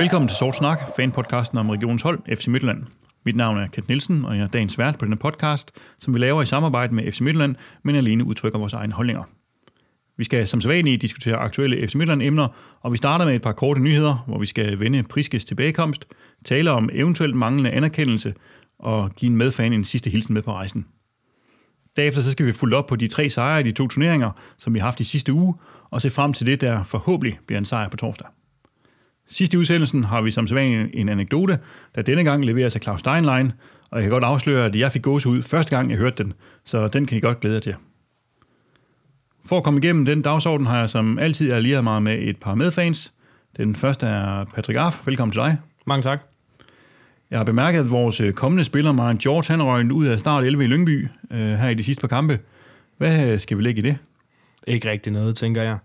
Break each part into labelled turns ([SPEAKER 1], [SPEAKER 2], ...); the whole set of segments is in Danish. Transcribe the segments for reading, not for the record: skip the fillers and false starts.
[SPEAKER 1] Velkommen til Sort Snak, fanpodcasten om regionens hold, FC Midtjylland. Mit navn er Kent Nielsen, og jeg er dagens vært på denne podcast, som vi laver i samarbejde med FC Midtjylland, men alene udtrykker vores egne holdninger. Vi skal som sædvanligt diskutere aktuelle FC Midtjylland-emner, og vi starter med et par korte nyheder, hvor vi skal vende Priskes tilbagekomst, tale om eventuelt manglende anerkendelse og give en medfan en sidste hilsen med på rejsen. Derefter så skal vi følge op på de 3 sejre i de 2 turneringer, som vi har haft i sidste uge, og se frem til det, der forhåbentlig bliver en sejr på torsdag. Sidst i udsendelsen har vi som sædvanligt en anekdote, der denne gang leveres af Claus Steinlein, og jeg kan godt afsløre, at jeg fik gåsehud første gang, jeg hørte den, så den kan I godt glæde jer til. For at komme igennem den dagsorden har jeg som altid allieret mig med et par medfans. Den første er Patrick Arf. Velkommen til dig.
[SPEAKER 2] Mange tak.
[SPEAKER 1] Jeg har bemærket, at vores kommende spiller, Marian George, han røg ud af start 11 i Lyngby her i de sidste par kampe. Hvad skal vi lægge i det?
[SPEAKER 2] Ikke rigtig noget, tænker jeg.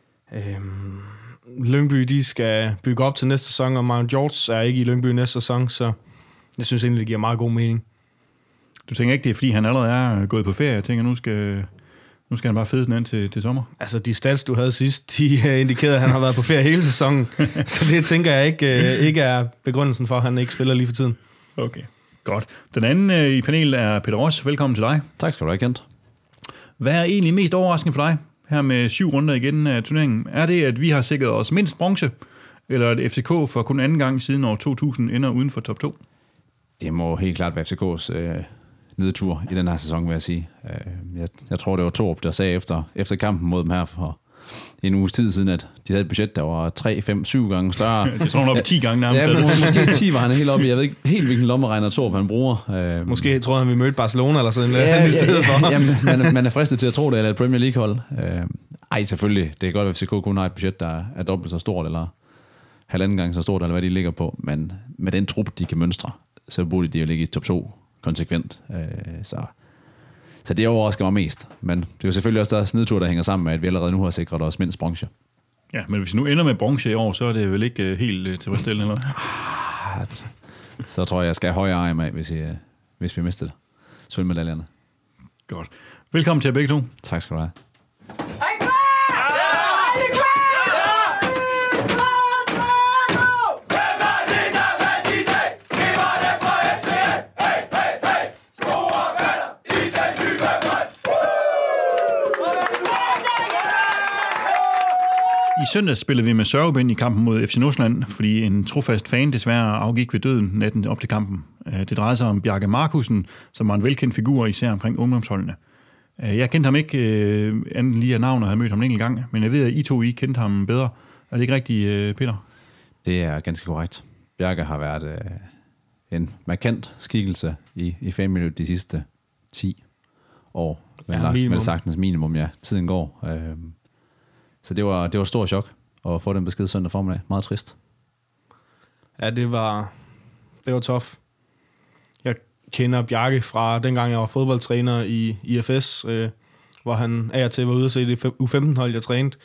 [SPEAKER 2] Lyngby, de skal bygge op til næste sæson, og Marian George er ikke i Lyngby næste sæson, så jeg synes egentlig, det giver meget god mening.
[SPEAKER 1] Du tænker ikke, det er fordi, han allerede er gået på ferie? Jeg tænker, nu skal han bare fede den ind til sommer.
[SPEAKER 2] Altså, de stats, du havde sidst, de indikerede, at han har været på ferie hele sæsonen. Så det tænker jeg ikke er begrundelsen for, at han ikke spiller lige for tiden.
[SPEAKER 1] Okay, godt. Den anden i panelet er Peter Ross. Velkommen til dig.
[SPEAKER 3] Tak skal du have, Kent.
[SPEAKER 1] Hvad er egentlig mest overraskende for dig her med 7 runder igen af turneringen? Er det, at vi har sikret os mindst bronze, eller at FCK for kun anden gang siden år 2000 ender uden for top 2?
[SPEAKER 3] Det må helt klart være FCK's nedtur i den her sæson, vil jeg sige. Jeg tror, det var Torp, der sagde efter kampen mod dem her for en uges tid siden, at de havde et budget, der var 3, 5, 7 gange større.
[SPEAKER 1] Jeg tror, han var 10 gange nærmest.
[SPEAKER 3] Ja, måske 10 var han helt oppe i. Jeg ved ikke helt, hvilken lommeregner Torp han bruger.
[SPEAKER 2] Måske tror han, vi mødte Barcelona eller sådan noget i stedet for.
[SPEAKER 3] Ja, man er fristet til at tro det, eller et Premier League-hold. Selvfølgelig. Det er godt, at FCK kun har et budget, der er dobbelt så stort, eller halvanden gang så stort, eller hvad de ligger på. Men med den trup, de kan mønstre, så burde de jo ligge i top 2 konsekvent. Så det overrasker mig mest. Men det er jo selvfølgelig også deres nedtur, der hænger sammen med, at vi allerede nu har sikret os mindst bronze.
[SPEAKER 1] Ja, men hvis vi nu ender med bronze i år, så er det vel ikke helt tilfredsstillende, eller?
[SPEAKER 3] Så tror jeg skal have højere ejm af, hvis vi mister det. Sølvmedaljerne.
[SPEAKER 1] Godt. Velkommen til jer begge to.
[SPEAKER 3] Tak skal du have.
[SPEAKER 1] I søndag spillede vi med sørgebind i kampen mod FC Nordsjælland, fordi en trofast fan desværre afgik ved døden natten op til kampen. Det drejede sig om Bjarke Markussen, som var en velkendt figur, især omkring ungdomsholdene. Jeg kendte ham ikke anden lige af navn, og havde mødt ham en enkelt gang, men jeg ved, at I kendte ham bedre. Er det ikke rigtigt, Peter?
[SPEAKER 3] Det er ganske korrekt. Bjarke har været en markant skikkelse i fanmiljøet de sidste 10 år. Vel sagtens minimum, ja. Tiden går. Så det var et stort chok at få den besked søndag formiddag. Meget trist.
[SPEAKER 2] Ja, det var tough. Jeg kender Bjarke fra dengang, jeg var fodboldtræner i IFS, hvor han af og til var ude og se det U15-hold, jeg trænede.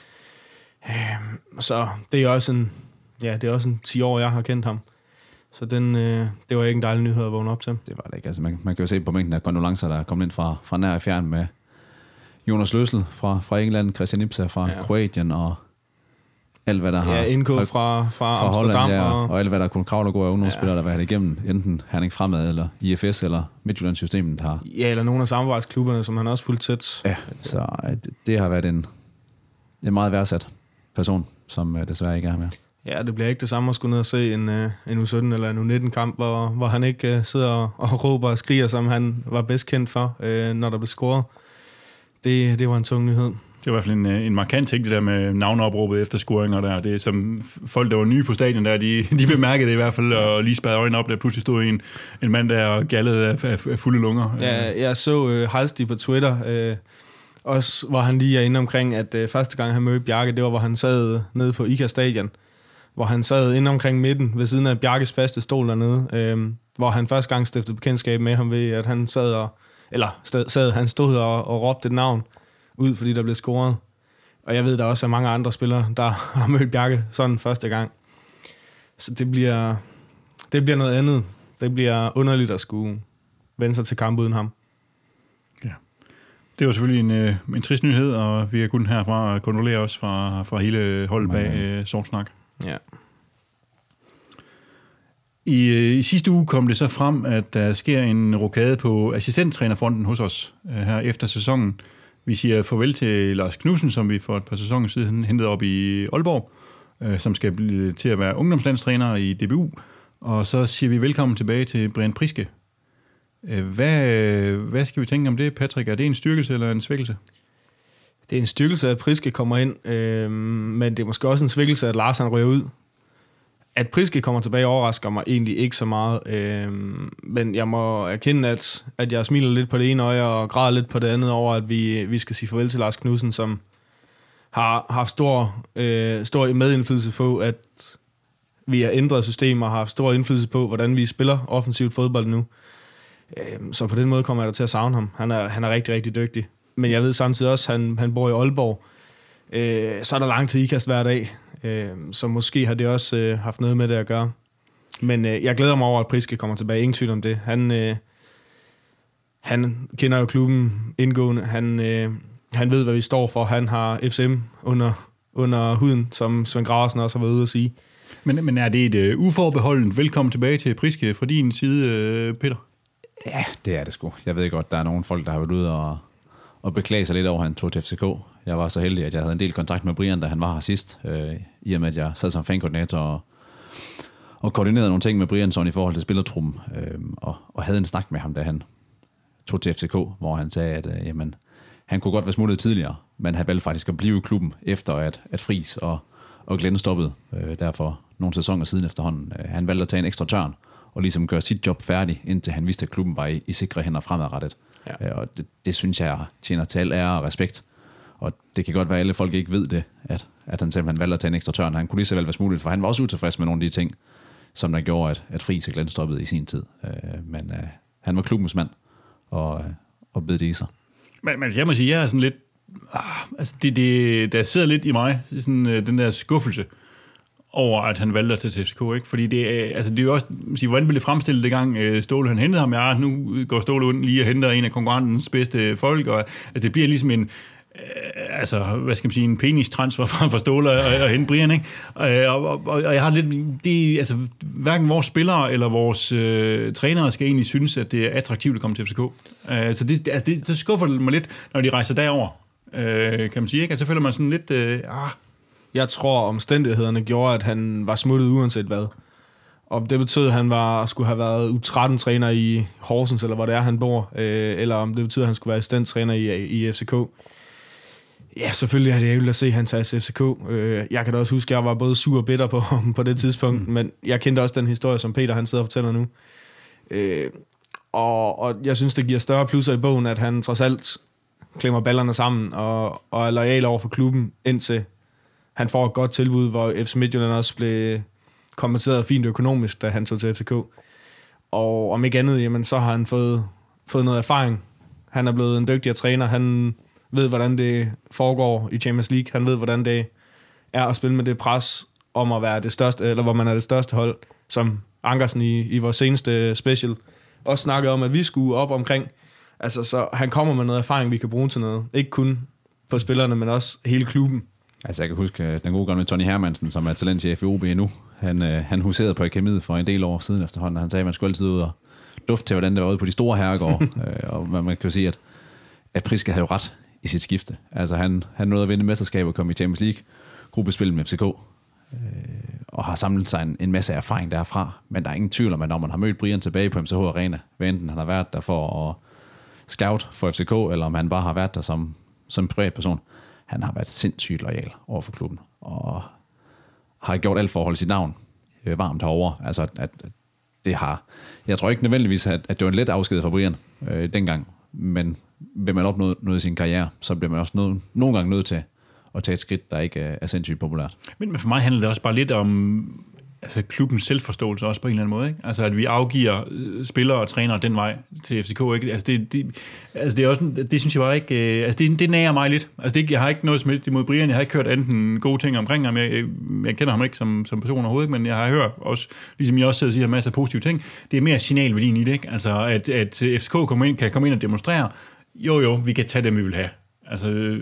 [SPEAKER 2] Så det er også en 10 år, jeg har kendt ham. Så det var ikke en dejlig nyhed at vågne op til.
[SPEAKER 3] Det var det ikke. Altså, man kan jo se på mængden af kondolencer, der er kommet ind fra nær og fjern med Jonas Løssel fra England, Christian Ipsa fra Kroatien og alt, hvad der har...
[SPEAKER 2] Ja, indgået fra Amsterdam.
[SPEAKER 3] Holland, og alt, hvad der kunne kravle og gå af ungdomsspillere, der var været igennem enten Herning Fremad eller IFS eller Midtjyllandssystemet har...
[SPEAKER 2] Ja, eller nogle af samarbejdsklubberne, som han også fulgt tæt.
[SPEAKER 3] Ja, så det har været en meget værdsat person, som desværre ikke er her med.
[SPEAKER 2] Ja, det bliver ikke det samme at skulle ned og se en U17 eller en U19-kamp, hvor han ikke sidder og råber og skriger, som han var bedst kendt for, når der blev scoret. Det var en tung nyhed.
[SPEAKER 1] Det var i hvert fald en markant ting, det der med navneopråbet efter scoringer der. Det er som folk, der var nye på stadion der, de bemærkede det i hvert fald, og lige spadede øjnene op, der pludselig stod en mand der og gallede af fulde lunger.
[SPEAKER 2] Ja, jeg så Halsti på Twitter, også hvor han lige er inde omkring, at første gang han mødte Bjarke, det var, hvor han sad nede på IKA Stadion, hvor han sad inde omkring midten, ved siden af Bjarkes faste stol dernede, hvor han første gang stiftede bekendtskab med ham ved, at han han stod og råbte et navn ud, fordi der blev scoret. Og jeg ved, der også er mange andre spillere, der har mødt Bjarke sådan første gang. Så det bliver noget andet. Det bliver underligt at skulle vende sig til kamp uden ham.
[SPEAKER 1] Ja. Det var selvfølgelig en trist nyhed, og vi er kun herfra kondolere os fra hele holdet bag Sort Snak.
[SPEAKER 2] Ja.
[SPEAKER 1] I sidste uge kom det så frem, at der sker en rokade på assistenttrænerfronten hos os her efter sæsonen. Vi siger farvel til Lars Knudsen, som vi for et par sæsoner siden hentede op i Aalborg, som skal blive til at være ungdomslandstræner i DBU. Og så siger vi velkommen tilbage til Brian Priske. Hvad skal vi tænke om det, Patrick? Er det en styrkelse eller en svækkelse?
[SPEAKER 2] Det er en styrkelse, at Priske kommer ind, men det er måske også en svækkelse, at Lars han ryger ud. At Priske kommer tilbage overrasker mig egentlig ikke så meget, men jeg må erkende, at jeg smiler lidt på det ene øje og græder lidt på det andet over, at vi skal sige farvel til Lars Knudsen, som har haft stor medindflydelse på, at vi har ændret systemer og har haft stor indflydelse på, hvordan vi spiller offensivt fodbold nu. Så på den måde kommer jeg da til at savne ham. Han er rigtig, rigtig dygtig. Men jeg ved samtidig også, at han bor i Aalborg. Så er der langt til IKAST hver dag. Så måske har det også haft noget med det at gøre. Men jeg glæder mig over, at Priske kommer tilbage. Ingen tvivl om det. Han kender jo klubben indgående. Han ved, hvad vi står for. Han har FCM under huden, som Svend Graversen også har været ude at sige.
[SPEAKER 1] Men er det et uforbeholdent velkommen tilbage til Priske fra din side, Peter?
[SPEAKER 3] Ja, det er det sgu. Jeg ved godt, der er nogle folk, der har været ude og beklage sig lidt over, at han tog til FCK. Jeg var så heldig, at jeg havde en del kontakt med Brian, da han var her sidst, i og med, at jeg sad som fankoordinator og koordinerede nogle ting med Brian sådan i forhold til spillertruppen, og havde en snak med ham, da han tog til FCK, hvor han sagde, at jamen, han kunne godt være smuttet tidligere, men han valgte faktisk at blive i klubben, efter at Friis og Glenn stoppede, derfor nogle sæsoner siden efterhånden. Han valgte at tage en ekstra tørn, og ligesom gøre sit job færdig, indtil han vidste, at klubben var i sikre hænder fremadrettet. Ja. Og det synes jeg tjener til al ære og respekt. Og det kan godt være, at alle folk ikke ved det, at han simpelthen valgte at tage en ekstra tørn. Han kunne lige så vel være smuttet, for han var også utilfreds med nogle af de ting, som der gjorde, at Friis og Glenn stoppede i sin tid. Men han var klubbens mand, og bed det i sig.
[SPEAKER 1] Men jeg må sige, jeg er sådan lidt... altså der sidder lidt i mig, sådan, den der skuffelse over, at han valgte at tage til FCK, ikke? Fordi det er jo også, hvordan blev det fremstillet det gang Ståle han hentede ham? Ja, nu går Ståle ud lige og henter en af konkurrentens bedste folk, og det bliver ligesom en, en penis-transfer fra Ståle og hente Brian, ikke? Og jeg har lidt, hverken vores spillere eller vores trænere skal egentlig synes, at det er attraktivt at komme til FCK. Så skuffer det mig lidt, når de rejser derover, kan man sige, ikke? Altså, så føler man sådan lidt,
[SPEAKER 2] Jeg tror, omstændighederne gjorde, at han var smuttet uanset hvad. Og det betød, at han skulle have været U13-træner i Horsens, eller hvor det er, han bor. Eller om det betød, at han skulle være assistenttræner i FCK. Ja, selvfølgelig er det ærgerligt at se, at han tager til FCK. Jeg kan da også huske, at jeg var både sur og bitter på det tidspunkt. Men jeg kendte også den historie, som Peter han sidder og fortæller nu. Og jeg synes, det giver større plusser i bogen, at han trods alt klemmer ballerne sammen og er loyal over for klubben, indtil han får et godt tilbud, hvor FC Midtjylland også blev kompenseret fint økonomisk, da han tog til FCK. Og om ikke andet, jamen, så har han fået noget erfaring. Han er blevet en dygtigere træner. Han ved, hvordan det foregår i Champions League. Han ved, hvordan det er at spille med det pres om at være det største, eller hvor man er det største hold, som Ankersen i vores seneste special også snakkede om, at vi skulle op omkring. Altså, så han kommer med noget erfaring, vi kan bruge til noget. Ikke kun på spillerne, men også hele klubben.
[SPEAKER 3] Altså, jeg kan huske den gode gamle Tony Hermansen, som er talentchef i OB nu. Han huserede på akademiet for en del år siden efterhånden. Han sagde, at man skulle altid ud og dufte til, hvordan det var ude på de store herregårde. Og man kan jo sige, at Priske havde jo ret i sit skifte. Altså, han nåede at vinde mesterskab og komme i Champions League, gruppespil med FCK, og har samlet sig en masse erfaring derfra. Men der er ingen tvivl om, at når man har mødt Brian tilbage på MCH Arena, hvad enten han har været der for at scout for FCK, eller om han bare har været der som privatperson, han har været sindssygt loyal over for klubben, og har gjort alt for at holde sit navn varmt herovre. Altså, at det har... Jeg tror ikke nødvendigvis, at det var en let afsked for Brian dengang, men vil man opnå noget i sin karriere, så bliver man også nogle gange nødt til at tage et skridt, der ikke er sindssygt populært. Men
[SPEAKER 1] for mig handler det også bare lidt om klubbens selvforståelse også på en eller anden måde, ikke? Altså, at vi afgiver spillere og trænere den vej til FCK, ikke? Altså, det er også, det synes jeg bare ikke... Altså, det nærer mig lidt. Altså, jeg har ikke noget som helst imod Brian. Jeg har ikke hørt enten gode ting omkring ham. Jeg kender ham ikke som person overhovedet, men jeg har hørt også, ligesom jeg også siger, masser af positive ting. Det er mere signalværdien i det, ikke? Altså, at FCK kan komme ind og demonstrere. Jo, vi kan tage dem, vi vil have. Altså...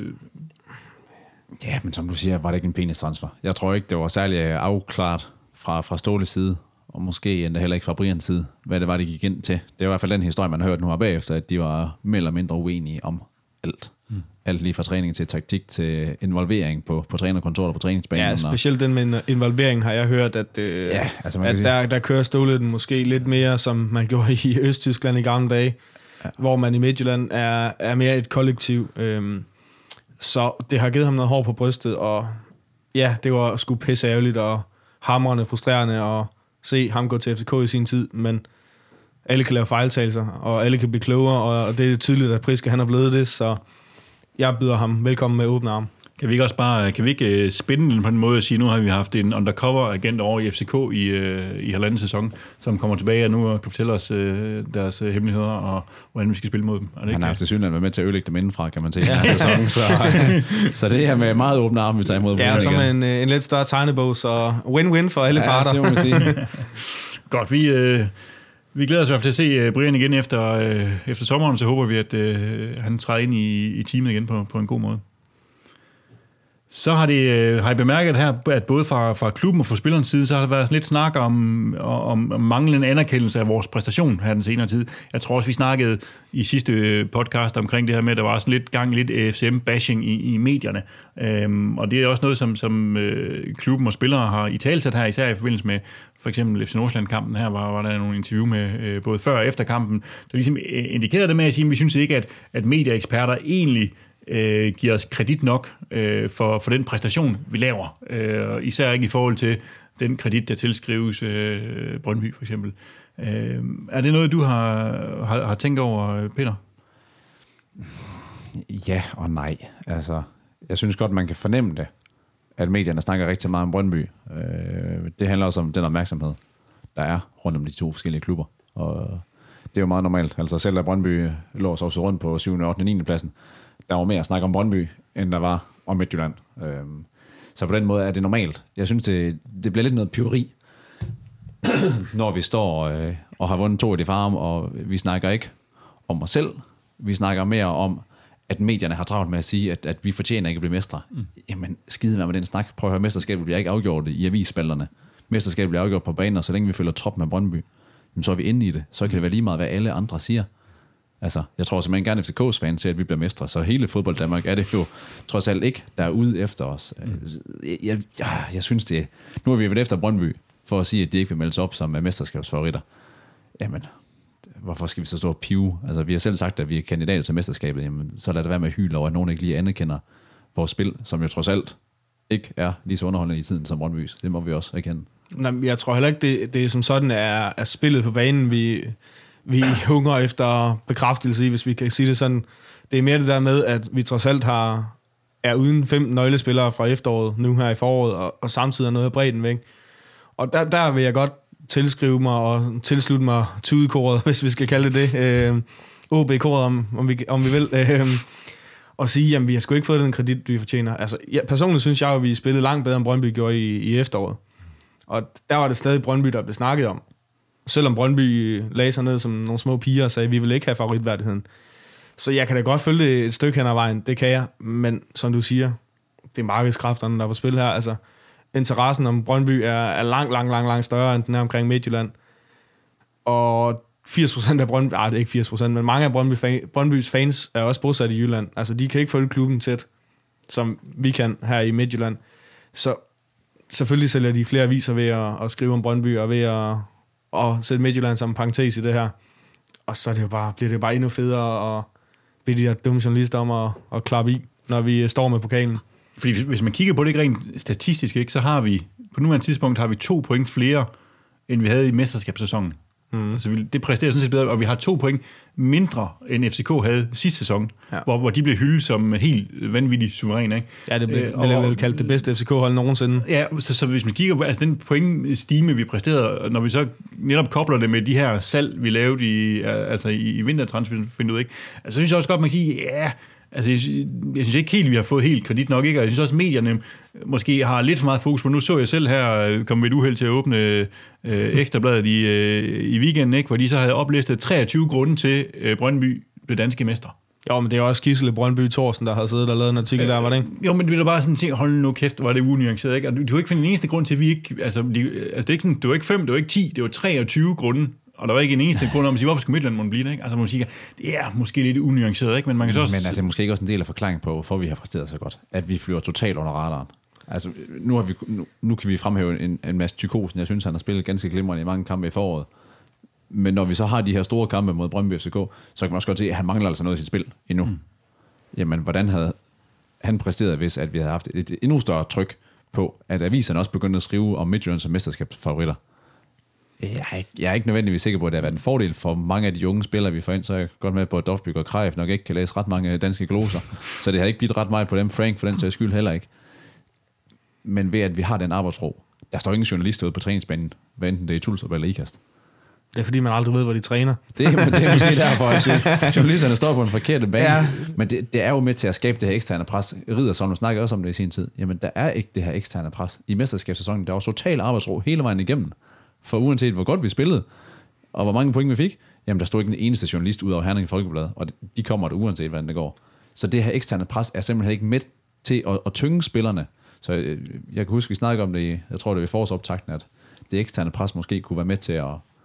[SPEAKER 3] Ja, men som du siger, var det ikke en penis transfer. Jeg tror ikke, det var særlig afklaret fra Ståles side, og måske endda heller ikke fra Brians side, hvad det var, de gik ind til. Det er i hvert fald den historie, man har hørt nu her bagefter, at de var mere eller mindre uenige om alt. Alt lige fra træning til taktik til involvering på trænerkontoret og på træningsbanen.
[SPEAKER 2] Ja, specielt den med involvering har jeg hørt, at, at der kører Ståle den måske lidt mere, som man gjorde i Østtyskland i gamle dage, hvor man i Midtjylland er mere et kollektiv. Så det har givet ham noget hår på brystet, og ja, det var sgu pisse ærgerligt og hamrende frustrerende at se ham gå til FCK i sin tid, men alle kan lave fejltagelser, og alle kan blive klogere, og det er tydeligt, at Priske han er blevet det, så jeg byder ham velkommen med åbne arme.
[SPEAKER 1] Kan vi ikke spænde den på en måde og sige, nu har vi haft en undercover-agent over i FCK i halvanden sæson, som kommer tilbage og nu kan fortælle os deres hemmeligheder og hvordan vi skal spille mod dem. Er det
[SPEAKER 3] han har til synligheden været med til at ødelægge dem indenfra, kan man sige, i den her sæson. Så det her med meget åbne arme, vi tager imod.
[SPEAKER 2] Ja, som en lidt større tegnebog, så win-win for alle parter.
[SPEAKER 3] Det må man sige.
[SPEAKER 1] Godt, vi glæder os i hvert fald til at se Brian igen efter sommeren, så håber vi, at han træder ind i teamet igen på en god måde. Så har I bemærket her, at både fra klubben og fra spillerens side, så har der været lidt snak om manglende anerkendelse af vores præstation her den senere tid. Jeg tror også, vi snakkede i sidste podcast omkring det her med, at der var sådan lidt gang lidt FCM-bashing i medierne. Og det er også noget, som klubben og spillere har italesat her, især i forbindelse med for eksempel FC Nordsjælland-kampen. Her var der nogle interview med både før og efter kampen, der ligesom indikerede det med at sige, at vi synes ikke, at medieeksperter egentlig giver os kredit nok for den præstation, vi laver. Især ikke i forhold til den kredit, der tilskrives Brøndby for eksempel. Er det noget, du har tænkt over, Peter?
[SPEAKER 3] Ja og nej. Altså, jeg synes godt, man kan fornemme det, at medierne snakker rigtig meget om Brøndby. Det handler også om den opmærksomhed, der er rundt om de to forskellige klubber. Og det er jo meget normalt. Altså selv da Brøndby lå så også rundt på 7., 8., 9. pladsen, der var mere at snakke om Brøndby, end der var om Midtjylland. Så på den måde er det normalt. Jeg synes, det bliver lidt noget pyreri, når vi står og har vundet 2 i det farm, og vi snakker ikke om os selv. Vi snakker mere om, at medierne har travlt med at sige, at vi fortjener ikke at blive mestre. Jamen, skide med den snak. Prøv at høre, mesterskabet bliver ikke afgjort i avisspalterne. Mesterskabet bliver afgjort på banen, og så længe vi følger trop med Brøndby, så er vi inde i det. Så kan det være lige meget, hvad alle andre siger. Altså, jeg tror simpelthen gerne FCK's fans til, at vi bliver mestre, så hele fodbold Danmark er det jo trods alt ikke, der er ude efter os. Jeg synes det. Nu har vi været efter Brøndby, for at sige, at de ikke vil melde sig op som mesterskabsfavoritter. Jamen, hvorfor skal vi så stå og pive? Altså, vi har selv sagt, at vi er kandidater til mesterskabet, jamen, så lad det være med at hyle over, at nogen ikke lige anerkender vores spil, som jo trods alt ikke er lige så underholdende i tiden som Brøndbys. Det må vi også erkende.
[SPEAKER 2] Nej, jeg tror heller ikke, det er som sådan er spillet på banen, vi hungrer efter bekræftelse i, hvis vi kan sige det sådan. Det er mere det der med, at vi trods alt er uden 5 nøglespillere fra efteråret, nu her i foråret, og samtidig er noget af bredden væk. Og der vil jeg godt tilskrive mig og tilslutte mig tudekoret, hvis vi skal kalde det OB-koret, om vi vil, og sige, jamen vi har sgu ikke fået den kredit, vi fortjener. Altså, personligt synes jeg, at vi spillede langt bedre, end Brøndby gjorde i efteråret. Og der var det stadig Brøndby, der blev snakket om. Selvom Brøndby lagde sig ned som nogle små piger og sagde, at vi vil ikke have favoritværdigheden. Så jeg kan da godt følge det et stykke hen ad vejen, det kan jeg. Men som du siger, det er markedskræfterne, der er på spil her. Altså, interessen om Brøndby er langt større, end den er omkring Midtjylland. Og 80% af Brøndby, det er ikke 80%, men mange af Brøndbys fans er også bosat i Jylland. Altså, de kan ikke følge klubben tæt, som vi kan her i Midtjylland. Så selvfølgelig sælger de flere aviser ved at skrive om Brøndby, og ved at sætte Midtjylland som parentes i det her. Og så bliver det bare endnu federe og bede de her dumme journalister om at klappe i, når vi står med pokalen.
[SPEAKER 1] Fordi hvis man kigger på det rent statistisk, ikke, så har vi på nuværende tidspunkt 2 point flere, end vi havde i mesterskabssæsonen. Altså, det præsterer sådan set bedre, og vi har 2 point mindre, end FCK havde sidste sæson, hvor de blev hyldet som helt vanvittigt suveræne. Ikke?
[SPEAKER 2] Ja, det blev vel kaldt det bedste FCK-hold nogensinde.
[SPEAKER 1] Ja, så hvis man kigger på den pointstime, vi præsterede, når vi så netop kobler det med de her salg, vi lavede i vintertransfervinduet, ikke? Altså, så synes jeg også godt, man kan sige, ja, altså, jeg synes ikke helt, vi har fået helt kredit nok, ikke? Og jeg synes også, medierne måske har lidt for meget fokus på. Nu så jeg selv her, kom vi et uheld til at åbne Ekstrabladet i weekenden, ikke? Hvor de så havde oplistet 23 grunde til Brøndby blev danske mestre.
[SPEAKER 2] Jo, men det er også Gisle Brøndby Thorsen, der har siddet og lavet en artikel der, var det ikke?
[SPEAKER 1] Jo, men det er bare sådan ting, hold nu kæft, var det unuanceret, ikke? Og du kan ikke finde en eneste grund til, at vi ikke... Altså, det er ikke sådan, det var ikke 5, det var ikke 10, det var 23 grunde. Og der var ikke en eneste grund om at sige, hvorfor skulle Midtjylland måtte blive det, ikke? Altså, man siger, det er måske lidt unuanceret, ikke? Men man kan så også...
[SPEAKER 3] Men er det måske ikke også en del af forklaringen på, hvorfor vi har præsteret så godt? At vi flyver totalt under radaren. Altså, nu kan vi fremhæve en masse Tykosen. Jeg synes, han har spillet ganske glimrende i mange kampe i foråret. Men når vi så har de her store kampe mod Brøndby FCK, så kan man også godt se, at han mangler altså noget i sit spil endnu. Jamen, hvordan havde han præsteret, hvis at vi havde haft et endnu større tryk på, at aviserne også begyndte at skrive om Midtjylland som mesterskabsfavoritter? Jeg er ikke nødvendigvis sikker på, at det har været en fordel for mange af de unge spillere, vi får ind, så er jeg godt med på, at Dovbyk og Krejf nok ikke kan læse ret mange danske gloser. Så det har ikke blivet ret meget på dem. Frank for den sags skyld heller ikke. Men ved at vi har den arbejdsro, der står ingen journalister ude på træningsbanen, hvad enten det er i Tulstrup eller Ikast.
[SPEAKER 2] Det er fordi, man aldrig ved, hvor de træner.
[SPEAKER 3] Det er måske derfor, at sige, journalisterne står på en forkert bane. Ja. Men det er jo med til at skabe det her eksterne pres. Riddersholm snakker også om det i sin tid. Jamen, der er ikke det her eksterne pres. I mesterskabssæsonen, der var total arbejdsro hele vejen igennem. For uanset hvor godt vi spillede, og hvor mange point vi fik, jamen der stod ikke en eneste journalist ud over Herning Folkeblad, og de kommer der uanset hvordan det går. Så det her eksterne pres er simpelthen ikke med til at tynge spillerne. Så jeg kan huske, vi snakkede om det jeg tror det var i forårsoptakten, at det eksterne pres måske kunne være med til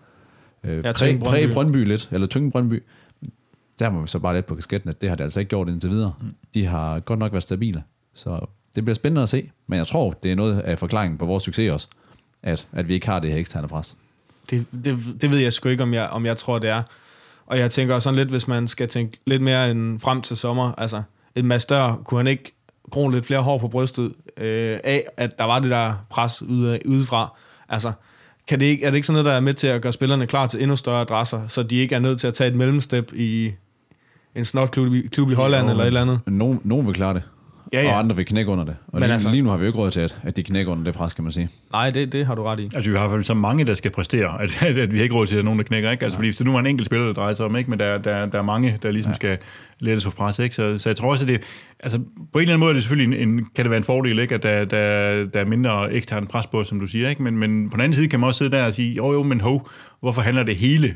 [SPEAKER 3] at præge Brøndby lidt, eller tynge Brøndby. Der må vi så bare lidt på kasketten, at det har det altså ikke gjort indtil videre. De har godt nok været stabile, så det bliver spændende at se, men jeg tror, det er noget af forklaringen på vores succes også, at vi ikke har det her eksterne pres.
[SPEAKER 2] Det ved jeg sgu ikke, om jeg tror, det er. Og jeg tænker også sådan lidt, hvis man skal tænke lidt mere end frem til sommer, altså et Mads Dør, kunne han ikke gro lidt flere hår på brystet af, at der var det der pres udefra. Altså, er det ikke sådan noget, der er med til at gøre spillerne klar til endnu større adresser, så de ikke er nødt til at tage et mellemstep i en snotklub i Holland eller et eller andet?
[SPEAKER 3] Nogen vil klare det. Ja. Og andre vil knække under det. Og lige nu har vi jo ikke råd til, at de knækker under det pres, kan man sige.
[SPEAKER 2] Nej, det har du ret i.
[SPEAKER 1] Altså, vi har i hvert fald så mange, der skal præstere, at vi har ikke råd til, at nogen der knækker, ikke? Altså, fordi hvis det nu er en enkelt spiller, der drejer sig om, ikke? Men der er mange, der ligesom skal lettes for pres, ikke? Så jeg tror også, at det... Altså, på en eller anden måde er det selvfølgelig kan det være en fordel, ikke? At der er mindre ekstern pres på, som du siger, ikke? Men på den anden side kan man også sidde der og sige, jo, men hvorfor handler det hele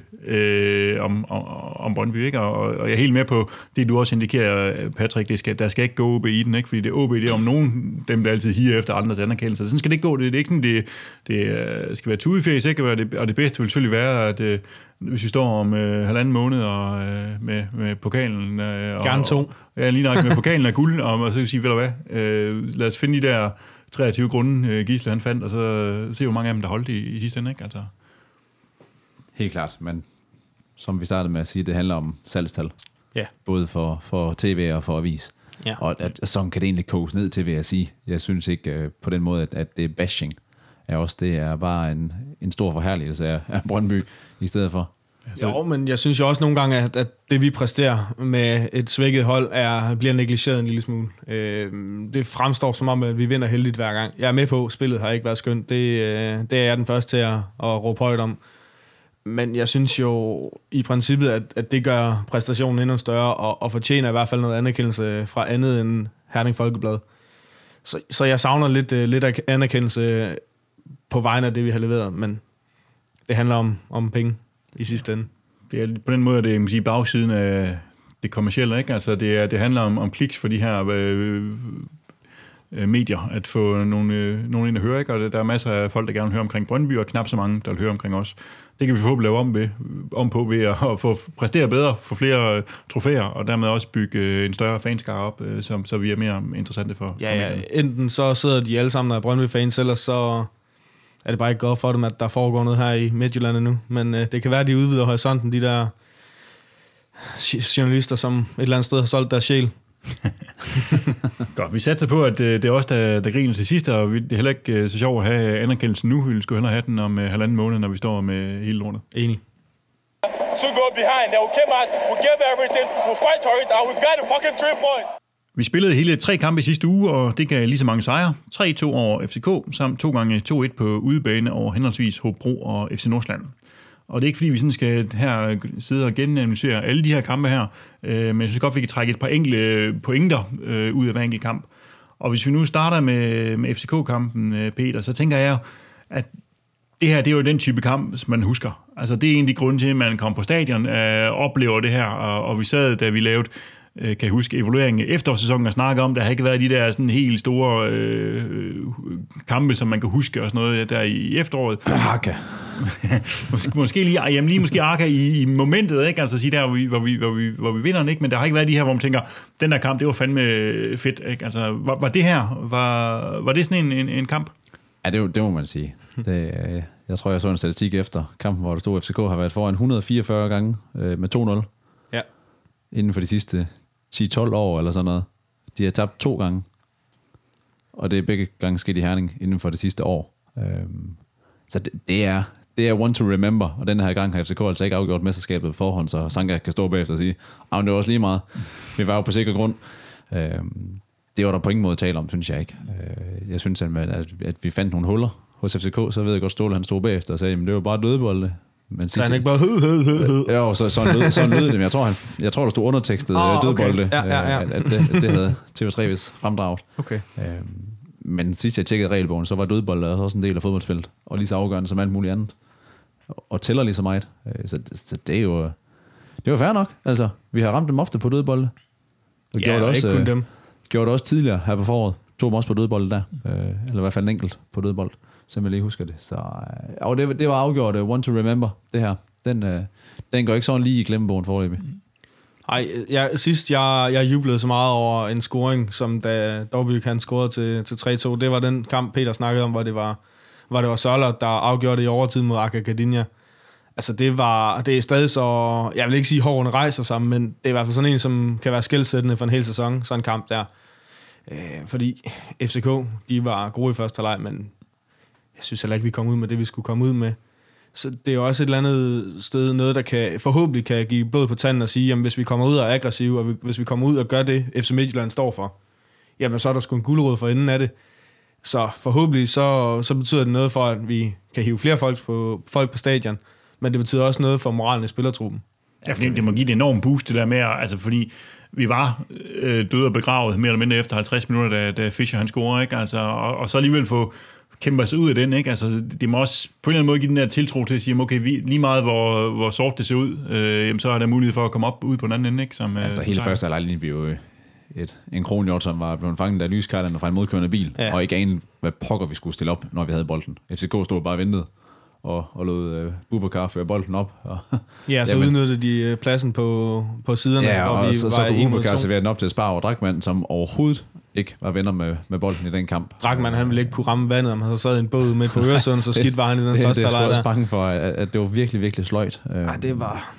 [SPEAKER 1] om Brøndby, ikke? Og jeg er helt med på det, du også indikerer, Patrick, der skal ikke gå OB i den, ikke? Fordi det OB, det er om nogen, dem der altid higer efter andres anerkendelse. Sådan skal det ikke gå. Det er ikke sådan, det skal være tudefæs, ikke? Og det bedste vil selvfølgelig være, at hvis vi står om 1,5 måned og med pokalen...
[SPEAKER 2] Gerne 2.
[SPEAKER 1] Ja, lige nok med pokalen af guld, og så kan vi sige, ved du hvad, lad os finde de der 23 grunde, Gisle han fandt, og så se, hvor mange af dem, der holdt i sidste ende, ikke? Altså.
[SPEAKER 3] Helt klart, men som vi startede med at sige, det handler om salgstal.
[SPEAKER 2] Ja.
[SPEAKER 3] Både for tv og for avis. Ja. Og sådan kan det egentlig koges ned til, vil jeg sige. Jeg synes ikke på den måde, at det er bashing. Det er bare en stor forherligelse af Brøndby i stedet for.
[SPEAKER 2] Jo, men jeg synes jo også nogle gange, at det vi præsterer med et svækket hold, bliver negligeret en lille smule. Det fremstår som om, at vi vinder heldigt hver gang. Jeg er med på, spillet har ikke været skønt. Det er jeg den første til at råbe højt om. Men jeg synes jo i princippet, at det gør præstationen endnu større, og fortjener i hvert fald noget anerkendelse fra andet end Herning Folkeblad. Så jeg savner lidt anerkendelse på vegne af det, vi har leveret, men det handler om penge i sidste ende.
[SPEAKER 1] Det er på den måde, det er bagsiden af det kommercielle, ikke? Altså det handler om kliks for de her medier, at få nogen ind at høre, ikke? Og der er masser af folk, der gerne vil høre omkring Brøndby, og knap så mange, der vil høre omkring os. Det kan vi forhåbentlig lave om på ved at få præstere bedre, få flere trofæer, og dermed også bygge en større fanskare op, så vi er mere interessante for
[SPEAKER 2] ja, enten så sidder de alle sammen af Brøndby-fans, eller så er det bare ikke godt for dem, at der foregår noget her i Midtjylland nu. Men det kan være, at de udvider horisonten, de der journalister, som et eller andet sted har solgt deres sjæl.
[SPEAKER 1] Godt, vi satser på, at det er os, der griner til sidst, og det er heller ikke så sjovt at have anerkendelsen nu. Vi skulle hellere have den om 1,5 måned, når vi står med hele rundet.
[SPEAKER 2] Enig.
[SPEAKER 4] To go behind, they will come out, we'll give everything, we'll fight for it, and we got a fucking 3 points.
[SPEAKER 1] Vi spillede hele 3 kampe i sidste uge, og det gav lige så mange sejre. 3-2 over FCK, samt 2 gange 2-1 på udebane over henholdsvis Hobro og FC Nordsjælland. Og det er ikke fordi, vi sådan skal her sidde og genanalysere alle de her kampe her, men jeg synes godt, vi kan trække et par enkelte pointer ud af hver enkelt kamp. Og hvis vi nu starter med FCK-kampen, Peter, så tænker jeg, at det her, det er jo den type kamp, som man husker. Altså det er en af de grunde til, at man kommer på stadion, oplever det her, og vi sad, da vi lavede kan jeg huske evalueringen af efterårssæsonen og snakke om, der har ikke været de der sådan helt store kampe, som man kan huske og sådan noget der i efteråret.
[SPEAKER 3] Arca.
[SPEAKER 1] måske lige Arca i momentet, ikke? Altså sige der, hvor vi vinder den, ikke? Men der har ikke været de her, hvor man tænker, den der kamp, det var fandme fedt, ikke? Altså, var det her, var det sådan en kamp?
[SPEAKER 3] Ja, det må man sige. Jeg tror, jeg så en statistik efter kampen, hvor der stod, FCK har været foran 144 gange med 2-0.
[SPEAKER 2] Ja. Inden
[SPEAKER 3] for de sidste 10-12 år eller sådan noget. De har tabt 2 gange. Og det er begge gange sket i Herning inden for det sidste år. Så det er one to remember. Og den her gang har FCK altså ikke afgjort mesterskabet på forhånd, så Sanka kan stå bagefter og sige, det var også lige meget. Vi var jo på sikker grund. Det var der på ingen måde tale om, synes jeg ikke. Jeg synes, at vi fandt nogle huller hos FCK, så ved jeg godt, Ståle han stod bagefter og sagde, men det var bare dødbolde. Men
[SPEAKER 2] så han ikke bare
[SPEAKER 3] Ja, sådan lød det, men jeg tror der stod undertekstet dødbolde,
[SPEAKER 2] ja.
[SPEAKER 3] At det havde TV3 vist fremdraget.
[SPEAKER 2] Okay.
[SPEAKER 3] Men sidst jeg tjekkede regelbogen, så var dødbolde også en del af fodboldspillet, og lige så afgørende som alt muligt andet, og tæller lige så meget. Så det er jo fair nok. Altså, vi har ramt dem ofte på dødbolde.
[SPEAKER 2] Og gjorde det også, ikke kun dem.
[SPEAKER 3] Gjorde det også tidligere her på foråret. Tog dem også på dødbold der. Eller i hvert fald en enkelt på dødbold, som jeg lige husker det. Så det var afgjort one to remember, det her. Den går ikke sådan lige i glemmebogen foreløbig.
[SPEAKER 2] Ej, sidst jeg jublede så meget over en scoring, som da Dovbyk han scorede til 3-2. Det var den kamp, Peter snakkede om, hvor det var Soller, der afgjorde det i overtid mod Arca Gdynia. Altså det er stadig så, jeg vil ikke sige hårene rejser sammen, men det er i hvert fald sådan en, som kan være skelsættende for en hel sæson, sådan en kamp der. Fordi FCK, de var gode i første halvleg, men jeg synes heller ikke, vi kom ud med det, vi skulle komme ud med. Så det er jo også et eller andet sted, noget, der forhåbentlig kan give blod på tanden og sige, jamen hvis vi kommer ud og er aggressive, og hvis vi kommer ud og gør det, FC Midtjylland står for, jamen så er der sgu en gulerod for enden af det. Så forhåbentlig så betyder det noget for, at vi kan hive flere folk på stadion, men det betyder også noget for moralen i spillertruppen.
[SPEAKER 1] Ja, fordi det må give et enormt boost, det der med, altså fordi vi var døde og begravet mere eller mindre efter 50 minutter, da Fischer han scorer, ikke? Altså, og så alligevel få kæmpe os ud af den, ikke? Altså, det må også på en eller anden måde give den der tiltro til at sige, okay, lige meget hvor sort det ser ud, jamen, så er der mulighed for at komme op ud på den anden ende, ikke?
[SPEAKER 3] Altså hele første halvleg blev jo en kronhjort, som var blevet fanget af lyskejlerne fra en modkørende bil, og ikke anede, hvad pokker vi skulle stille op, når vi havde bolden. FCK stod bare og ventede og lod Boubacar føre bolden op.
[SPEAKER 2] Så udnyttede de pladsen på siderne.
[SPEAKER 3] Ja, og så kunne Boubacar servere den op til Spar og Drachmann, som overhovedet ikke var venner med bolden i den kamp.
[SPEAKER 2] Drachmann, han ville ikke kunne ramme vandet, om han så sad i en båd midt på Øresund, så skidt var han i den første halvleg.
[SPEAKER 3] Det er jeg også bange for, at det var virkelig, virkelig sløjt.
[SPEAKER 2] Det var...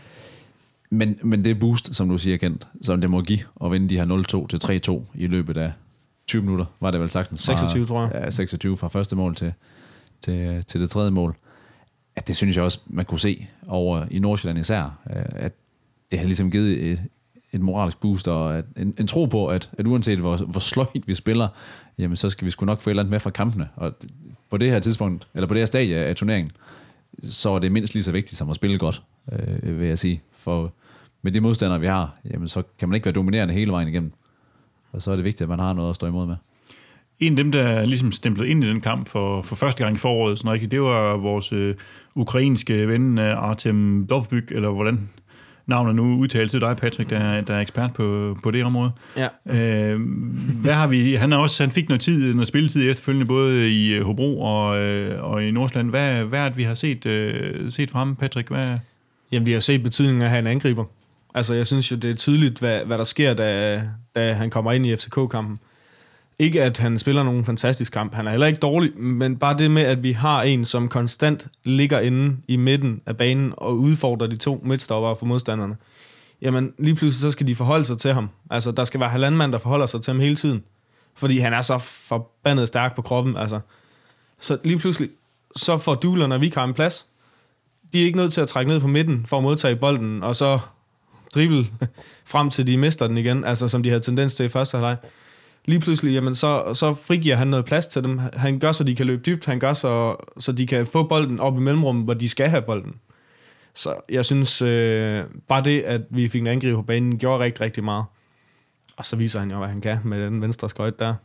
[SPEAKER 3] Men det boost, som du siger, Kent, som det må give at vinde de her 0-2 til 3-2 i løbet af 20 minutter, var det vel sagtens.
[SPEAKER 2] 26, tror jeg.
[SPEAKER 3] Ja, 26 fra første mål til det tredje mål. At det synes jeg også, man kunne se over i Nordsjælland især, at det har ligesom givet et moralisk boost, og en tro på, at uanset hvor sløjt vi spiller, jamen så skal vi sgu nok få et eller andet med fra kampene. Og på det her tidspunkt, eller på det her stadie af turneringen, så er det mindst lige så vigtigt som at spille godt, vil jeg sige. For med de modstandere, vi har, jamen så kan man ikke være dominerende hele vejen igennem. Og så er det vigtigt, at man har noget at stå imod med.
[SPEAKER 1] En af dem, der ligesom stemplede ind i den kamp for første gang i foråret, sådan rigtigt, det var vores ukrainske ven Artem Dovbyk, eller hvordan navnet nu udtalt til dig, Patrick, der er ekspert på det område.
[SPEAKER 2] Ja.
[SPEAKER 1] Hvad har vi? Han fik noget spilletid efterfølgende, både i Hobro og i Nordsjælland. Hvad er det, vi har set fra ham, Patrick?
[SPEAKER 2] Jamen, vi har set betydningen af at have en angriber. Altså, jeg synes jo, det er tydeligt, hvad der sker, da han kommer ind i FCK-kampen. Ikke, at han spiller nogen fantastisk kamp. Han er heller ikke dårlig, men bare det med, at vi har en, som konstant ligger inde i midten af banen og udfordrer de 2 midtstoppere for modstanderne. Jamen, lige pludselig så skal de forholde sig til ham. Altså, der skal være halvanden mand, der forholder sig til ham hele tiden. Fordi han er så forbandet stærk på kroppen. Altså. Så lige pludselig, så får duelerne og Vikar en plads. De er ikke nødt til at trække ned på midten for at modtage bolden, og så drible frem til de mister den igen, altså som de havde tendens til i første halvleg. Lige pludselig, jamen, så frigiver han noget plads til dem. Han gør, så de kan løbe dybt. Han gør, så de kan få bolden op i mellemrummet, hvor de skal have bolden. Så jeg synes, bare det, at vi fik en angriber på banen, gjorde rigtig, rigtig meget. Og så viser han jo, hvad han kan med den venstre skøjt der.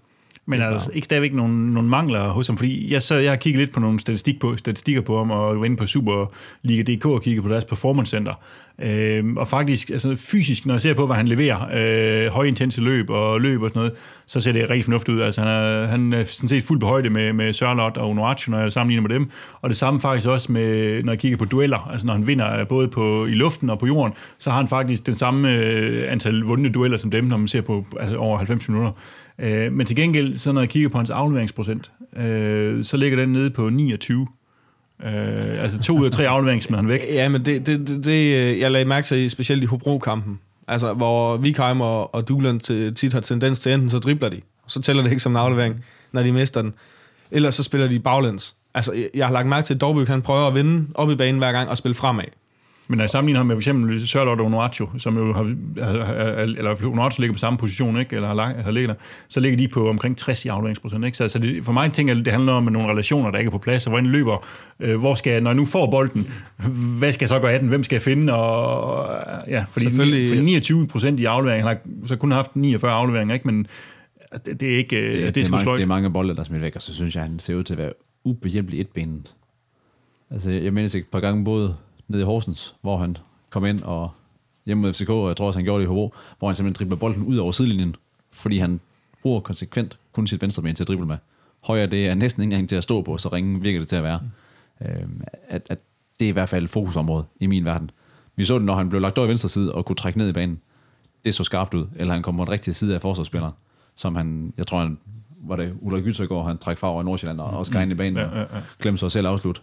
[SPEAKER 1] Men er der ikke stadigvæk nogle mangler hos ham? Fordi jeg har kigget lidt på nogle statistikker på ham, og var inde på Superliga.dk og kigget på deres performance center. Og faktisk, altså fysisk, når jeg ser på, hvad han leverer, højintense løb og sådan noget, så ser det rigtig fornuftigt ud. Altså han er sådan set fuldt på højde med Sørloth og Onuachu, når jeg sammenligner med dem. Og det samme faktisk også med, når jeg kigger på dueller. Altså når han vinder både i luften og på jorden, så har han faktisk den samme antal vundne dueller som dem, når man ser på over 90 minutter. Men til gengæld, så når jeg kigger på hans afleveringsprocent, så ligger den nede på 29. Altså 2 ud af 3 afleveringer smider han væk.
[SPEAKER 2] Ja, men det jeg lagde mærke til specielt i Hobro-kampen, altså hvor Wikheim og Dueland tit har tendens til, enten så dribler de, så tæller det ikke som en aflevering, når de mister den, eller så spiller de baglæns. Altså jeg har lagt mærke til, at Dorby kan prøve at vinde op i banen hver gang og spille fremad.
[SPEAKER 1] Men når jeg sammenligner ham med for eksempel Sørloth og Onuachu, som jo eller Onuachu ligger på samme position, ikke? Eller har ligget der, så ligger de på omkring 60 i afleveringsprocent. Ikke? Så det, for mig tænker jeg, det handler om nogle relationer, der ikke er på plads, og hvordan løber, hvor skal jeg, når jeg nu får bolden, hvad skal jeg så gøre af den, hvem skal jeg finde, og ja, fordi 29% i aflevering, han har så kun haft 49 afleveringer, ikke? Men det er ikke, det er sgu sløjt.
[SPEAKER 3] Det er mange bolde, der smidt væk, og så synes jeg, han ser ud til at være ubehjælpelig etbenet. Altså, jeg mener ikke et par gange både nede i Horsens, hvor han kom ind og hjemme mod FCK, og jeg tror også, han gjorde det i Hobro, hvor han simpelthen dribler bolden ud over sidelinjen, fordi han bruger konsekvent kun sit venstre ben til at drible med. Højre, det er næsten ikke engang til at stå på, så ringen virker det til at være. At det er i hvert fald et fokusområde i min verden. Vi så det, når han blev lagt over i venstre side og kunne trække ned i banen. Det så skarpt ud, eller han kom på den rigtige side af forsvarsspilleren, som jeg tror, var det Ulrik Gyttergaard, han træk fra over i Nordsjælland og også ind i banen og glemte sig selv afslut.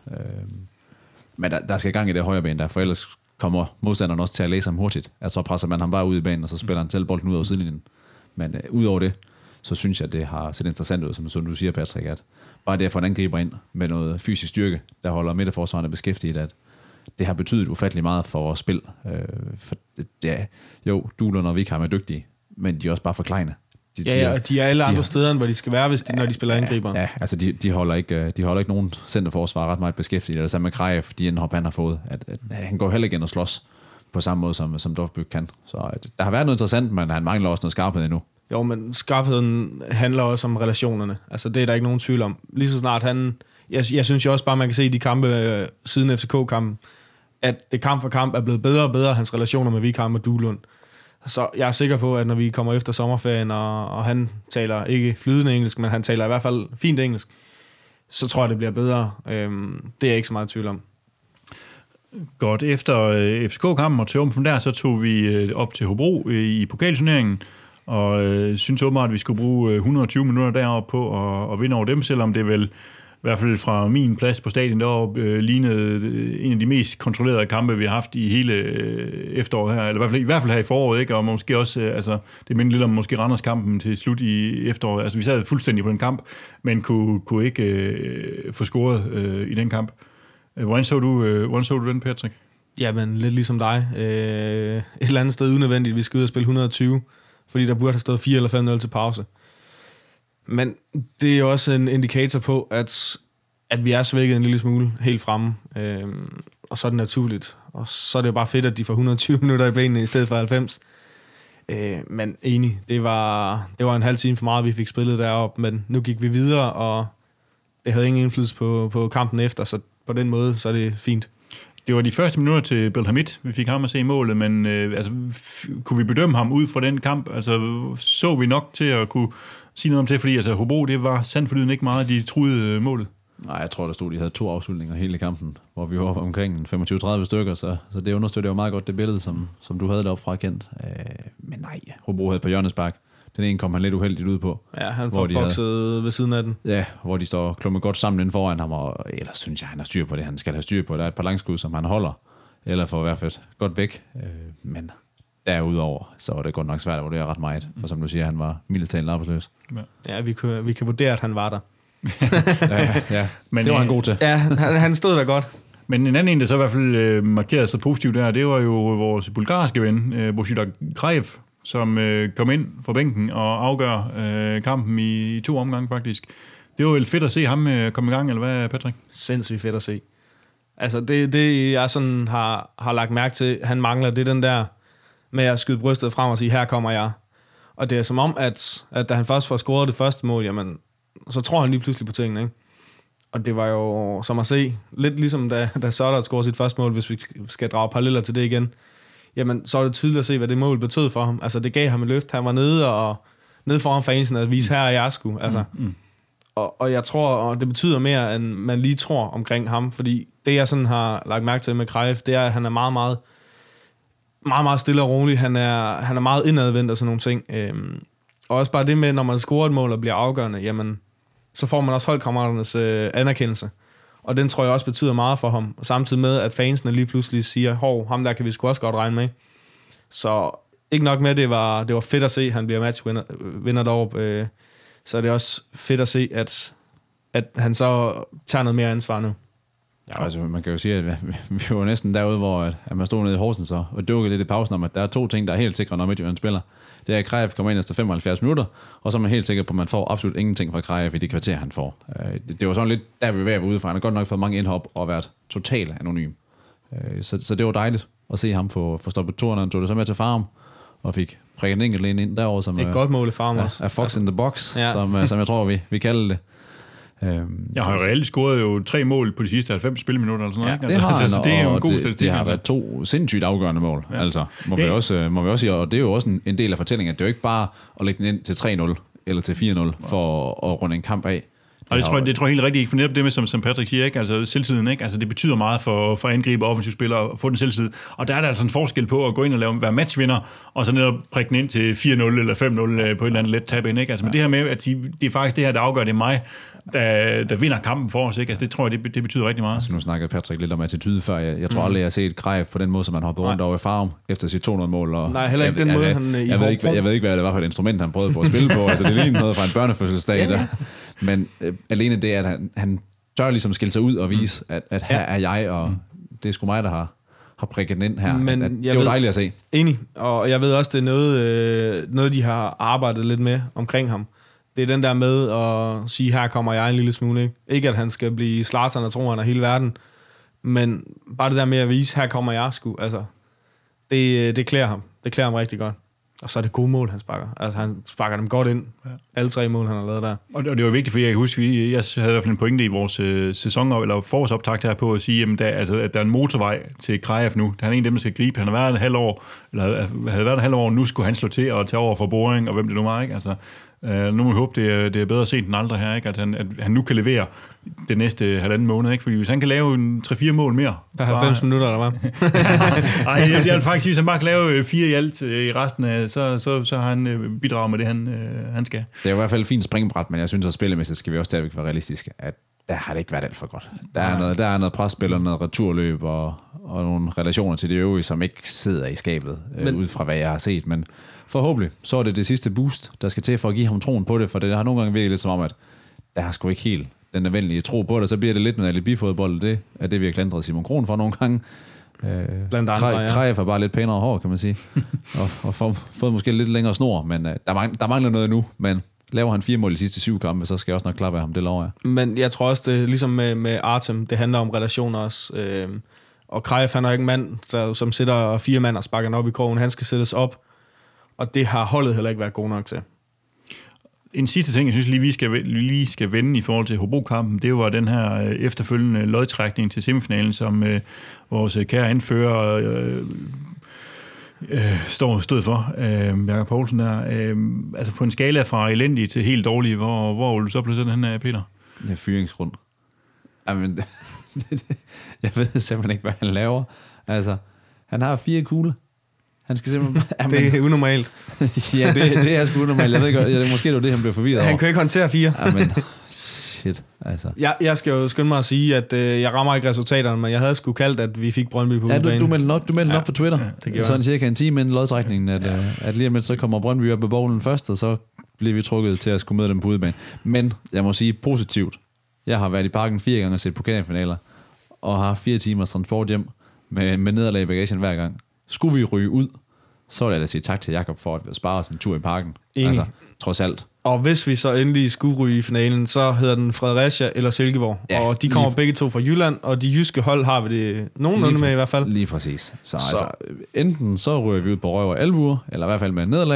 [SPEAKER 3] Men der skal i gang i det højre ben der, for ellers kommer modstanderen også til at læse ham hurtigt. Altså så presser man ham bare ud i banen, og så spiller han selv bolden ud over sidelinjen. Men udover det, så synes jeg, at det har set interessant ud, som du siger, Patrick, at bare det at få en angriber ind med noget fysisk styrke, der holder midterforsvarerne beskæftiget, at det har betydet ufattelig meget for vores spil. For Dueland og Wikheim er dygtige, men de er også bare for kleine.
[SPEAKER 2] De er alle andre steder, end hvor de skal være, når de spiller angriber.
[SPEAKER 3] Ja, altså de holder ikke nogen centerforsvar ret meget beskæftiget. Eller sammen med Krejev, de indhop, han har fået. At han går heller ikke ind og slås på samme måde, som Dovbyk kan. Så der har været noget interessant, men han mangler også noget skarphed endnu. Jo, men skarpheden handler også om relationerne. Altså det er der ikke nogen tvivl om. Lige så snart jeg synes jo også bare, man kan se i de kampe siden FCK-kampen, at det kamp for kamp er blevet bedre og bedre, hans relationer med Wikheim og Dueland. Så jeg er sikker på, at når vi kommer efter sommerferien, og han taler ikke flydende engelsk, men han taler i hvert fald fint engelsk, så tror jeg, det bliver bedre. Det er jeg ikke så meget tvivl om.
[SPEAKER 1] Godt. Efter FCK-kampen og triumfen der, så tog vi op til Hobro i pokalturneringen, og synes åbenbart, at vi skulle bruge 120 minutter deroppe på at vinde over dem, selvom det vel i hvert fald fra min plads på stadion deroppe lignede en af de mest kontrollerede kampe, vi har haft i hele efteråret her, eller i hvert fald her i foråret, ikke? Og måske også, altså, det minder lidt om måske Randers-kampen til slut i efteråret. Altså, vi sad fuldstændig på den kamp, men kunne ikke få scoret i den kamp. Hvordan så du den, Patrick?
[SPEAKER 2] Jamen, lidt ligesom dig. Et eller andet sted unødvendigt, vi skal ud og spille 120, fordi der burde have stået 4 eller 5-0 til pause. Men det er jo også en indikator på, at vi er svækket en lille smule helt fremme. Og så er det naturligt. Og så er det jo bare fedt, at de får 120 minutter i benene i stedet for 90. Men enig, det var en halv time for meget, vi fik spillet deroppe. Men nu gik vi videre, og det havde ingen indflydelse på kampen efter. Så på den måde, så er det fint.
[SPEAKER 1] Det var de første minutter til Belhamid, vi fik ham at se i målet, men kunne vi bedømme ham ud fra den kamp? Altså, så vi nok til at kunne sige noget om det, fordi Hobro, det var sandforlydende ikke meget, de truede målet.
[SPEAKER 3] Nej, jeg tror, der stod, de havde 2 afslutninger hele kampen, hvor vi var omkring 25-30 stykker, så det understøtter jo meget godt det billede, som du havde deroppe fra Kent. Men nej, Hobro havde på hjørnespark. Den ene kom han lidt uheldigt ud på.
[SPEAKER 2] Ja, han får bokset ved siden af den.
[SPEAKER 3] Ja, hvor de står klummet godt sammen inden foran ham, og ellers synes jeg, han har styr på det, han skal have styr på. Der er et par langskud, som han holder, eller får i hvert fald godt væk. Men derudover, så var det godt nok svært at vurdere ret meget, for som du siger, han var mildt talt arbejdsløs.
[SPEAKER 2] Ja, vi kan vurdere, at han var der.
[SPEAKER 3] ja. Men det var han god til.
[SPEAKER 2] Ja, han stod der godt.
[SPEAKER 1] Men en anden en, der så i hvert fald markerede sig positivt der, det var jo vores bulgarske ven, Božidar Krejev, som kom ind fra bænken og afgør kampen i 2 omgange faktisk. Det var vel fedt at se ham komme i gang, eller hvad, Patrick?
[SPEAKER 2] Sindssygt fedt at se. Altså det jeg sådan har lagt mærke til, han mangler, det den der med at skyde brystet frem og sige, her kommer jeg. Og det er som om, at da han først får scoret det første mål, jamen, så tror han lige pludselig på tingene, ikke? Og det var jo, som at se, lidt ligesom da Sørdal scorede sit første mål, hvis vi skal drage paralleller til det igen, jamen, så er det tydeligt at se, hvad det mål betød for ham. Altså, det gav ham et løft. Han var nede foran fansen at vise, her er jeg sgu. Altså. Og jeg tror, og det betyder mere, end man lige tror omkring ham, fordi det, jeg sådan har lagt mærke til med Cruyff, det er, at han er meget, meget, meget, meget stille og rolig. Han er meget indadvendt og sådan nogle ting. Og også bare det med, når man scorer et mål og bliver afgørende, jamen, så får man også holdkammeraternes anerkendelse. Og den tror jeg også betyder meget for ham. Og samtidig med, at fansene lige pludselig siger, hov, ham der kan vi sgu også godt regne med. Så ikke nok med, det var fedt at se, at han bliver matchvinder deroppe. Så er det også fedt at se, at han så tager noget mere ansvar nu.
[SPEAKER 3] Ja, altså man kan jo sige, at vi var næsten derude, hvor at man stod nede i Horsens og dukkede lidt i pausen om, at der er 2 ting, der er helt sikre, når Midtjylland spiller. Det er, at Cruyff kommer ind efter 75 minutter, og så er man helt sikker på, at man får absolut ingenting fra Cruyff i det kvarter, han får. Det var sådan lidt, der vi var ude fra. Han har godt nok fået mange indhop og været totalt anonym. Så det var dejligt at se ham få stoppet turen, og han tog det så med til Farum, og fik prikket en enkelt ind derovre. Som,
[SPEAKER 2] det er et godt mål i Farum også.
[SPEAKER 3] Er Fox in the box, ja. som jeg tror, vi kalder det.
[SPEAKER 1] Jeg har jo reelt scoret jo 3 mål på de sidste 90 spilminutter eller sådan noget.
[SPEAKER 3] Ja, det har han,
[SPEAKER 1] det er jo en god statistik.
[SPEAKER 3] Det har været 2 sindssygt afgørende mål. Ja. Altså, må vi også sige, og det er jo også en del af fortællingen, at det er jo ikke bare at lægge den ind til 3-0 eller til 4-0 for at runde en kamp af.
[SPEAKER 1] Og det tror jeg helt rigtigt ikke, for netop det med, som Patrick siger, ikke? Altså selvtiden, ikke? Altså det betyder meget for angriber og offensive spillere at få den selvtid. Og der er der altså en forskel på at gå ind og være matchvinder, og så netop prikke den ind til 4-0 eller 5-0 på et eller andet let tab ind, ikke? Altså, men det her med, at det er faktisk det her, der afgør, det er mig, der vinder kampen for os, ikke? Altså det tror jeg, det betyder rigtig meget.
[SPEAKER 3] Altså nu snakkede Patrick lidt om attitude før. Jeg tror aldrig, jeg har set Cruyff på den måde, som han hoppede rundt over i Farum efter sit 200-mål. Og
[SPEAKER 2] nej, heller ikke den måde, han
[SPEAKER 3] jeg ved ikke, hvad det var for et instrument, han prøvede på at spille på. Altså det lignede noget fra en børnefødselsdag der. Men alene det, at han tør ligesom skille sig ud og vise, at her er jeg, og det er sgu mig, der har prikket den ind her. Men det er jo dejligt at se.
[SPEAKER 2] Enig, og jeg ved også, det er noget, de har arbejdet lidt med omkring ham. Det er den der med at sige, her kommer jeg en lille smule. Ikke at han skal blive Zlatan og tro, han er hele verden, men bare det der med at vise, her kommer jeg sgu. Altså, det klæder ham. Det klæder ham rigtig godt. Og så er det gode mål, han sparker. Altså, han sparker dem godt ind. Ja. Alle 3 mål, han har lavet der. Og
[SPEAKER 1] det var vigtigt, fordi jeg kan huske, jeg havde i hvert fald en pointe i vores eller forårsoptakt her på at sige, jamen, at der er en motorvej til Cruyff nu. Han er en af dem, der skal gribe. Han har været et halvt år, eller havde været et halvt år, nu skulle han slå til og tage over for Boring, og hvem det nu var, ikke? Altså, nu må vi håbe, det er bedre sent end aldrig her, ikke? At han nu kan levere det næste 1,5 måned, ikke? Fordi hvis han kan lave 3-4 mål mere...
[SPEAKER 2] Per 90 minutter, eller hvad?
[SPEAKER 1] Ej, jeg vil faktisk sige, hvis han bare kan lave 4 i alt i resten af, så har han bidraget med det, han skal.
[SPEAKER 3] Det er jo i hvert fald et fint springbræt, men jeg synes, at spillemæssigt skal vi også stadigvæk være realistiske, at der har det ikke været alt for godt. Der er noget presspil og noget returløb og nogle relationer til de øvrige, som ikke sidder i skabet, ud fra hvad jeg har set, men forhåbentlig, så er det sidste boost, der skal til for at give ham troen på det, for det har nogle gange virket lidt som om, at der har sgu ikke helt den nødvendige tro på det, så bliver det lidt noget alibi-fodbold, det er det, vi har klandret Simon Kron for nogle gange.
[SPEAKER 2] Blandt andre, ja.
[SPEAKER 3] Cruyff er bare lidt pænere hår, kan man sige, og fået måske lidt længere snor, men der mangler noget nu, men laver han 4 mål i de sidste 7 kampe, så skal jeg også nok klappe af ham, det lover jeg.
[SPEAKER 2] Men jeg tror også, det ligesom med Artem, det handler om relationer også, og Cruyff, han er ikke en mand, som sætter 4 mand og sparker den op i krogen, han skal sættes op, og det har holdet heller ikke været god nok til.
[SPEAKER 1] En sidste ting, jeg synes lige skal vende i forhold til Hobro-kampen, det var den her efterfølgende lodtrækning til semifinalen, som vores kære anfører stod for, Jakob Poulsen der. Altså på en skala fra elendig til helt dårlig, hvor vil du så placere den her, Peter?
[SPEAKER 3] Det er fyringsgrund. Jamen, jeg ved simpelthen ikke, hvad han laver. Altså, han har 4 kugler. Han skal simpelthen...
[SPEAKER 2] Jamen, det er unormalt.
[SPEAKER 3] Ja, det er sgu unormalt. Jeg ved ikke, måske det var det, han blev forvirret over.
[SPEAKER 2] Han kan ikke håndtere 4.
[SPEAKER 3] Jamen, shit, altså.
[SPEAKER 2] Jeg skal jo skynde mig at sige, at jeg rammer ikke resultaterne, men jeg havde sgu kaldt, at vi fik Brøndby på udebane.
[SPEAKER 3] Ja, du meldte op på Twitter. Ja, det sådan cirka en time inden lodtrækningen, at lige om lidt, så kommer Brøndby op på bowlen først, og så bliver vi trukket til at skulle møde dem på udebane. Men jeg må sige positivt. Jeg har været i parken 4 gange og set pokalfinaler, og har 4 timers transport hjem med nederlag i bagagen hver gang. Skulle vi ryge ud, så vil jeg da sige tak til Jakob for at spare os en tur i parken.
[SPEAKER 2] Enig.
[SPEAKER 3] Altså, trods alt.
[SPEAKER 2] Og hvis vi så endelig skulle ryge i finalen, så hedder den Fredericia eller Silkeborg. Ja, og de kommer begge to fra Jylland, og de jyske hold har vi det nogenlunde med i hvert fald.
[SPEAKER 3] Lige præcis. Så. Altså, enten så ryger vi ud på røv og albuer, eller i hvert fald med en nederlag,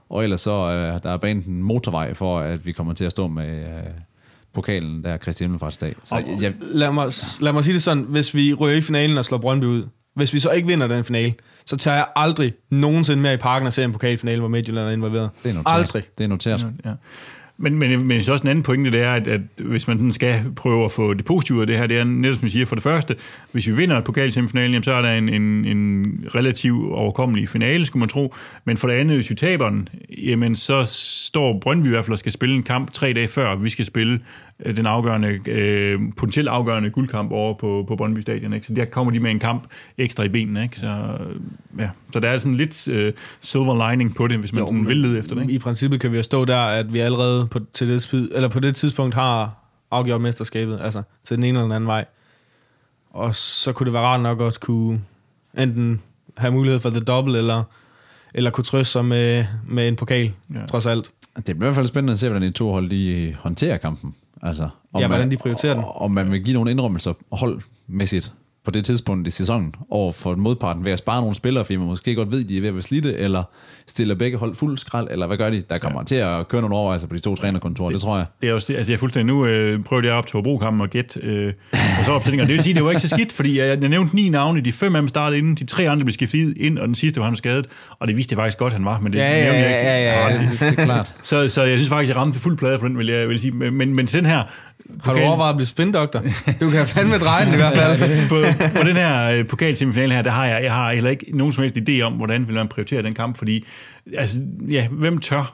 [SPEAKER 3] og ellers så der er banen en motorvej for, at vi kommer til at stå med pokalen der Kristi Himmelfartsdag. Så
[SPEAKER 2] lad mig sige det sådan, hvis vi ryger i finalen og slår Brøndby ud, hvis vi så ikke vinder den finale, så tager jeg aldrig nogensinde mere i parken og ser en pokalfinale, hvor Midtjylland er involveret.
[SPEAKER 3] Det er noteret.
[SPEAKER 2] Aldrig.
[SPEAKER 3] Det er noteret.
[SPEAKER 1] Ja. Men så også en anden pointe, det er, at hvis man skal prøve at få det positive af det her, det er netop, som vi siger, for det første, hvis vi vinder pokalsemifinalen, så er der en relativt overkommelig finale, skulle man tro. Men for det andet, hvis vi taber den, jamen så står Brøndby i hvert fald og skal spille en kamp 3 dage før, vi skal spille den potentielt afgørende guldkamp over på Brøndby Stadion. Ikke? Så der kommer de med en kamp ekstra i benene. Ikke? Så der er sådan lidt silver lining på det, hvis man vil lede efter det. Ikke?
[SPEAKER 2] I princippet kan vi jo stå der, at vi allerede på det tidspunkt har afgjort mesterskabet, altså til den ene eller den anden vej. Og så kunne det være rart nok at kunne enten have mulighed for the double, eller kunne trøste sig med en pokal, trods alt.
[SPEAKER 3] Det bliver i hvert fald spændende at se, hvordan de to hold de håndterer kampen. Altså,
[SPEAKER 2] hvordan de prioriterer den.
[SPEAKER 3] Om man vil give nogle indrømmelser holdmæssigt på det tidspunkt i sæsonen over for modparten ved at spare nogle spillere, fordi man måske godt ved, de er ved at være slidte, eller stiller begge hold fuld skrald, eller hvad gør de? Der kommer til at køre nogle overvejelser på de to trænerkontorer, det tror jeg.
[SPEAKER 1] Det er også, altså jeg er fuldstændig nu prøvede jeg op til Hobro-kampen og gætte og så opstillinger. Det vil sige, det var ikke så skidt, fordi jeg nævnte 9 navne, de 5 af dem startede inden, de 3 andre blev skiftet ind, og den sidste var han skadet, og det vidste jeg faktisk godt, han var, men det nævnte jeg ikke.
[SPEAKER 3] Det er klart.
[SPEAKER 1] Så jeg synes faktisk, jeg ramte fuld plade på den, vil jeg sige. Men den her...
[SPEAKER 2] Har du overvejet at blive spindoktor? Du kan fandme dreje den i hvert fald.
[SPEAKER 1] På den her pokalsemifinale her, der har jeg har heller ikke nogen som helst idé om, hvordan vil man prioritere den kamp, fordi altså, hvem tør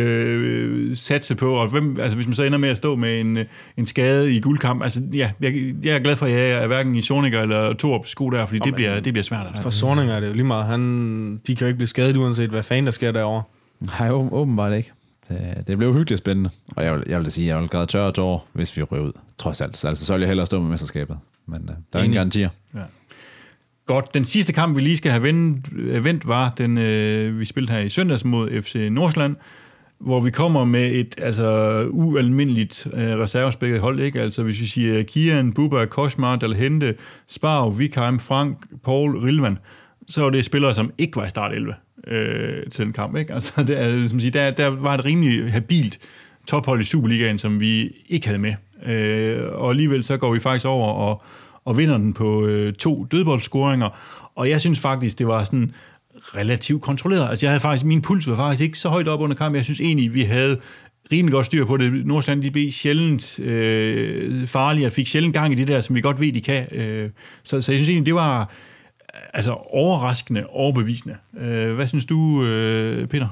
[SPEAKER 1] satse på, og hvis man så ender med at stå med en skade i guldkamp, altså jeg er glad for, at jeg er hverken i Zorniger eller Torup sko der, fordi det bliver svært. Altså.
[SPEAKER 2] For Zorniger er det jo lige meget, de kan jo ikke blive skadet, uanset hvad fanden der sker derovre.
[SPEAKER 3] Nej, åbenbart ikke. Det blev hyggeligt spændende, og jeg vil da sige, at jeg vil græde tørre tårer, hvis vi ryger ud, trods alt. Altså, så vil jeg hellere stå med mesterskabet, men der er ingen garantier. Ja.
[SPEAKER 1] Godt, den sidste kamp, vi lige skal have vendt, var den, vi spillede her i søndags mod FC Nordsjælland, hvor vi kommer med et ualmindeligt reservespækket hold, ikke? Altså hvis vi siger Kian, Bubba, Kosmar, Dalhente, Sparv, Vikheim, Frank, Paul, Rilvan, så var det spillere, som ikke var i start 11 til den kamp, ikke? Altså der var et rimelig habilt tophold i Superligaen, som vi ikke havde med. Og alligevel så går vi faktisk over og vinder den på 2 dødboldscoringer, og jeg synes faktisk, det var sådan relativt kontrolleret. Altså min puls var faktisk ikke så højt op under kampen. Jeg synes egentlig, vi havde rimelig godt styr på det. Nordsjælland, de blev sjældent farlige, og fik sjældent gang i det der, som vi godt ved, de kan. Så jeg synes egentlig, det var overraskende, overbevisende. Hvad synes du, Peter?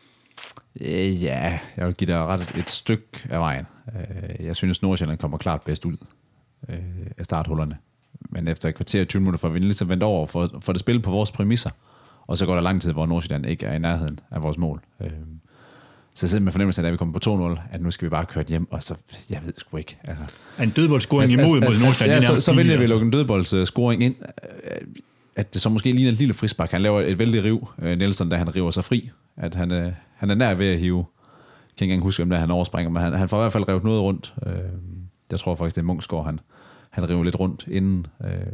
[SPEAKER 3] Ja, jeg vil give dig ret et stykke af vejen. Jeg synes, Nordsjælland kommer klart bedst ud af starthullerne. Men efter et kvarter 20 minutter, får vi ligesom vendt over for det spil på vores præmisser. Og så går der lang tid, hvor Nordsjælland ikke er i nærheden af vores mål. Så jeg sidder med fornemmelsen af, at vi kommer på 2-0, at nu skal vi bare køre hjem, og så, jeg ved sgu ikke. Altså.
[SPEAKER 1] En dødboldsscoring imod Nordsjælland.
[SPEAKER 3] Ja, så vælger vi at lukke en dødboldsscoring ind, at det så måske ligner et lille frispark. Han laver et vældig riv, Nielsen, da han river sig fri. At han er nær ved at hive. Jeg kan ikke engang huske, om det er, han overspringer, men han får i hvert fald revet noget rundt. Jeg tror faktisk, det er Munksgaard, han river lidt rundt inden.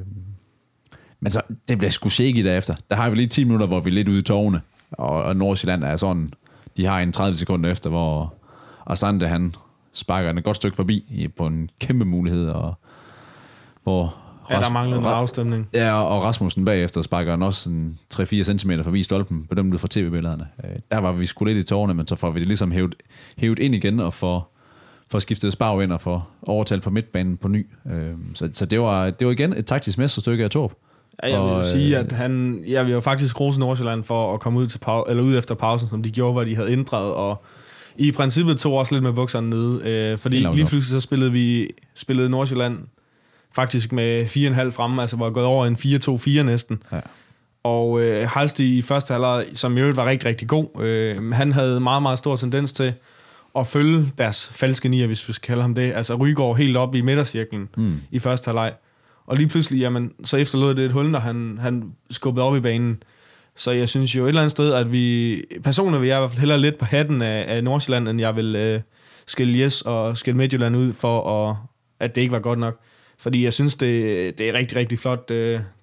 [SPEAKER 3] Men så, det bliver sgu shaky derefter. Der har vi lige 10 minutter, hvor vi er lidt ude i tårne, og Nordsjælland er sådan, de har en 30 sekunder efter, hvor Asante, han sparker et godt stykke forbi på en kæmpe mulighed, og hvor
[SPEAKER 2] der manglede en afstemning.
[SPEAKER 3] Ja, og Rasmussen bagefter sparker han også 3-4 cm forbi stolpen, bedømt ud fra tv-billederne. Der var vi sgu lidt i tårne, men så får vi det ligesom hævet ind igen, og får skiftet Sparv ind og får overtalt på midtbanen på ny. Så det var igen et taktisk mesterstykke af Torp.
[SPEAKER 2] Ja, jeg vil jo sige, at jeg vil jo faktisk rose Nordsjælland for at komme ud ud efter pausen, som de gjorde, hvor de havde ændret, og i princippet tog også lidt med bukserne nede, fordi lige pludselig så spillede Nordsjælland faktisk med 4,5 fremme, altså var gået over en 4-2-4 næsten. Ja. Og Halsti i første halvleg, som i øvrigt var rigtig, rigtig god, han havde meget, meget stor tendens til at følge deres falske nier, hvis vi skal kalde ham det, altså Rygaard helt op i midtercirklen i første halvleg. Og lige pludselig, jamen, så efterlod det et hul, når han skubbede op i banen. Så jeg synes jo et eller andet sted, at personligt vil jeg i hvert fald hellere lidt på hatten af Nordsjælland, end jeg vil skille Jes og skille Midtjylland ud for, at det ikke var godt nok. Fordi jeg synes, det er rigtig, rigtig flot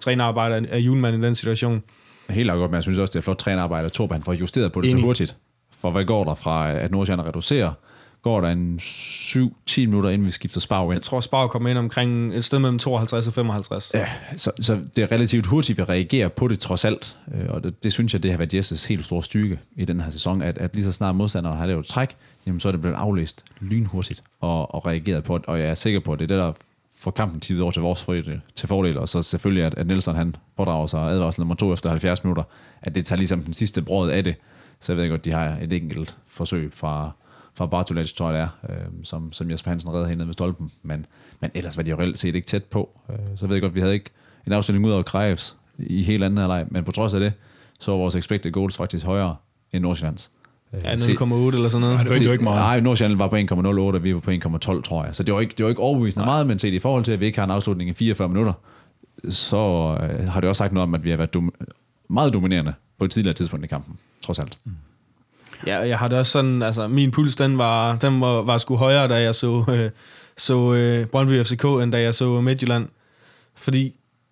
[SPEAKER 2] trænerarbejde af Julemand i den situation.
[SPEAKER 3] Helt godt, men jeg synes også, det er flot trænerarbejde af Torp, han får justeret på det så hurtigt. For hvad går der fra, at Nordsjælland reducerer? Går der en 7-10 minutter, inden vi skifter Sparv ind?
[SPEAKER 2] Jeg tror, Sparv kommer ind omkring et sted mellem 52 og 55.
[SPEAKER 3] Ja, så det er relativt hurtigt, at reagere på det trods alt. Og det synes jeg, det har været Jesses helt store styrke i den her sæson, at lige så snart modstanderne har lavet et træk, jamen så er det blevet aflæst lynhurtigt og reageret på det. Og jeg er sikker på, at det er det, der får kampen 10 år til vores fordel. Og så selvfølgelig, at Nielsen han pådrager sig advarsel nummer 2 efter 70 minutter, at det tager ligesom den sidste brød af det. Så jeg ved godt, de har et enkelt forsøg fra Bartolets, tror jeg det er, som Jesper Hansen redder hernede ved stolpen. Men ellers var de jo reelt set ikke tæt på. Så ved jeg godt, vi havde ikke en afstilling ud over Krejfs i helt anden halvleg, men på trods af det, så var vores expected goals faktisk højere end Nordsjællands.
[SPEAKER 2] Ja, 0,8 eller sådan noget.
[SPEAKER 1] Nej, det var ikke meget.
[SPEAKER 3] Nej, Nordsjælland var på 1,08, og vi var på 1,12, tror jeg. Så det var ikke overbevisende meget, men set i forhold til, at vi ikke har en afslutning i 44 minutter, så har det også sagt noget om, at vi har været meget dominerende på et tidligere tidspunkt i kampen, trods alt.
[SPEAKER 2] Ja, jeg har det også sådan, altså min puls, den var sgu højere, da jeg så Brøndby FCK, end da jeg så Midtjylland. Fordi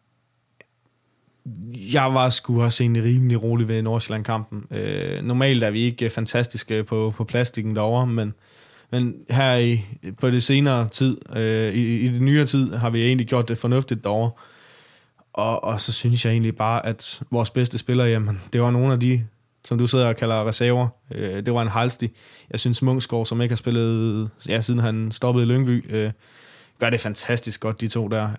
[SPEAKER 2] jeg var sgu også egentlig rimelig rolig ved Nordsjælland-kampen. Normalt er vi ikke fantastiske på plastikken derovre, men her på det senere tid, i det nyere tid, har vi egentlig gjort det fornuftigt derovre. Og så synes jeg egentlig bare, at vores bedste spillere, jamen, det var nogle af de, som du sidder og kalder reserver. Det var en Halsti. Jeg synes Munksgaard, som ikke har spillet, siden han stoppede i Lyngby, gør det fantastisk godt, de to der.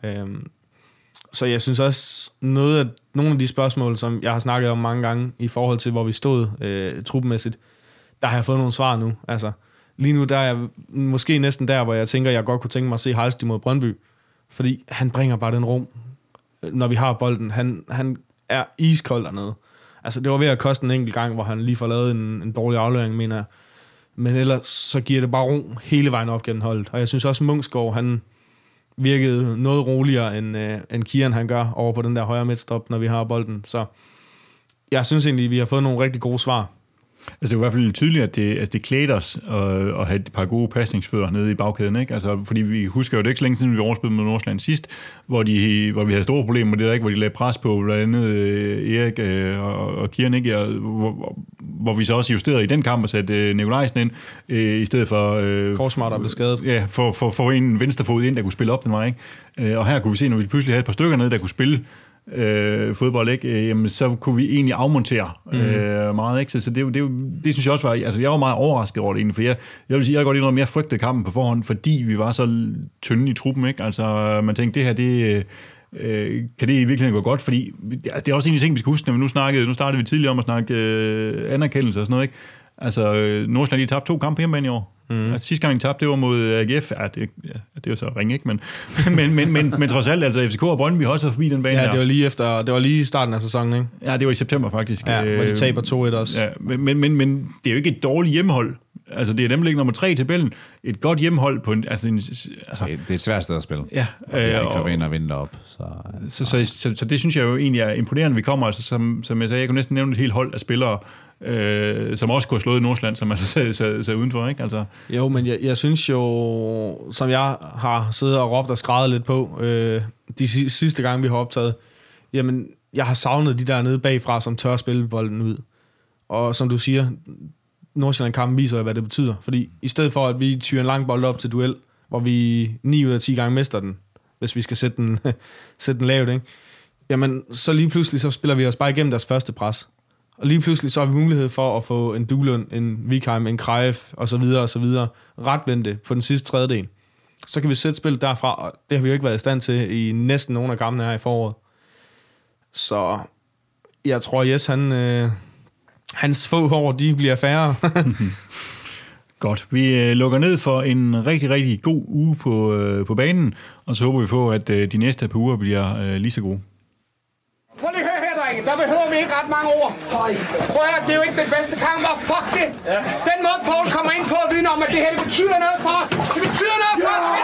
[SPEAKER 2] Så jeg synes også, nogle af de spørgsmål, som jeg har snakket om mange gange, i forhold til, hvor vi stod trupmæssigt, der har jeg fået nogle svar nu. Altså, lige nu der er jeg måske næsten der, hvor jeg tænker, jeg godt kunne tænke mig at se Halsti mod Brøndby. Fordi han bringer bare den rum, når vi har bolden. Han er iskold dernede. Altså, det var ved at koste en enkelt gang, hvor han lige får lavet en dårlig aflevering, mener jeg. Men ellers så giver det bare ro hele vejen op gennem holdet. Og jeg synes også, Munksgaard, han virkede noget roligere, end Kian han gør over på den der højre midtstop, når vi har bolden. Så jeg synes egentlig, vi har fået nogle rigtig gode svar.
[SPEAKER 1] Altså, det er i hvert fald tydeligt, at det klædte os at have et par gode pasningsfødder nede i bagkæden, ikke? Altså, fordi vi husker jo det ikke så længe siden, vi overspillede mod Nordsjælland sidst, hvor vi havde store problemer med det der, ikke? Hvor de lagde pres på, blandt andet Erik og Kian, ikke? Hvor vi så også justerede i den kamp og satte Nikolajsen ind, i stedet for...
[SPEAKER 2] Korsmar, der blev skadet.
[SPEAKER 1] Ja, for en venstrefod ind, der kunne spille op den vej, ikke? Og her kunne vi se, når vi pludselig havde et par stykker nede, der kunne spille fodbold, ikke? Jamen, så kunne vi egentlig afmontere meget, ikke? Så det synes jeg også var, altså jeg var meget overrasket over det egentlig, for jeg vil sige, jeg har godt lidt mere frygtet kampen på forhånd, fordi vi var så tynde i truppen, ikke? Altså man tænkte, det her, kan det i virkeligheden gå godt, fordi det er også en af de ting, vi skal huske, når vi nu startede vi tidligere om at snakke anerkendelse og sådan noget, ikke? Altså Nordsjælland, de tabte 2 kampe hjemme i år. Altså, sidste gang de tabte, det var mod AGF. Ja, det er jo så ringe, ikke? Men trods alt, altså FCK og Brøndby har også været forbi den bane.
[SPEAKER 2] Ja, det var lige starten af sæsonen, ikke?
[SPEAKER 1] Ja, det var i september faktisk.
[SPEAKER 2] Ja, hvor de taber 2-1 også.
[SPEAKER 1] Ja, men det er jo ikke et dårligt hjemmehold. Altså, det er dem, der ligger nummer 3 i tabellen. Et godt hjemmehold på en... Altså,
[SPEAKER 3] det er et svært sted at spille.
[SPEAKER 1] Ja.
[SPEAKER 3] Og vi har ikke forventer at vinde derop.
[SPEAKER 1] Så det synes jeg jo egentlig er imponerende, vi kommer. Altså, som jeg sagde, jeg kunne næsten nævne et helt hold af spillere, som også kunne have slået i Nordsjælland, som altså sad udenfor, ikke? Altså.
[SPEAKER 2] Jo, men jeg synes jo, som jeg har siddet og råbt og skrædet lidt på, de sidste gange, vi har optaget, jamen, jeg har savnet de der nede bagfra, som tør spille bolden ud. Og som du siger, Nordsjælland-kampen viser, hvad det betyder. Fordi i stedet for, at vi tyrer en lang bold op til duel, hvor vi 9 ud af 10 gange mister den, hvis vi skal sætte den lavt, ikke? Jamen, så lige pludselig, så spiller vi os bare igennem deres første pres. Og lige pludselig, så har vi mulighed for at få en Duelund, en Vikheim, en Krejf, og så videre, retvendte på den sidste tredjedel. Så kan vi sætte spillet derfra, og det har vi jo ikke været i stand til i næsten nogle af kampene her i foråret. Så jeg tror, Jes, hans få hår, de bliver færre.
[SPEAKER 1] Godt. Vi lukker ned for en rigtig, rigtig god uge på banen, og så håber vi på, at de næste par uger bliver lige så gode.
[SPEAKER 5] Prøv lige at høre her, drenge. Der behøver vi ikke ret mange ord. Prøv at høre, det er jo ikke den bedste kamp, og fuck det. Ja. Den måde, Poul kommer ind på at vidne om, at det her det betyder noget for os. Det betyder noget for os.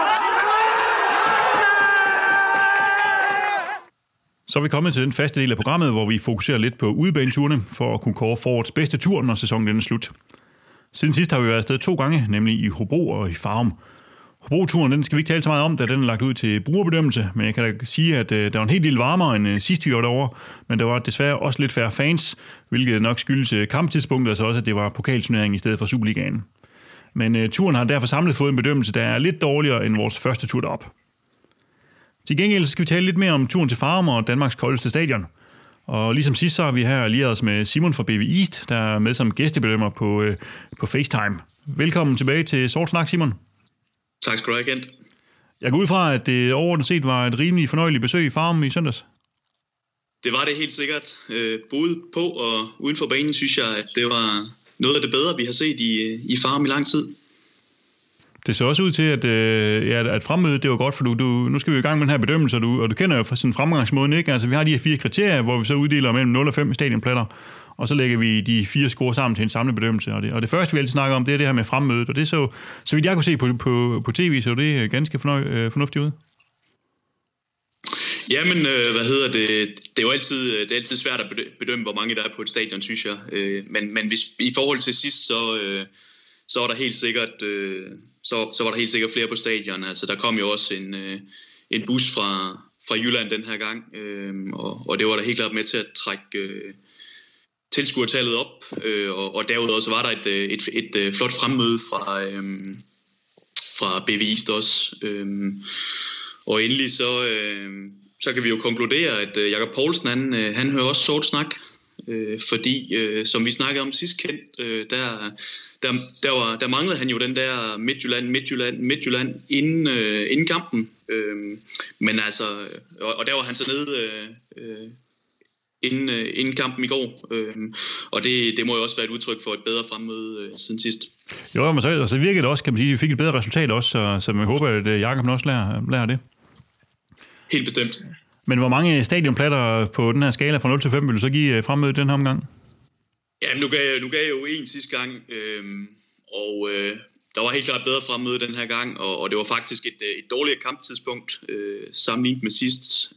[SPEAKER 1] Så er vi kommet til den faste del af programmet, hvor vi fokuserer lidt på udebaneturene for at kunne kåre forårets bedste tur, når sæsonen er slut. Siden sidst har vi været afsted 2 gange, nemlig i Hobro og i Farum. Hobro-turen, den skal vi ikke tale så meget om, da den er lagt ud til brugerbedømmelse, men jeg kan da sige, at der var en helt del varmere end sidst vi var derovre, men der var desværre også lidt færre fans, hvilket nok skyldes kamptidspunktet, altså også, at det var pokalturnering i stedet for Superligaen. Men turen har derfor samlet fået en bedømmelse, der er lidt dårligere end vores første tur derop. Til gengæld skal vi tale lidt mere om turen til Farum og Danmarks koldeste stadion. Og ligesom sidst, så har vi her allieret os med Simon fra BV East, der er med som gæstebedømmer på FaceTime. Velkommen tilbage til Sort Snak, Simon.
[SPEAKER 6] Tak skal du have, Kent.
[SPEAKER 1] Jeg går ud fra, at det overordnet set var et rimelig fornøjeligt besøg i Farum i søndags.
[SPEAKER 6] Det var det helt sikkert. Både på og uden for banen, synes jeg, at det var noget af det bedre, vi har set i Farum i lang tid. Det
[SPEAKER 1] så også ud til, at fremmødet det var godt, for nu skal vi i gang med den her bedømmelse, og du kender jo fra sådan fremgangsmåden, ikke? Altså, vi har de her 4 kriterier, hvor vi så uddeler mellem 0 og 5 stadionplatter, og så lægger vi de 4 score sammen til en samlet bedømmelse. Og det første, vi altid snakker om, det er det her med fremmødet, og det så vidt jeg kunne se på tv, så det er ganske fornuftigt ud.
[SPEAKER 6] Jamen, det er jo altid svært at bedømme, hvor mange der er på et stadion, synes jeg. Men hvis, i forhold til sidst, så var der helt sikkert så var der helt sikkert flere på stadion. Altså, der kom jo også en bus fra Jylland den her gang, og det var der helt klart med til at trække tilskuertallet op, og derudover så var der et flot fremmøde fra BV East også. Og endelig så kan vi jo konkludere, at Jakob Poulsen, han hører også Sort Snak, fordi som vi snakkede om sidst, Kent, der manglede han jo den der Midtjylland inden kampen, men altså, og der var han så nede inden kampen i går, og det må jo også være et udtryk for et bedre fremmøde siden sidst.
[SPEAKER 1] Jo, men så virkede det også, kan man sige, at vi fik et bedre resultat også, så man håber, at Jakob også lærer det.
[SPEAKER 6] Helt bestemt.
[SPEAKER 1] Men hvor mange stadionplatter på den her skala fra 0 til 5 vil du så give fremmødet den her omgang?
[SPEAKER 6] Ja, nu gav jeg jo en sidste gang, og der var helt klart bedre fremmøde den her gang, og det var faktisk et dårligere kamptidspunkt sammenlignet med sidst.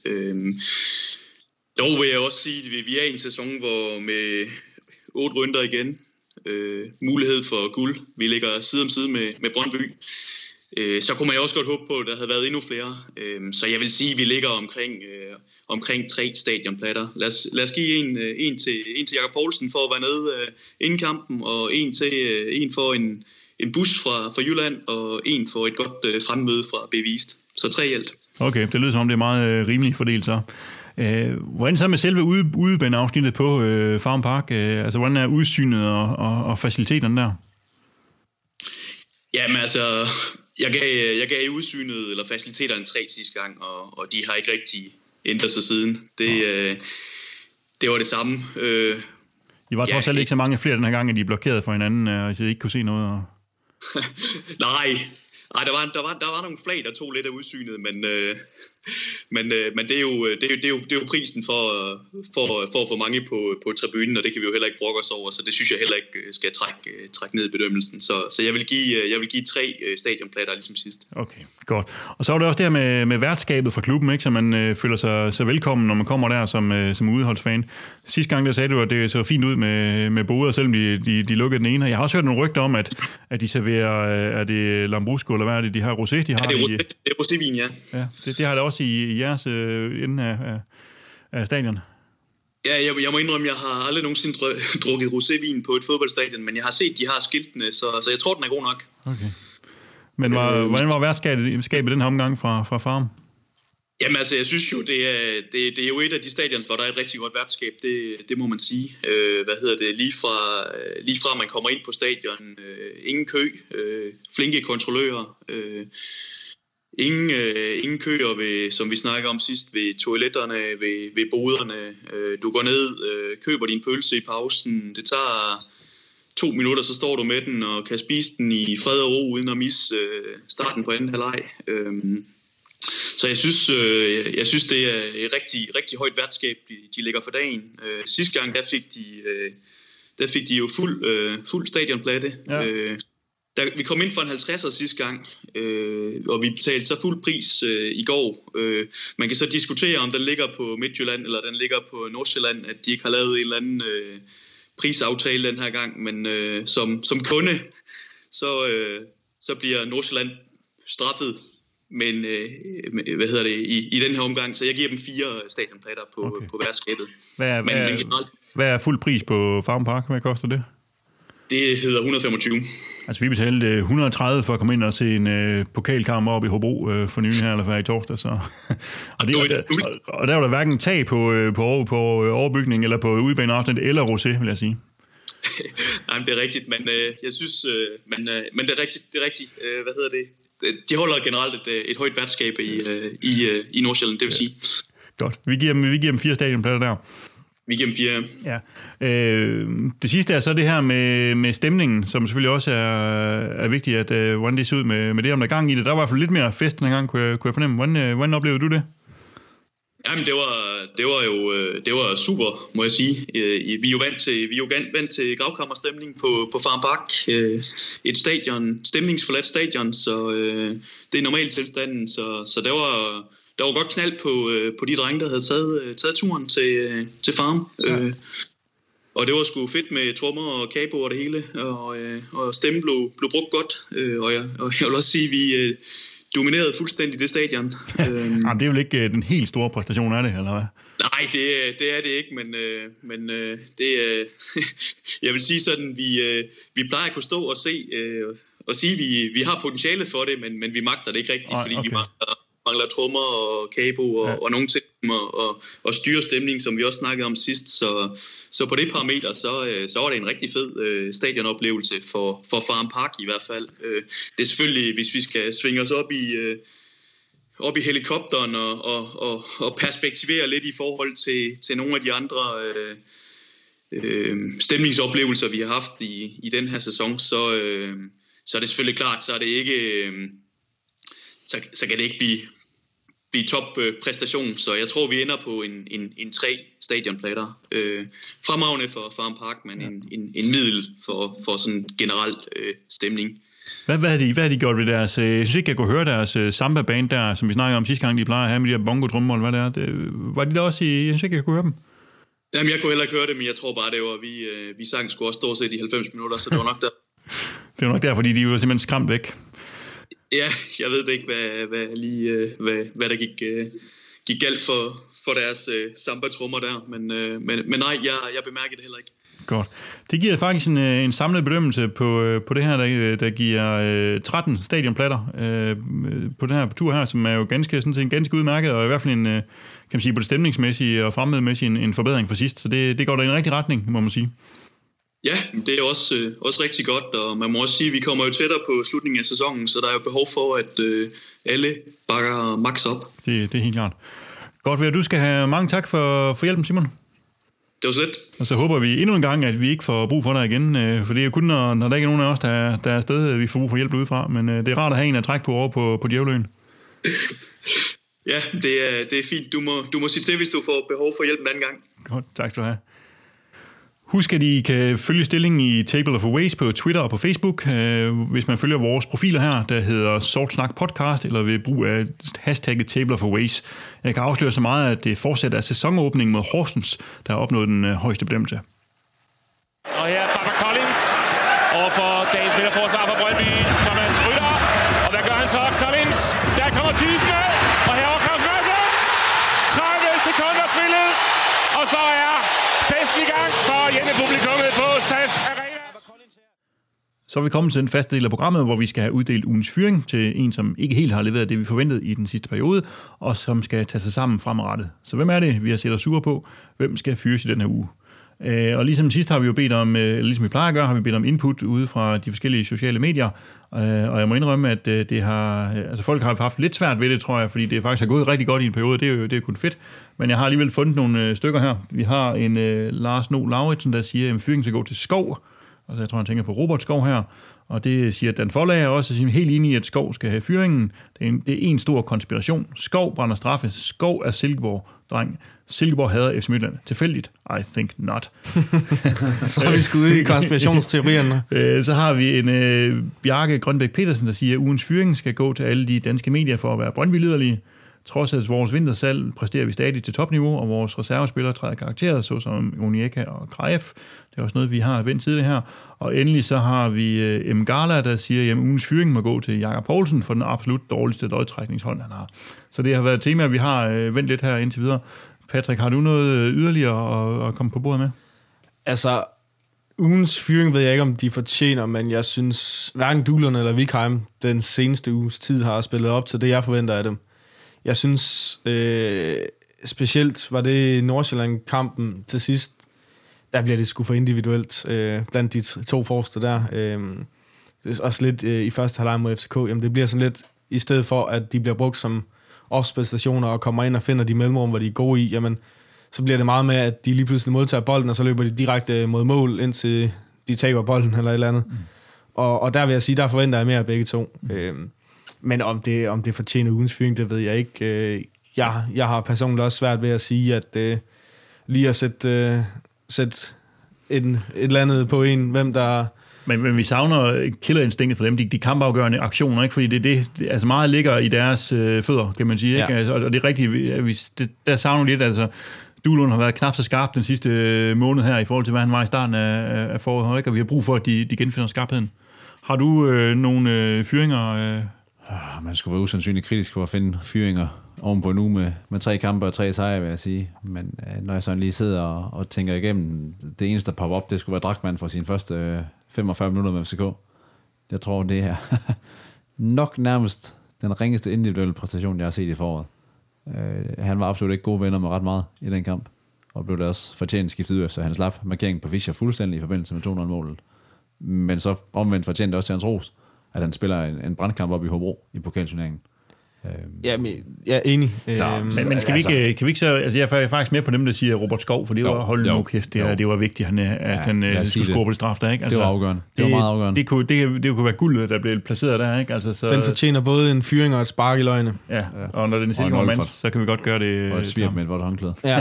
[SPEAKER 6] Dog vil jeg også sige, at vi er i en sæson, hvor med 8 runder igen, mulighed for guld. Vi ligger side om side med Brøndby. Så kunne man jo også godt håbe på, at der havde været endnu flere. Så jeg vil sige, at vi ligger omkring 3 stadionplatter. Lad os give en til Jakob Poulsen for at være nede inden kampen, og en for en bus fra Jylland, og en for et godt fremmøde fra BV East. Så 3 i alt. Okay,
[SPEAKER 1] det lyder som om det er meget rimelig fordelt så. Hvordan så med selve udebaneafsnittet på Farum Park? Altså, hvordan er udsynet og faciliteterne der?
[SPEAKER 6] Jamen altså, jeg gav udsynet eller faciliteterne 3 sidste gang, og de har ikke rigtig ændret sig siden. Det var det samme.
[SPEAKER 1] I var trods alt ikke så mange flere den her gang, at de blokerede for hinanden, og I ikke kunne se noget.
[SPEAKER 6] Nej, der var nogle flag, der tog lidt af udsynet, men det er jo prisen for at få mange på tribunen, og det kan vi jo heller ikke brokke os over, så det synes jeg heller ikke skal trække ned i bedømmelsen. Så jeg vil give 3 stadionplatter ligesom sidst.
[SPEAKER 1] Okay, godt. Og så var det også det her med værtskabet fra klubben, ikke, så man føler sig så velkommen, når man kommer der som udeholdsfan. Sidste gang der sagde du, at det så fint ud med boder, selvom de lukkede den ene. Jeg har også hørt nogle rygter om, at de serverer, er det Lambrusco, eller hvad er det, de har rosé, de har?
[SPEAKER 6] Ja, det er rosévin, ja.
[SPEAKER 1] Ja, det har det også i jeres enden af stadion.
[SPEAKER 6] Ja, jeg må indrømme, jeg har aldrig nogensinde drukket rosévin på et fodboldstadion, men jeg har set, de har skiltene, så jeg tror, den er god nok. Okay. Men hvordan var værtskabet den her omgang fra Farum? Jamen altså, jeg synes jo, det er jo et af de stadions, hvor der er et rigtig godt værtskab, det må man sige. Lige fra man kommer ind på stadion, ingen kø, flinke kontrollører, ingen køer ved, som vi snakker om sidst, ved toiletterne, ved boderne. Du går ned, køber din pølse i pausen. Det tager 2 minutter, så står du med den og kan spise den i fred og ro, uden at misse starten på anden halvleg. Så jeg synes, det er et rigtig højt værtskab, de lægger for dagen. Sidste gang, der fik de jo fuld stadionplatte. Ja. Vi kom ind for en 50'er sidste gang, og vi betalte så fuld pris i går. Man kan så diskutere, om den ligger på Midtjylland, eller den ligger på Nordsjælland, at de ikke har lavet en eller anden prisaftale den her gang. Men som kunde, så bliver Nordsjælland straffet, men i den her omgang, så jeg giver dem 4 stadionplader på værtskabet.
[SPEAKER 1] Hvad er fuld pris på Farum Park? Hvad koster det?
[SPEAKER 6] Det hedder 125.
[SPEAKER 1] Altså, vi betalte 130 for at komme ind og se en pokalkamp op i Hobro for nylig her, eller i torsdag. Så. og der var der hverken tag på overbygning, eller på udebaneafsnit, eller rosé, vil jeg sige.
[SPEAKER 6] Nej, det er rigtigt, men jeg synes, men det er rigtigt. De holder generelt et højt værtskab i Nordsjælland, det vil sige.
[SPEAKER 1] Godt. Vi giver dem 4 stadionplader der.
[SPEAKER 6] Vi giver dem 4.
[SPEAKER 1] Ja. Det sidste er så det her med stemningen, som selvfølgelig også er vigtigt, at hvordan det ser ud med det, om der er gang i det. Der var i hvert fald lidt mere fest den gang, kunne jeg fornemme. Hvordan oplevede du det?
[SPEAKER 6] Jamen, det var super, må jeg sige. Vi er jo vant til gravkammerstemning på Farum Park. Et stemningsforladt stadion, så det er normaltilstanden. Så der var godt knald på de drenge, der havde taget turen til Farum. Ja. Og det var sgu fedt med trommer og capo og det hele. Og stemmen blev brugt godt. Og jeg vil også sige, at vi dominerede fuldstændig det stadion.
[SPEAKER 1] Jamen, det er vel ikke den helt store præstation af det, eller hvad?
[SPEAKER 6] Nej, det er det ikke, men det jeg vil sige sådan, vi plejer at kunne stå og se og sige, vi har potentialet for det, men vi magter det ikke rigtigt, fordi vi mangler trommer og capo og nogle ting og styre stemning, som vi også snakkede om sidst. Så på det parameter, så var det en rigtig fed stadionoplevelse for Farum Park i hvert fald. Det er selvfølgelig, hvis vi skal svinge os op i helikopteren og perspektivere lidt i forhold til nogle af de andre stemningsoplevelser, vi har haft i den her sæson, så er det selvfølgelig klart, så er det ikke... Så kan det ikke blive top-præstation, så jeg tror, vi ender på en 3 stadionplader. Fremragende for Farum Park, men en middel for sådan generel stemning.
[SPEAKER 1] Hvad har de gjort ved deres... Jeg synes ikke, jeg kunne høre deres samba-band der, som vi snakkede om sidste gang, de plejer at have med de her bongo-trummer, eller hvad det er. Var de der også i... Jeg synes ikke, jeg kunne høre dem.
[SPEAKER 6] Jamen, jeg kunne heller ikke høre dem, men jeg tror bare, det var... Vi sang sgu også stort set i 90 minutter, så det var nok der.
[SPEAKER 1] Det var nok der, fordi de var simpelthen skræmt væk.
[SPEAKER 6] Ja, jeg ved ikke, hvad der gik galt for deres samba-trummer der, men nej, jeg bemærker det heller ikke.
[SPEAKER 1] Godt. Det giver faktisk en samlet bedømmelse på det her, der giver 13 stadionplatter på den her tur her, som er jo ganske udmærket, og i hvert fald en, kan man sige, på det stemningsmæssige og fremmødemæssige en forbedring for sidst. Så det går da i en rigtig retning, må man sige.
[SPEAKER 6] Ja, det er også rigtig godt, og man må også sige, at vi kommer jo tættere på slutningen af sæsonen, så der er jo behov for, at alle bakker max op. Det
[SPEAKER 1] er helt klart. Godt, du skal have mange tak for hjælpen, Simon.
[SPEAKER 6] Det var så lidt.
[SPEAKER 1] Og så håber vi endnu en gang, at vi ikke får brug for dig igen, for det er jo kun, når der ikke er nogen af os, der er afsted, vi får brug for hjælp udefra, men det er rart at have en at trække på over på Djævløen.
[SPEAKER 6] Ja, det er fint. Du må sige til, hvis du får behov for hjælp en anden gang.
[SPEAKER 1] Godt, tak skal du have. Husk, at I kan følge stillingen i Table of Aways på Twitter og på Facebook, hvis man følger vores profiler her, der hedder Sort Snak Podcast, eller ved brug af hashtagget Table of Aways. Jeg kan afsløre så meget, at det fortsat er sæsonåbningen mod Horsens, der har opnået den højeste bedømmelse.
[SPEAKER 7] Og her er Baba Collins overfor dagens midterforsvar for Brøndby, Thomas Rytter. Og hvad gør han så? Collins, der kommer Thyssen med, og herover Claus Madsen. 30 sekunder spillet, og så er festen i gang for hjemmepublikummet på SAS Arena.
[SPEAKER 1] Så er vi kommet til den faste del af programmet, hvor vi skal have uddelt ugens fyring til en, som ikke helt har leveret det, vi forventede i den sidste periode, og som skal tage sig sammen fremadrettet. Så hvem er det, vi har set os sure på? Hvem skal fyres i den her uge? Og ligesom sidst har vi jo bedt om, ligesom vi plejer at gøre, har vi bedt om input ude fra de forskellige sociale medier. Og jeg må indrømme, at det har, altså folk har haft lidt svært ved det, tror jeg, fordi det faktisk er gået rigtig godt i en periode. Det er kun fedt. Men jeg har alligevel fundet nogle stykker her. Vi har en Lars No Lauritsen, der siger, at fyringen skal gå til Skov. Altså jeg tror, han tænker på Robert Skov her. Og det siger Dan Forlager også, at helt enig i, at Skov skal have fyringen. Det er en stor konspiration. Skov brænder straffe. Skov er Silkeborg-dreng. Silkeborg hader FC Midtjylland. Tilfældigt? I think not.
[SPEAKER 2] Så er vi sgu ude i konspirationsteorierne.
[SPEAKER 1] Så har vi en Bjarke Grønbæk Petersen, der siger, at ugens fyring skal gå til alle de danske medier for at være Brøndby-liderlige. Trods at vores vintersalg præsterer vi stadig til topniveau, og vores reservespillere træder karakterer, såsom Onyeka og Krajef. Det er også noget, vi har vendt tidligere her. Og endelig så har vi M. Garla, der siger, at ugens fyring må gå til Jakob Poulsen for den absolut dårligste lodtrækningshold, han har. Så det har været et tema, vi har vendt lidt her indtil videre. Patrick, har du noget yderligere at komme på bordet med?
[SPEAKER 2] Altså, ugens fyring ved jeg ikke, om de fortjener, men jeg synes, hverken Duhlund eller Vikheim den seneste uges tid har spillet op til det, jeg forventer af dem. Jeg synes, specielt var det Nordsjælland-kampen til sidst, der bliver det sgu for individuelt blandt de to forreste der. Det er også lidt i første halvleg mod FCK. Jamen, det bliver sådan lidt, i stedet for, at de bliver brugt som opspilstationer og kommer ind og finder de mellemrum, hvor de er gode i, jamen, så bliver det meget med, at de lige pludselig modtager bolden, og så løber de direkte mod mål, indtil de taber bolden eller et eller andet. Og der vil jeg sige, der forventer jeg mere af begge to. Men om det fortjener ugens fyring, det ved jeg ikke. Jeg har personligt også svært ved at sige, at lige at sætte et eller andet på en, hvem der...
[SPEAKER 1] Men vi savner killerinstinktet for dem, de kampafgørende aktioner, ikke? Fordi det altså meget ligger i deres fødder, kan man sige. Ikke?
[SPEAKER 2] Ja.
[SPEAKER 1] Altså, og det er rigtigt, der savner lidt, altså Duhlund har været knap så skarp den sidste måned her, i forhold til, hvad han var i starten af foråret, ikke? Og vi har brug for, at de genfinder skarpheden. Har du nogle fyringer?
[SPEAKER 3] Man skulle være usandsynligt kritisk for at finde fyringer oven på en uge med 3 kampe og 3 sejre, vil jeg sige. Men når jeg sådan lige sidder og tænker igennem, det eneste, der popper op, det skulle være Drachmann for sine første 45 minutter med FCK. Jeg tror, det er nok nærmest den ringeste individuelle præstation, jeg har set i foråret. Han var absolut ikke gode venner med ret meget i den kamp, og blev da også fortjent skiftet ud, så han slap markeringen på Fischer fuldstændig i forbindelse med 200-målet. Men så omvendt fortjente også til hans ros, at han spiller en brandkamp op i Hobro i pokalturneringen.
[SPEAKER 2] Ja, jeg er enig.
[SPEAKER 1] Men skal vi ikke, kan vi ikke så... Altså, jeg er faktisk med på dem, der siger Robert Skov, for det var holdt nu kæft. Det var vigtigt, at han skulle score på det straf der, ikke? Altså,
[SPEAKER 3] det var afgørende. Det var meget afgørende.
[SPEAKER 1] Det kunne være guldet, der blev placeret der, ikke? Altså, så,
[SPEAKER 2] den fortjener både en fyring og et spark i løgne.
[SPEAKER 1] Ja, og når den er kommer mand, så kan vi godt gøre det...
[SPEAKER 3] Og et svir med et vådt håndklæde.
[SPEAKER 2] Ja.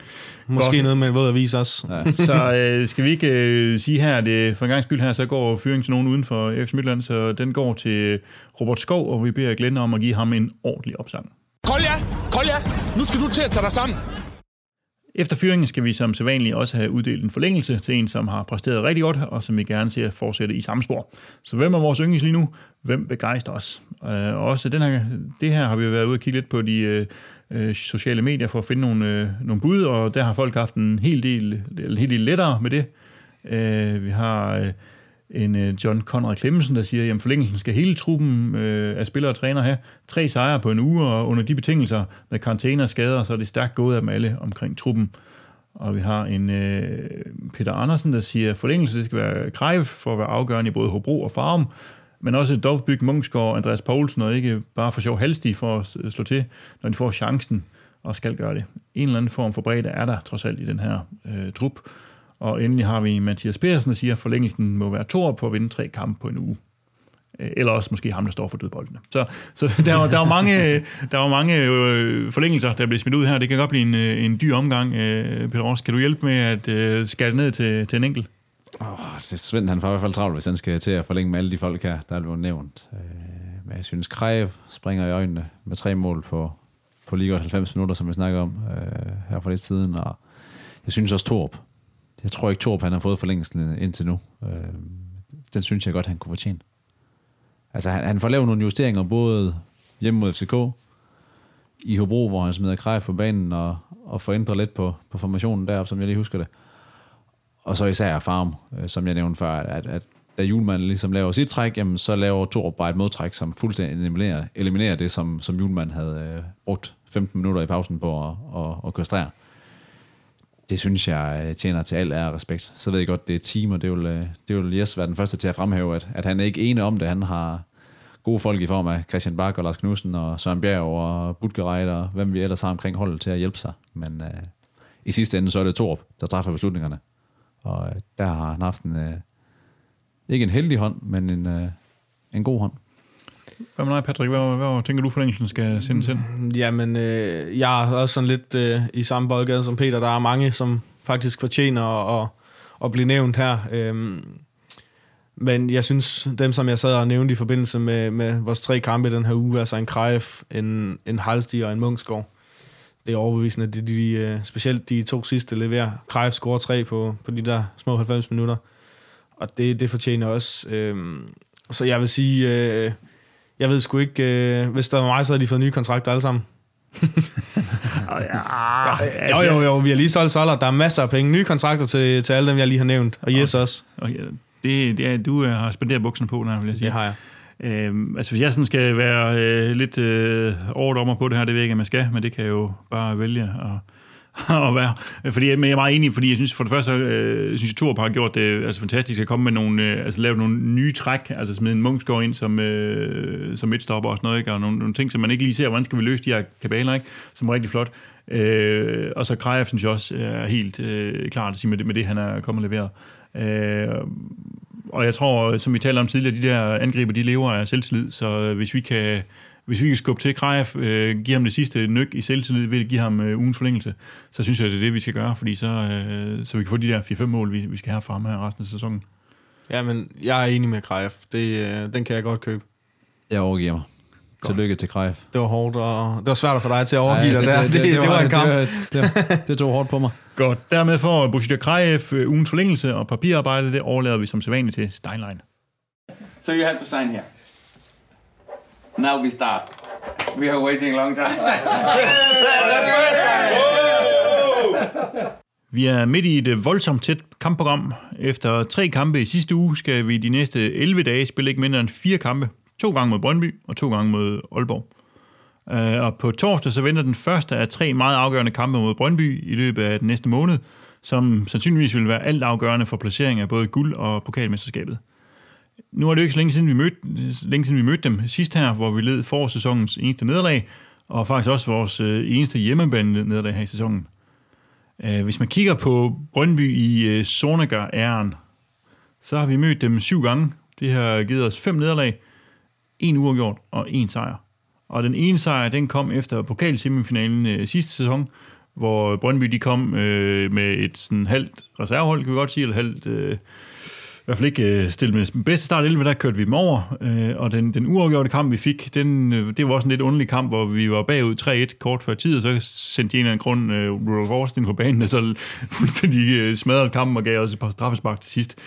[SPEAKER 2] Måske godt. Noget med en våd avis også.
[SPEAKER 1] Ja. Så skal vi ikke sige her, at for en gang skyld her, så går fyringen til nogen uden for FC Midtjylland, så den går til Robert Skov, og vi beder Glenn om at give ham en ordentlig opsang.
[SPEAKER 5] Kolja, nu skal du til at tage dig sammen.
[SPEAKER 1] Efter fyringen skal vi som sædvanligt også have uddelt en forlængelse til en, som har præsteret rigtig godt, og som vi gerne ser fortsætte i samme spor. Så hvem er vores yndlings lige nu? Hvem begejstrer os? Også det her har vi været ude og kigge lidt på de sociale medier for at finde nogle bud, og der har folk haft en helt del lettere med det. Vi har en John Conrad Clemmensen, der siger, at forlængelsen skal hele truppen af spillere og træner have 3 sejre på en uge, og under de betingelser med karantæne og skader, så er det stærkt gået af dem alle omkring truppen. Og vi har en Peter Andersen, der siger, at forlængelse det skal være Krejf for at være afgørende i både Hobro og Farum, men også Dovbyk, Munksgaard og Andreas Poulsen, og ikke bare for sjov halvstig for at slå til, når de får chancen og skal gøre det. En eller anden form for bredde er der trods alt i den her trup. Og endelig har vi Mathias Pedersen, der siger, at forlængelsen må være Thorup for at vinde 3 kampe på en uge. Eller også måske ham, der står for dødboldene. Så der var mange forlængelser, der blev smidt ud her. Det kan godt blive en dyr omgang. Peter Ross, kan du hjælpe med at skære ned til en enkelt?
[SPEAKER 3] Svend, han får i hvert fald travlt, hvis han skal til at forlænge med alle de folk her, der er blevet nævnt. Men jeg synes, Krejf springer i øjnene med 3 mål på lige godt 90 minutter, som vi snakker om her for lidt siden. Og jeg synes også Thorup. Jeg tror ikke, Thorup han har fået forlængelsen indtil nu. Den synes jeg godt, han kunne fortjene. Altså, han får lavet nogle justeringer, både hjemme mod FCK, i Hobro, hvor han smider Krejf på banen og får ændret lidt på formationen deroppe, som jeg lige husker det. Og så især Farum, som jeg nævnte før, at da Hjulmand ligesom laver sit træk, jamen, så laver Thorup bare et modtræk, som fuldstændig eliminerer det, som Hjulmand havde brugt 15 minutter i pausen på at kastrere. Det synes jeg tjener til al ære og respekt. Så ved jeg godt, det er team, og det vil Jes være den første til at fremhæve, at han er ikke ene om det. Han har gode folk i form af Christian Bak og Lars Knudsen og Søren Bjerg og Butgereit og hvem vi ellers har omkring holdet til at hjælpe sig. Men i sidste ende, så er det Thorup, der træffer beslutningerne. Og der har han haft ikke en heldig hånd, men en god hånd.
[SPEAKER 1] Hvad med dig, Patrick? Hvad tænker du, forlængelsen skal sendes ind?
[SPEAKER 2] Jamen, jeg er også sådan lidt i samme boldgade som Peter. Der er mange, som faktisk fortjener at blive nævnt her. Men jeg synes, dem som jeg sad og nævnte i forbindelse med vores 3 kampe den her uge, altså en Krejf, en Halstig og en Munksgaard, det er overbevisende, at de specielt de 2 sidste leverer. Krejf scorer 3 på de der små 90 minutter, og det fortjener også. Så jeg vil sige, jeg ved sgu ikke, hvis der var mig, så havde de fået nye kontrakter alle sammen. Jo, vi har lige solgt Soller. Der er masser af penge. Nye kontrakter til alle dem, jeg lige har nævnt. Og Jes også.
[SPEAKER 1] Det er, du har spenderet bukserne på, vil jeg sige.
[SPEAKER 2] Det har jeg.
[SPEAKER 1] Altså, hvis jeg sådan skal være lidt overdommer på det her, det ved jeg ikke, om jeg skal, men det kan jeg jo bare vælge at være. Men jeg er meget enig, fordi jeg synes, for det første, synes jeg, Torp har gjort det altså fantastisk at komme med nogle, lave nogle nye træk, altså smide en Munksgaard ind som midtstopper og sådan noget, ikke? Og nogle ting, som man ikke lige ser, hvordan skal vi løse de her kabaler, ikke? Som er rigtig flot. Og så Krejf, synes jeg også, er helt klart at sige med det, han er kommet og leveret. Og jeg tror, som vi talte om tidligere, de der angriber, de lever af selvtillid, så hvis vi kan skubbe til Krejf, give ham det sidste nyk i selvtillid, ved at give ham ugens forlængelse, så synes jeg, det er det, vi skal gøre, fordi så vi kan få de der 4-5 mål, vi skal have fra ham her resten af sæsonen.
[SPEAKER 2] Ja, men jeg er enig med Krejf. Den kan jeg godt købe.
[SPEAKER 3] Jeg overgiver mig. Tillykke til Krejf.
[SPEAKER 2] Det var hårdt, og det var svært at få dig til at overgive dig der. Det var en kamp.
[SPEAKER 3] Det tog hårdt på mig.
[SPEAKER 1] Godt. Dermed får Bushida Krejf ugens forlængelse, og papirarbejde, det overlader vi som sædvanligt til Steinlein.
[SPEAKER 8] So you have to sign here. Now we start. We are waiting a long time.
[SPEAKER 1] Vi er midt i et voldsomt tæt kampprogram. Efter 3 kampe i sidste uge skal vi de næste 11 dage spille ikke mindre end 4 kampe. 2 gange mod Brøndby og 2 gange mod Aalborg. Og på torsdag så venter den første af 3 meget afgørende kampe mod Brøndby i løbet af den næste måned, som sandsynligvis vil være alt afgørende for placering af både guld- og pokalmesterskabet. Nu er det jo ikke så længe siden vi mødte dem sidst her, hvor vi led forårssæsonens eneste nederlag, og faktisk også vores eneste hjemmebane nederlag her i sæsonen. Hvis man kigger på Brøndby i Sonegar-æren, så har vi mødt dem 7 gange. Det har givet os 5 nederlag, 1 uafgjort og 1 sejr. Og den ene sejr, den kom efter pokalsemifinalen sidste sæson, hvor Brøndby de kom med et sådan halvt reservehold, kan vi godt sige, eller halvt... I hvert fald ikke stillet med den bedste start 11, der kørte vi dem over, og den uafgjorte kamp, vi fik, det var også en lidt underlig kamp, hvor vi var bagud 3-1 kort før tid, og så sendte de en eller anden grund Rudolf Austin på banen, og så fuldstændig smadrede kampen og gav os et par straffespark til sidst.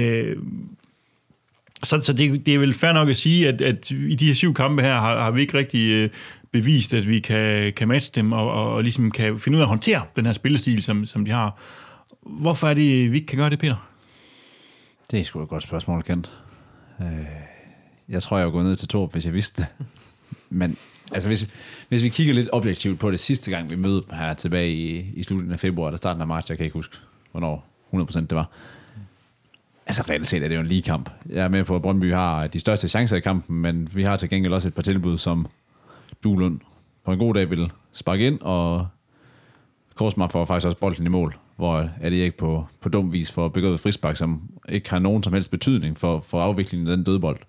[SPEAKER 1] Så det er vel fair nok at sige, at i de her 7 kampe her har vi ikke rigtig bevist, at vi kan matche dem, og ligesom kan finde ud af at håndtere den her spillestil, som de har. Hvorfor er det, vi ikke kan gøre det, Peter?
[SPEAKER 3] Det er sgu et godt spørgsmål, Kent. Jeg tror, jeg var gået ned til Torp, hvis jeg vidste det. Men altså, hvis vi kigger lidt objektivt på det sidste gang, vi mødte dem her tilbage i slutningen af februar, eller starten af marts, jeg kan ikke huske, hvornår 100% det var. Altså, reelt set er det jo en ligekamp. Jeg er med på, at Brøndby har de største chancer i kampen, men vi har til gengæld også et par tilbud, som Duelund på en god dag vil sparke ind, og Korsmark får faktisk også bolden i mål, hvor er det ikke på dum vis for begået frispark, som ikke har nogen som helst betydning for afviklingen af den dødbold.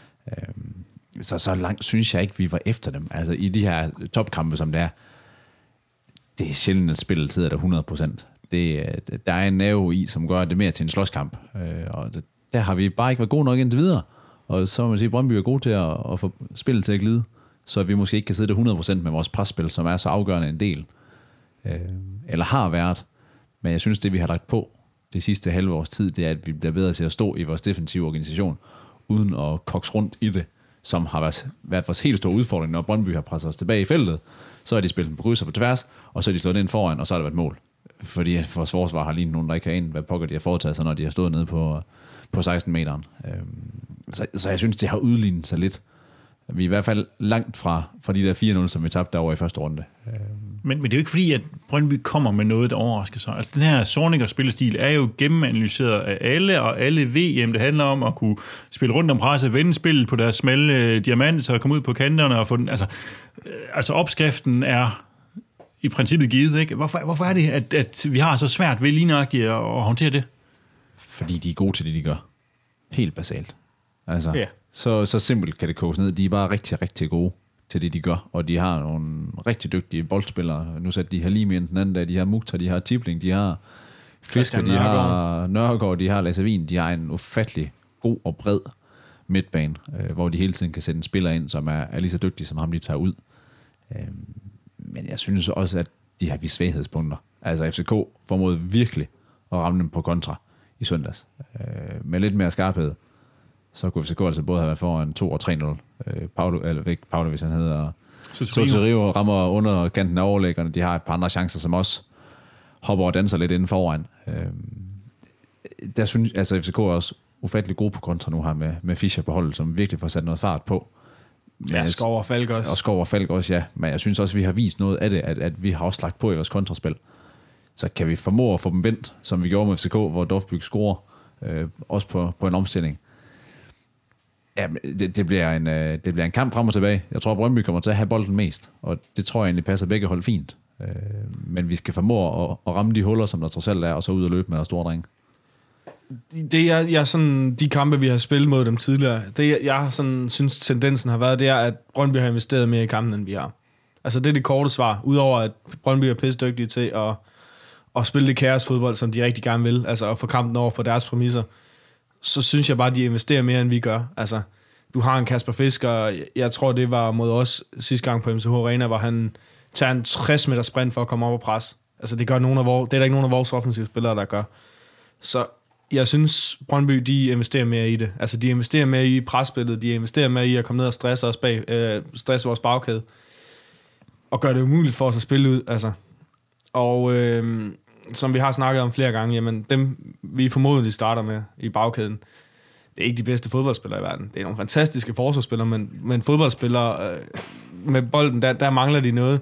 [SPEAKER 3] Så langt synes jeg ikke, vi var efter dem. Altså i de her topkampe, som det er sjældent, at spillet sidder der 100%. Der er en nerve i, som gør det mere til en slåskamp. Og der har vi bare ikke været gode nok indtil videre. Og så må man sige, at Brøndby er gode til at få spillet til at glide, så vi måske ikke kan sidde der 100% med vores presspil, som er så afgørende en del. Eller har været. Men jeg synes, det vi har lagt på det sidste halve års tid, det er, at vi bliver bedre til at stå i vores defensive organisation, uden at kokse rundt i det, som har været vores helt store udfordring, når Brøndby har presset os tilbage i feltet. Så har de spillet på kryds og på tværs, og så har de slået ind foran, og så har det været mål. Fordi vores forsvar har lige nogen, der ikke kan ind, hvad pokker de har foretaget sig, når de har stået nede på 16 meteren. Så jeg synes, det har udlignet sig lidt. Vi er i hvert fald langt fra de der 4-0, som vi tabte derovre i første runde.
[SPEAKER 1] Men det er jo ikke fordi, at Brøndby kommer med noget, der overrasker sig. Altså den her Zorniger-spillestil er jo gennemanalyseret af alle, og alle ved, det handler om at kunne spille rundt om presset, vende spillet på deres smalle diamant, så komme ud på kanterne og få den. Altså opskriften er i princippet givet, ikke? Hvorfor er det, at vi har så svært ved lignagtigt at håndtere det?
[SPEAKER 3] Fordi de er gode til det, de gør. Helt basalt. Altså, yeah. Så simpelt kan det koges ned. De er bare rigtig, rigtig gode til det, de gør. Og de har nogle rigtig dygtige boldspillere. Nu satte de Halimi ind den anden dag. De har Mukhtar, de har Tibling, de har Fisker, de har Nørgaard, de har Lasse Wien. De har en ufattelig god og bred midtbane, hvor de hele tiden kan sætte en spiller ind, som er lige så dygtig, som ham de tager ud. Men jeg synes også, at de har vist svaghedspunkter. Altså FCK formåede virkelig at ramme dem på kontra i søndags. Med lidt mere skarphed, så kunne FCK altså både have været foran 2 og 3-0. Paulo, hvis han hedder Sotirio, rammer under kanten af overlæggerne. De har et par andre chancer, som også hopper og danser lidt inden foran. Der synes altså FCK er også ufattelig gode på kontra nu her med Fischer på holdet, som virkelig får sat noget fart på.
[SPEAKER 2] Ja, Skov og Falk også.
[SPEAKER 3] Og Skov og Falk også, ja. Men jeg synes også, at vi har vist noget af det, at vi har også lagt på i vores kontraspil. Så kan vi formå at få dem vendt, som vi gjorde med FCK, hvor Dovbyk scorer, også på en omstilling. Ja, det bliver en kamp frem og tilbage. Jeg tror, at Brøndby kommer til at have bolden mest, og det tror jeg egentlig passer begge hold fint. Men vi skal formå at ramme de huller, som der trods alt er, og så ud og løbe med der store drenge.
[SPEAKER 2] Det jeg sådan, de kampe, vi har spillet mod dem tidligere, det jeg sådan synes tendensen har været, det er, at Brøndby har investeret mere i kampen, end vi har. Altså det er det korte svar, udover at Brøndby er pissedygtige til at spille det kaosfodbold, som de rigtig gerne vil, altså at få kampen over på deres præmisser, så synes jeg bare, at de investerer mere, end vi gør. Altså, du har en Kasper Fisker, jeg tror, det var mod os sidste gang på MCH Arena, hvor han tager en 60 meter sprint for at komme op og presse. Altså det gør det er der ikke nogen af vores offensive spillere, der gør. Så jeg synes, Brøndby, de investerer mere i det. Altså, de investerer mere i presspillet, de investerer mere i at komme ned og stresse os stresse vores bagkæde, og gøre det umuligt for os at spille ud, altså. Og som vi har snakket om flere gange, jamen, dem vi formodentlig starter med i bagkæden, det er ikke de bedste fodboldspillere i verden. Det er nogle fantastiske forsvarsspillere, men fodboldspillere med bolden, der mangler de noget.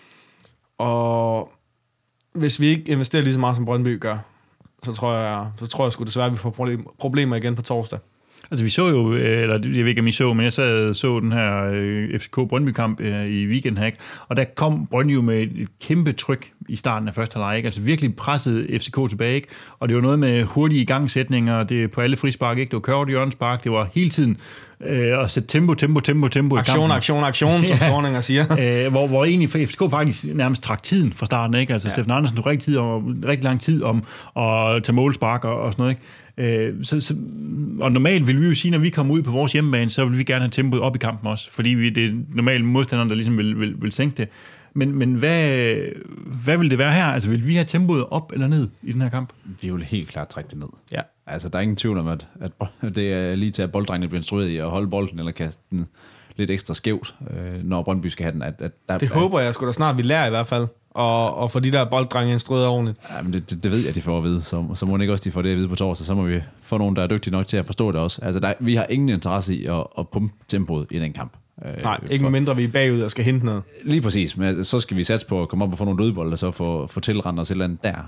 [SPEAKER 2] Og hvis vi ikke investerer lige så meget, som Brøndby gør, så tror jeg sgu desværre, at vi får problemer igen på torsdag.
[SPEAKER 1] Altså vi så jo, eller jeg ved ikke om I så, men jeg så den her FCK Brøndby-kamp i weekenden her, ikke? Og der kom Brøndby jo med et kæmpe tryk i starten af første halvleg, ikke? Altså virkelig pressede FCK tilbage, ikke? Og det var noget med hurtige igangsætninger, det på alle frispark, ikke? Det var kørt hjørnespark, det var hele tiden at sætte tempo aktion, som Sorninger siger. Hvor egentlig FCK faktisk nærmest trak tiden fra starten, ikke? Altså Steffen Andersen tog rigtig lang tid om at tage målspark og sådan noget, ikke? Og normalt vil vi jo sige, når vi kommer ud på vores hjemmebane, så vil vi gerne have tempoet op i kampen også, fordi det er normalt modstanderen, der ligesom vil sænke det. Men hvad vil det være her? Altså vil vi have tempoet op eller ned i den her kamp?
[SPEAKER 3] Vi vil helt klart trække det ned.
[SPEAKER 2] Ja.
[SPEAKER 3] Altså der er ingen tvivl om, at det er lige til, at bolddrengene bliver instrueret i at holde bolden eller kaste den lidt ekstra skævt, når Brøndby skal have den.
[SPEAKER 2] Det håber jeg sgu da snart, vi lærer i hvert fald. Og få de der bolddrenge instrueret ordentligt.
[SPEAKER 3] Ja, men det ved jeg, de får at vide. Så må ikke også de får det at vide på torsdag. Så må vi få nogen, der er dygtige nok til at forstå det også. Altså vi har ingen interesse i at pumpe tempoet i den kamp.
[SPEAKER 2] Nej, ikke mindre vi er bagud og skal hente noget.
[SPEAKER 3] Lige præcis, men så skal vi satse på at komme op og få nogle dødbolde, og så få tilrendt os et eller andet der.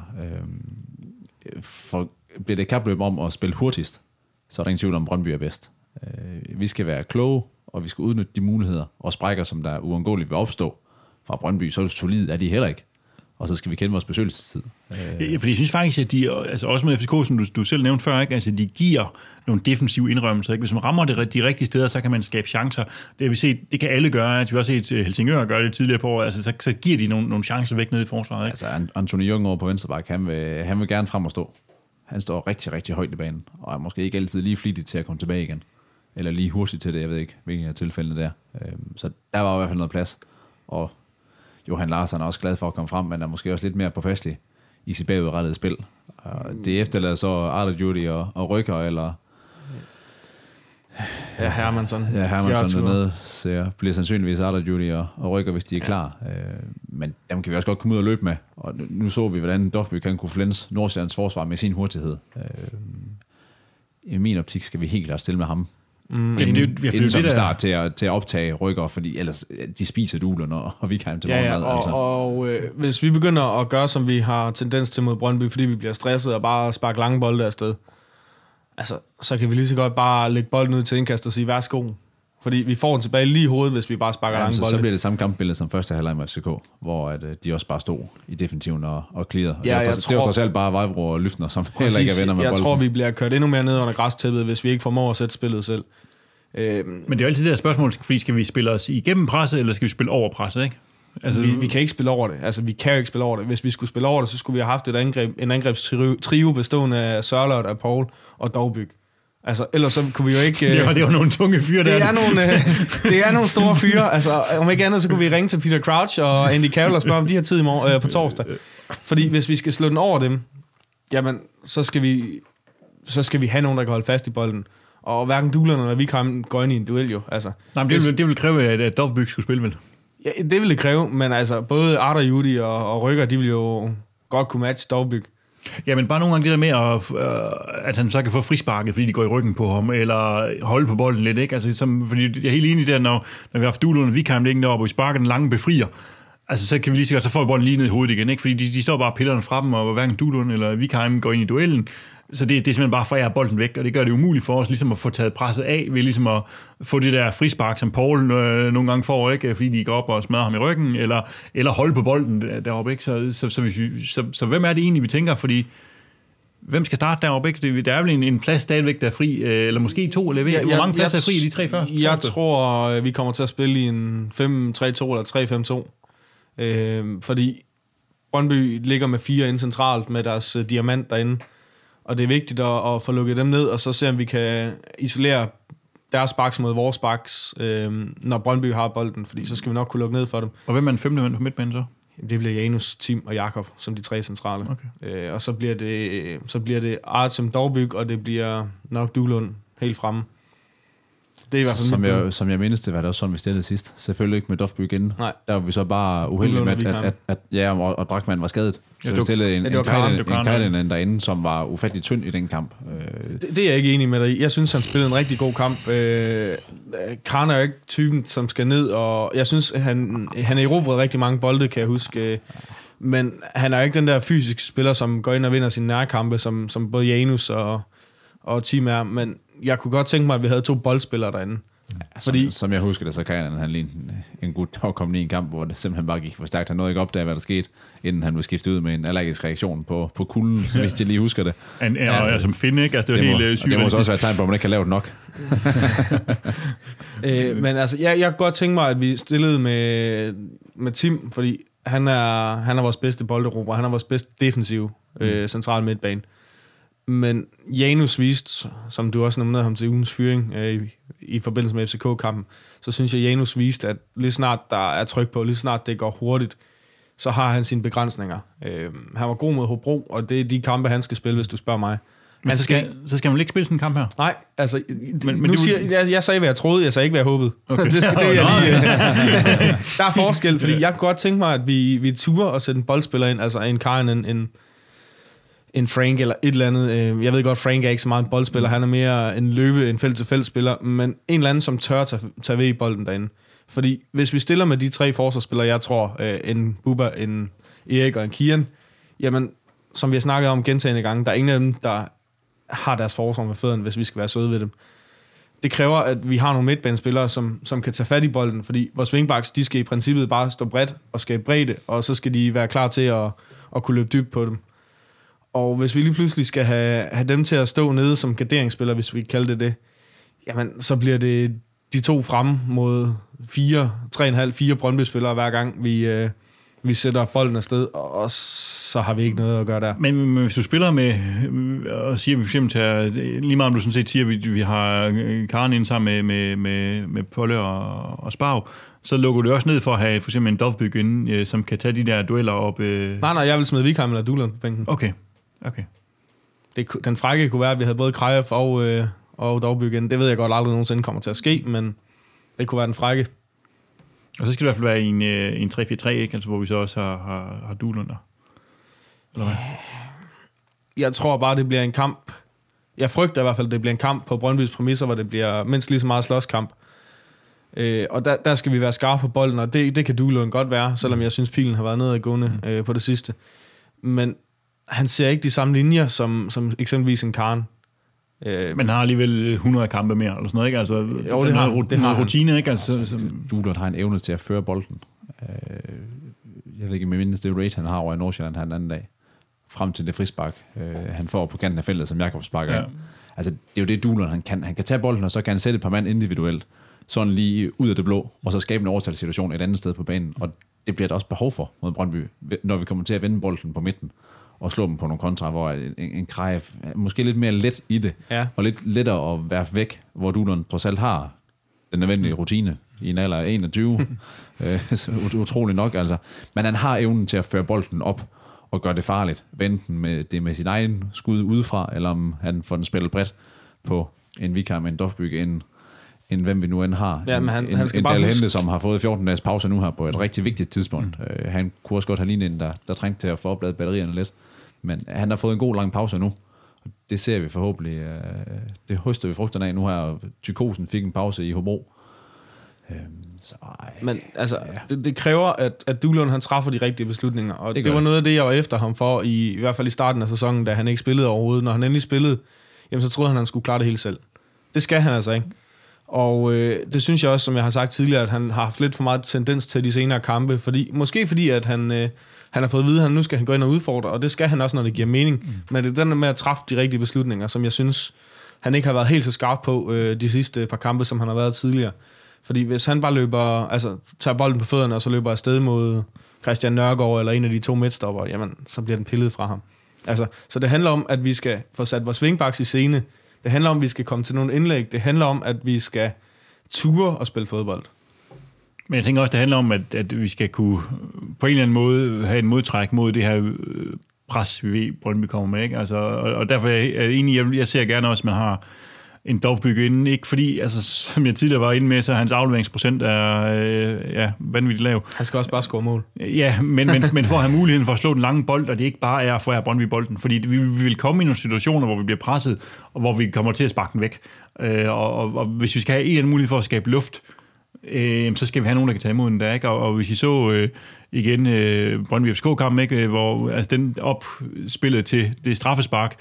[SPEAKER 3] For bliver det kapløb om at spille hurtigst, så er der ingen tvivl om, Brøndby er bedst. Vi skal være kloge, og vi skal udnytte de muligheder og sprækker, som der uundgåeligt vil opstå fra Brøndby, så er det solid, er de heller ikke. Og så skal vi kende vores besøgelsestid.
[SPEAKER 1] Ja, fordi jeg synes faktisk, at de, altså også med FCK, som du selv nævnte før, ikke? Altså, de giver nogle defensive indrømmelser. Ikke? Hvis man rammer de rigtige steder, så kan man skabe chancer. Det har vi set, det kan alle gøre. Vi har også set Helsingør gøre det tidligere på året. Altså, så giver de nogle chancer væk nede i forsvaret. Ikke?
[SPEAKER 3] Altså, Anthony Jung over på venstreback, han vil gerne frem og stå. Han står rigtig, rigtig højt i banen, og er måske ikke altid lige flittig til at komme tilbage igen. Eller lige hurtigt til det, jeg ved ikke, hvilke tilfælde der. Så der var i hvert fald noget plads. Og Johan Larsen er også glad for at komme frem, men er måske også lidt mere påpasselig i sit bagudrettede spil. Det efterlader så Arda Judy og Rykker, eller
[SPEAKER 2] Hermansson.
[SPEAKER 3] Ja, Hermansson dernede, så bliver sandsynligvis Arda Judy og Rykker, hvis de er klar. Men dem kan vi også godt komme ud og løbe med. Og nu så vi, hvordan Dovby kan kunne flænse Nordsjællands forsvar med sin hurtighed. I min optik skal vi helt klart stille med ham. Inden som start til at optage Rykker, fordi ellers de spiser dulen, og vi kan til morgenmad.
[SPEAKER 2] Og hvis vi begynder at gøre, som vi har tendens til mod Brøndby, fordi vi bliver stresset og bare sparke lange bolde afsted, altså, så kan vi lige så godt bare lægge bolden ud til indkast og sige, værsgo. Fordi vi får den tilbage lige i hovedet, hvis vi bare sparker lange bolde.
[SPEAKER 3] Så bliver det samme kampbillede som første halvleg med FCK, hvor at, de også bare stod i defensiven og clearede.
[SPEAKER 2] Ja,
[SPEAKER 3] det var trods alt bare Vejbro og Lyftner, som heller ikke er venner med bolden.
[SPEAKER 2] Jeg tror, vi bliver kørt endnu mere ned under græstæppet, hvis vi ikke formår at sætte spillet selv.
[SPEAKER 1] Men det er jo altid det der spørgsmål, fordi skal vi spille os igennem presset, eller skal vi spille over presset, ikke?
[SPEAKER 2] Altså, vi kan ikke spille over det. Altså, vi kan jo ikke spille over det. Hvis vi skulle spille over det, så skulle vi have haft en angrebstrio bestående af Sørloth, af Paul og Dovbyk. Altså, ellers så kunne vi jo ikke...
[SPEAKER 1] Det var nogle tunge fyre der.
[SPEAKER 2] Det er nogle store fyre. Altså, om ikke andet, så kunne vi ringe til Peter Crouch og Andy Carroll og spørge, om de har tid i morgen, på torsdag. Fordi hvis vi skal slå den over dem, jamen, så skal vi have nogen, der kan holde fast i bolden. Og hverken Dulan eller Vikheim går ind i en duel jo. Altså,
[SPEAKER 1] nej, men det vil kræve, at Dovbyk skulle spille, vel?
[SPEAKER 2] Ja, det ville det kræve, men altså, både Arter, Judy og Rykker, de vil jo godt kunne matche Dovbyk. Ja, men
[SPEAKER 1] bare nogle gange det der med, at han så kan få frisparket, fordi de går i ryggen på ham, eller holde på bolden lidt, ikke? Altså, fordi jeg er helt enig i det, når vi har haft Dulan og Vikheim liggende deroppe, og vi sparker den lange befrier, altså, så kan vi lige så godt, så får vi bolden lige ned i hovedet igen, ikke? Fordi de står bare pillerne fra dem, og hverken Dulan eller Vikheim går ind i duellen. Så det er simpelthen bare for at have bolden væk, og det gør det umuligt for os ligesom at få taget presset af, ved ligesom at få det der frispark, som Paul nogle gange får, ikke? Fordi de går op og smadrer ham i ryggen, eller holde på bolden deroppe, ikke? Så hvem er det egentlig, vi tænker? Fordi hvem skal starte deroppe, ikke? Der er vel en plads stadigvæk, der er fri, eller måske 2, eller hvor mange pladser er fri i de 3 første?
[SPEAKER 2] Jeg tror, vi kommer til at spille i en 5-3-2 eller 3-5-2, fordi Brøndby ligger med 4 ind centralt med deres diamant derinde. Og det er vigtigt at få lukket dem ned, og så se, om vi kan isolere deres backs mod vores backs, når Brøndby har bolden, fordi så skal vi nok kunne lukke ned for dem.
[SPEAKER 1] Og hvem er den 5. mand på midtbanen så?
[SPEAKER 2] Det bliver Janus, Tim og Jakob som de 3 centrale. Okay. Og så bliver det Artem Dovbyk, og det bliver nok Duelund helt fremme. Det er i hvert fald
[SPEAKER 3] som jeg mindes, det var det også sådan, vi stillede sidst. Selvfølgelig ikke med Dovbyk inden.
[SPEAKER 2] Nej.
[SPEAKER 3] Der var vi så bare uheldige med, at Drachmann var skadet. Så vi stillede en Kajlinen derinde, som var ufattelig tynd i den kamp.
[SPEAKER 2] Det er jeg ikke enig med dig i. Jeg synes, han spillede en rigtig god kamp. Karn er jo ikke typen, som skal ned, og jeg synes, han erobret rigtig mange bolde, kan jeg huske. Men han er ikke den der fysiske spiller, som går ind og vinder sine nærkampe, som både Janus og Tim er. Men jeg kunne godt tænke mig, at vi havde 2 boldspillere derinde.
[SPEAKER 3] Ja, fordi, som jeg husker det, så kan han lige en gut, der kom i en kamp, hvor det simpelthen bare gik for stærkt. Han nåede ikke opdage, hvad der skete, inden han blev skiftet ud med en allergisk reaktion på kulden, så hvis jeg lige husker det.
[SPEAKER 1] Som Finn, ikke? Altså, det var helt sygt.
[SPEAKER 3] Det må også være et tegn på, at man ikke kan lave det nok.
[SPEAKER 2] Men altså, jeg kunne godt tænke mig, at vi stillede med Tim, fordi han er vores bedste bolderober, han er vores bedste defensive central midtbane. Men Janus viste, som du også nominerede ham til ugens fyring i forbindelse med FCK-kampen, så synes jeg, Janus viste, at lige snart der er tryk på, lige snart det går hurtigt, så har han sine begrænsninger. Han var god mod Hobro, og det er de kampe, han skal spille, hvis du spørger mig.
[SPEAKER 1] Men så skal man ikke spille sådan en kamp her?
[SPEAKER 2] Nej, altså, jeg sagde, hvad jeg troede, jeg sagde ikke, hvad jeg håbede. Okay. Det der er forskel, fordi jeg kunne godt tænke mig, at vi turer og sætte en boldspiller ind, altså en Karin, en Frank eller et eller andet. Jeg ved godt, Frank er ikke så meget en boldspiller. Han er mere en en felt-til-felt-spiller, men en eller anden, som tør tage ved i bolden derinde. Fordi hvis vi stiller med de 3 forsvarsspillere, jeg tror, en Bubba, en Erik og en Kian, jamen, som vi har snakket om gentagne gange, der er ingen af dem, der har deres forsvar med fødderne, hvis vi skal være søde ved dem. Det kræver, at vi har nogle midtbanespillere, som kan tage fat i bolden, fordi vores wingbacks, de skal i princippet bare stå bredt og skabe bredde, og så skal de være klar til at kunne løbe dybt på dem. Og hvis vi lige pludselig skal have dem til at stå nede som garderingsspillere, hvis vi kalder det, jamen, så bliver det de 2 fremme mod 3,5-4 Brøndby-spillere hver gang vi sætter bolden afsted, og så har vi ikke noget at gøre der.
[SPEAKER 1] Men hvis du spiller med, og siger, vi for eksempel tager, lige meget om du sådan set siger, at vi har Karen ind sammen med Polle og Sparv, så lukker du også ned for at have for eksempel en Dovbyk inde, som kan tage de der dueller op.
[SPEAKER 2] Nej, jeg vil smide Vikheim eller Dulan på bænken.
[SPEAKER 1] Okay.
[SPEAKER 2] Den frække kunne være, at vi havde både Krejev og Dovbyk inde. Det ved jeg godt aldrig nogensinde kommer til at ske, men det kunne være den frække.
[SPEAKER 1] Og så skal det i hvert fald være en 3-4-3, ikke? Altså, hvor vi så også har Dulan der. Eller hvad?
[SPEAKER 2] Jeg tror bare, det bliver en kamp. Jeg frygter i hvert fald, at det bliver en kamp på Brøndbys præmisser, hvor det bliver mindst lige så meget slåskamp. Og der skal vi være skarpe på bolden, og det kan Dulan godt være, selvom jeg synes, pilen har været nedadgående på det sidste. Men han ser ikke de samme linjer som eksempelvis en Karen.
[SPEAKER 1] Men han har alligevel 100 kampe mere, eller sådan noget, ikke? Altså,
[SPEAKER 2] jo, det har
[SPEAKER 1] rutine, ikke? Altså,
[SPEAKER 3] Dulan har en evne til at føre bolden. Jeg ved ikke, med mindst det rate, han har over i Nordsjælland her den anden dag. Frem til det frispark, han får på kanten af feltet, som Jakob sparker ind. Altså, det er jo det, Dulan han kan. Han kan tage bolden, og så kan han sætte et par mand individuelt, sådan lige ud af det blå, og så skabe en overtalssituation et andet sted på banen. Og det bliver der også behov for mod Brøndby, når vi kommer til at vende bolden på midten. og slå dem på nogle kontra, hvor en Krejf er måske lidt mere let i det, og lidt lettere at være væk, hvor Duhlund trods alt har den nødvendige rutine i en alder af 21. Utrolig nok, altså. Men han har evnen til at føre bolden op og gøre det farligt. Enten med sin egen skud udefra, eller om han får den spillet bredt på en vikar med en Dofbygge, end hvem vi nu end har.
[SPEAKER 2] Ja, men han skal
[SPEAKER 3] en
[SPEAKER 2] bare
[SPEAKER 3] Dalhente, som har fået 14 dages pause nu her på et rigtig vigtigt tidspunkt. Han kunne også godt have lignet en, der trængte til at få opladet batterierne lidt. Men han har fået en god lang pause nu. Og det ser vi forhåbentlig. Det høster vi frugterne af nu her. Tykosen fik en pause i Hobro.
[SPEAKER 2] Men altså, det kræver, at Duhlund han træffer de rigtige beslutninger. Og det var noget af det, jeg var efter ham for, i hvert fald i starten af sæsonen, da han ikke spillede overhovedet. Når han endelig spillede, jamen, så troede han skulle klare det hele selv. Det skal han altså ikke. Og det synes jeg også, som jeg har sagt tidligere, at han har haft lidt for meget tendens til de senere kampe. Måske fordi, at han har fået at vide, at nu skal han gå ind og udfordre, og det skal han også, når det giver mening. Men det er den med at træffe de rigtige beslutninger, som jeg synes, han ikke har været helt så skarp på de sidste par kampe, som han har været tidligere. Fordi hvis han bare tager bolden på fødderne, og så løber afsted mod Christian Nørgaard, eller en af de 2 midtstopper, jamen, så bliver den pillet fra ham. Altså, så det handler om, at vi skal få sat vores wingbacks i scene. Det handler om, at vi skal komme til nogle indlæg. Det handler om, at vi skal ture og spille fodbold.
[SPEAKER 1] Men jeg tænker også, det handler om, at vi skal kunne på en eller anden måde have en modtræk mod det her pres, vi ved, Brøndby kommer med. Ikke? Altså, og derfor er jeg enig, jeg ser gerne også, at man har en Dovbygge inden. Ikke fordi, altså, som jeg tidligere var inde med, så hans afleveringsprocent er vanvittigt lav.
[SPEAKER 2] Han skal også bare score mål.
[SPEAKER 1] Ja, men for at have muligheden for at slå den lange bold, og det ikke bare er for at Brøndby bolden. Fordi vi vil komme i nogle situationer, hvor vi bliver presset, og hvor vi kommer til at sparke den væk. Og hvis vi skal have en eller anden mulighed for at skabe luft, så skal vi have nogen, der kan tage imod den der, ikke? Og hvis I så igen Brøndby FCK-kampen, ikke? Hvor altså, den opspillet til det straffespark,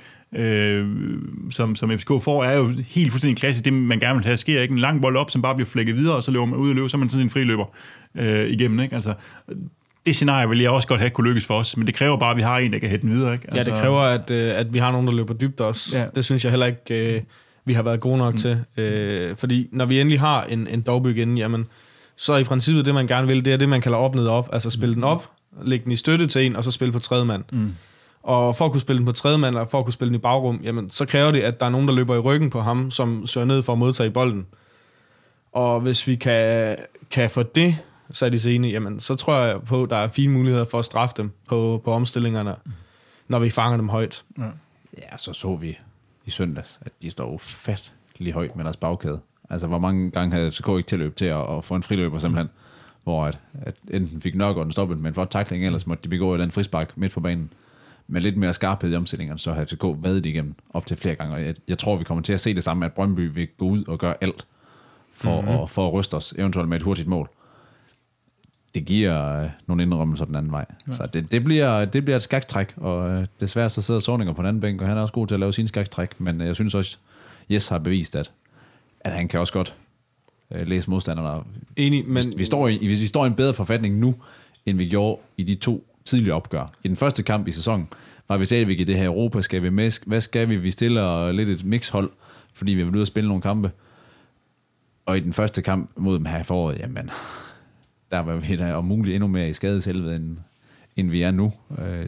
[SPEAKER 1] som FCK får, er jo helt fuldstændig klassisk. Det, man gerne vil have, sker ikke en lang bold op, som bare bliver flækket videre, og så løber man ud og løber, så er man sådan en friløber igennem. Ikke? Altså, det scenarie vil jeg også godt have kunne lykkes for os, men det kræver bare, at vi har en, der kan hætte den videre. Ikke? Altså,
[SPEAKER 2] ja, det kræver, at vi har nogen, der løber dybt også. Ja. Det synes jeg heller ikke, vi har været gode nok til. Fordi når vi endelig har en Dovbygge inden, jamen, så i princippet det, man gerne vil, det er det, man kalder op ned op. Altså spille den op, lægge den i støtte til en, og så spille på tredje mand. Og for at kunne spille den på tredje mand, og for at kunne spille den i bagrum, jamen, så kræver det, at der er nogen, der løber i ryggen på ham, som søger ned for at modtage bolden. Og hvis vi kan få det sat i scene, jamen, så tror jeg på, at der er fine muligheder for at straffe dem på omstillingerne, når vi fanger dem højt.
[SPEAKER 3] Ja, så vi i søndags, at de står ufattelig højt med deres bagkæde. Altså, hvor mange gange havde FCK ikke tilløb til at få en friløber simpelthen, hvor at enten fik nok, og den stoppede med en flot tackling, ellers måtte de begå et frispark midt på banen. Med lidt mere skarphed i omstillingerne, så har FCK været igennem op til flere gange. Og jeg tror, vi kommer til at se det samme, at Brøndby vil gå ud og gøre alt for at ryste os, eventuelt med et hurtigt mål. Det giver nogle indrømmelser den anden vej. Ja. Så det bliver et skaktræk, og desværre så sidder Sorninger på den anden bænk, og han er også god til at lave sine skaktræk, men jeg synes også, Jes har bevist, at han kan også godt læse modstanderne.
[SPEAKER 2] Enig, men
[SPEAKER 3] vi står i en bedre forfatning nu, end vi gjorde i de 2 tidligere opgør. I den første kamp i sæsonen var vi stadigvæk i det her Europa. Skal vi med? Hvad skal vi? Vi stiller lidt et mixhold, fordi vi vil ud og spille nogle kampe. Og i den første kamp mod dem her i foråret, jamen, der var vi da om muligt endnu mere i skadeshelvede, end vi er nu.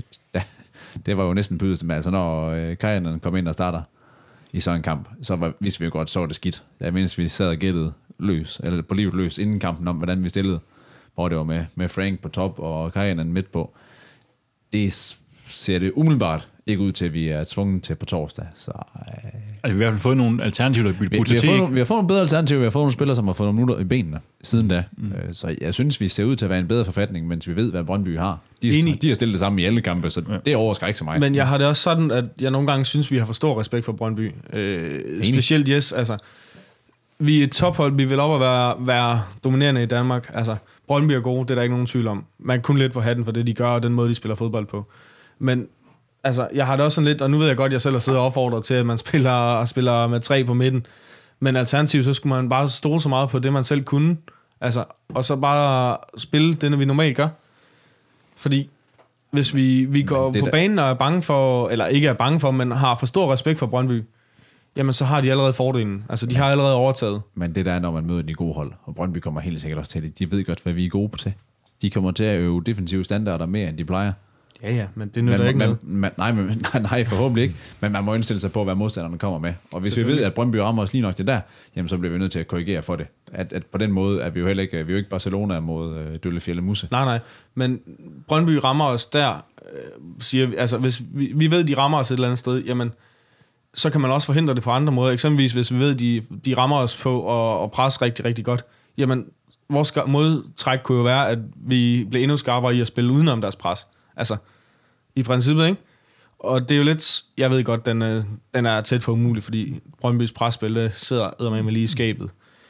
[SPEAKER 3] Det var jo næsten pydet, altså når Kajanen kom ind og starter i sådan en kamp, så vidste vi jo godt, så var det skidt. Jeg mindes, vi sad og gættede løs, eller på livet løs, inden kampen om, hvordan vi stillede, hvor det var med Frank på top og Kajanen midt på. Det ser det umiddelbart ikke ud til, at vi er tvunget til på torsdag. Så,
[SPEAKER 1] altså, vi har fået nogle alternativer, der bytte til.
[SPEAKER 3] Vi har fået nogle bedre alternativer. Vi har fået nogle spillere, som har fået nogle minutter i benene siden da. Så jeg synes, vi ser ud til at være en bedre forfatning, mens vi ved, hvad Brøndby har. De har stillet det samme i alle kampe, så det overrasker ikke så meget.
[SPEAKER 2] Men jeg har det også sådan, at jeg nogle gange synes, vi har for stor respekt for Brøndby. Specielt Jes. Altså, vi er et tophold. Vi vil op og være dominerende i Danmark. Altså, Brøndby er gode, det er der ikke nogen tvivl om. Man kan kun lidt på hatten for det, de gør, og den måde, de spiller fodbold på. Men altså, jeg har det også sådan lidt, og nu ved jeg godt, at jeg selv har siddet og opfordret til, at man spiller med 3 på midten. Men alternativt, så skulle man bare stole så meget på det, man selv kunne. Altså, og så bare spille det, vi normalt gør. Fordi hvis vi går på banen og er bange for, eller ikke er bange for, men har for stor respekt for Brøndby, jamen så har de allerede fordelen. Altså, de har allerede overtaget.
[SPEAKER 3] Men det der er, når man møder de gode hold, og Brøndby kommer helt sikkert også til det. De ved godt, hvad vi er gode til. De kommer til at øve defensive standarder mere, end de plejer.
[SPEAKER 2] Ja, men det nytter ikke noget.
[SPEAKER 3] Nej, forhåbentlig ikke. Men man må indstille sig på, hvad modstanderne kommer med. Og hvis vi ved, at Brøndby rammer os lige nok det der, jamen så bliver vi nødt til at korrigere for det. At på den måde er vi jo heller ikke, vi er jo ikke Barcelona mod Døllefjelde Musse.
[SPEAKER 2] Nej, men Brøndby rammer os der, siger vi, altså hvis vi ved, de rammer os et eller andet sted, jamen så kan man også forhindre det på andre måder. Eksempelvis hvis vi ved, de rammer os på at presse rigtig, rigtig godt, jamen vores modtræk kunne jo være, at vi blev endnu skarpere i at spille udenom deres pres. Altså, i princippet, ikke? Og det er jo lidt, jeg ved godt, den er tæt på umulig, fordi Brøndbys presspil sidder med lige i skabet.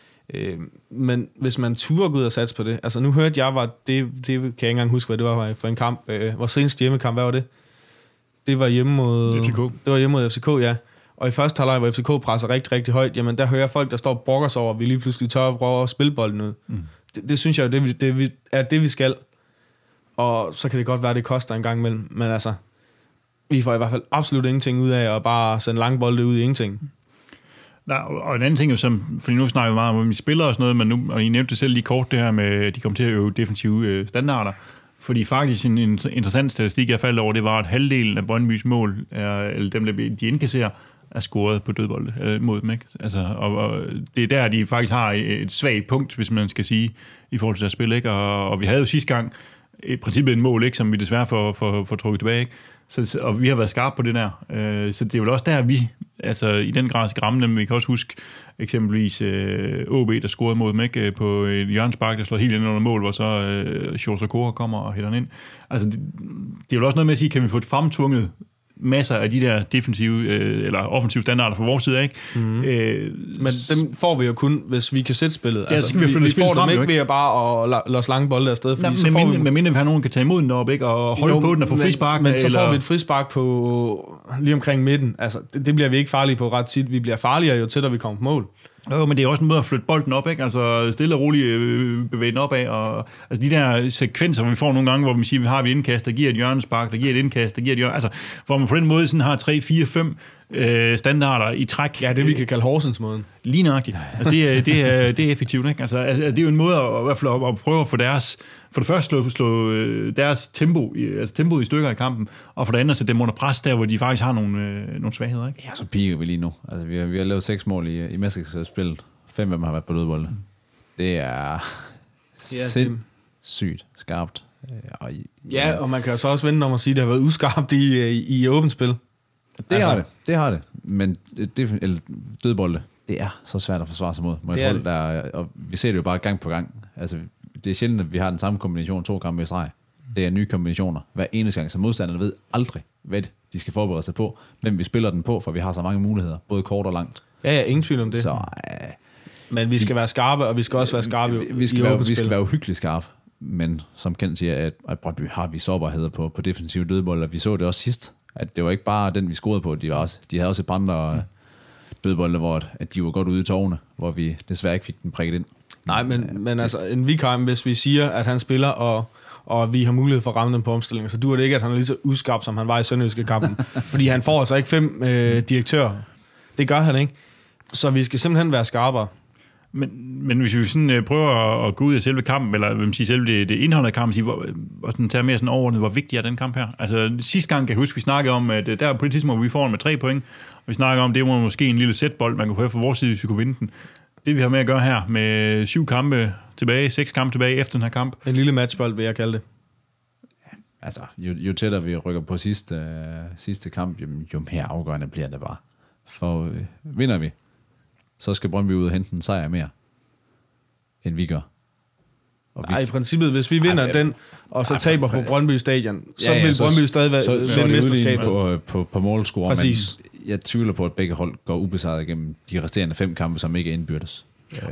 [SPEAKER 2] Men hvis man turde gå ud og satse på det, altså nu hørte jeg, det kan jeg ikke engang huske, hvad det var for en kamp. Vores seneste hjemmekamp, hvad var det? Det var hjemme mod
[SPEAKER 1] FCK.
[SPEAKER 2] Det var hjemme mod FCK, ja. Og i første halvleg, hvor FCK presser rigtig, rigtig højt, jamen der hører jeg folk, der står og brokker sig over, at vi lige pludselig tør at prøve at spille bolden ud. Det synes jeg jo, det vi skal. Og så kan det godt være, at det koster en gang imellem. Men altså, vi får i hvert fald absolut ingenting ud af at bare sende lange bolde ud i ingenting.
[SPEAKER 1] Nej, og en anden ting jo, fordi nu snakker vi meget om, at vi spiller og sådan noget, men nu, og I nævnte det selv lige kort, det her med, at de kommer til at øve defensive standarder. Fordi faktisk en interessant statistik, jeg faldt over, det var, at halvdelen af Brøndbys mål, eller dem, de indkasserer, er scoret på dødbolde mod dem, ikke? Altså, og det er der, de faktisk har et svagt punkt, hvis man skal sige, i forhold til deres spil, ikke? Og vi havde jo sidste gang i princippet en mål, ikke, som vi desværre får trukket tilbage, ikke? Og vi har været skarpe på det der. Så det er jo også der, vi altså, i den grad skal ramme dem. Vi kan også huske eksempelvis OB, der scorede mod dem, ikke? På et hjørnespark, der slår helt ind under mål, hvor så Sjovsakora kommer og hælder den ind. Altså, det er jo også noget med at sige, kan vi få et fremtvunget masser af de der defensive eller offensive standarder fra vores side, ikke?
[SPEAKER 2] Men dem får vi jo kun, hvis vi kan sætte spillet.
[SPEAKER 1] Ja,
[SPEAKER 2] altså,
[SPEAKER 1] vi
[SPEAKER 2] får dem ikke ved at bare at lade slange bolde afsted.
[SPEAKER 1] Med mindre vi har nogen, der kan tage imod den op, ikke? Og holde på den og få frispark.
[SPEAKER 2] Men så får vi et frispark på lige omkring midten. Altså, det bliver vi ikke farlige på ret tit. Vi bliver farligere jo tættere vi kommer på mål.
[SPEAKER 1] Jo, men det er også en måde at flytte bolden op, ikke? Altså stille og roligt bevæge den opad. Og, altså de der sekvenser, hvor vi får nogle gange, hvor vi siger, vi har et indkast, der giver et hjørnespark, der giver et indkast, der giver et hjørnespark. Altså, hvor man på den måde sådan har 3, 4, 5 standarder i træk.
[SPEAKER 2] Ja, det vi kan kalde Horsens-måden.
[SPEAKER 1] Lige nøjagtigt. Altså, det er effektivt, ikke? Altså, det er jo en måde at, i hvert fald at prøve at få deres, for det første slå deres tempo i stykker i kampen, og for det andet sætte dem under pres der, hvor de faktisk har nogle svagheder, ikke?
[SPEAKER 3] Ja, så piker vi lige nu. Altså, vi har lavet 6 mål i mesterskabsspillet. 5 af dem har været på dødbolde. Det er sindssygt skarpt.
[SPEAKER 2] Og man kan jo så også vende om at sige, at det har været uskarpt i åbent spil.
[SPEAKER 3] Det har det. Men dødbolde, det er så svært at forsvare sig mod. Og vi ser det jo bare gang på gang. Altså, det er sjældent, at vi har den samme kombination 2 kampe i streg. Det er nye kombinationer. Hver eneste gang, så modstanderne ved aldrig, hvad de skal forberede sig på, hvem vi spiller den på, for vi har så mange muligheder, både kort og langt.
[SPEAKER 2] Ja, ingen tvivl om det.
[SPEAKER 3] Så,
[SPEAKER 2] men vi skal være skarpe, og vi skal også være skarpe
[SPEAKER 3] vi skal være uhyggeligt skarpe. Men som Kent siger, at Brøndby har vi sårbarheder på defensive dødbolde. Vi så det også sidst, at det var ikke bare den, vi scorede på. De havde også et par andre dødbolde, hvor at de var godt ude i tårne, hvor vi desværre ikke fik den prikket ind.
[SPEAKER 2] Nej, men altså en vikar, hvis vi siger, at han spiller, og vi har mulighed for at ramme dem på omstillinger, så duer det ikke, at han er lige så uskarp, som han var i Sønderjyske kampen. Fordi han får altså ikke 5 direktører. Det gør han ikke. Så vi skal simpelthen være skarpere.
[SPEAKER 1] Men hvis vi sådan prøver at gå ud af selve kampen, eller vil man sige selve det indhold af kampen, og sådan tage mere sådan overordnet, hvor vigtig er den kamp her? Altså sidste gang kan jeg huske, vi snakkede om, at der på det tidspunkt, vi får med 3 point, og vi snakker om, det var måske en lille sætbold, man kunne få fra vores side, hvis vi kunne vinde den. Det vi har med at gøre her, med 7 kampe tilbage, 6 kampe tilbage efter den her kamp.
[SPEAKER 2] En lille matchbold, vil jeg kalde det.
[SPEAKER 3] Altså, jo tættere vi rykker på sidste kamp, jo mere afgørende bliver det bare. For vinder vi, så skal Brøndby ud og hente en sejr mere, end vi gør.
[SPEAKER 2] Nej, i princippet, hvis vi vinder den, og så taber på Brøndby Stadion, så vil Brøndby stadig vinde mesterskabet.
[SPEAKER 3] På målscore.
[SPEAKER 2] Præcis.
[SPEAKER 3] Men jeg tvivler på, at begge hold går ubesejret igennem de resterende 5 kampe, som ikke er indbyrdes.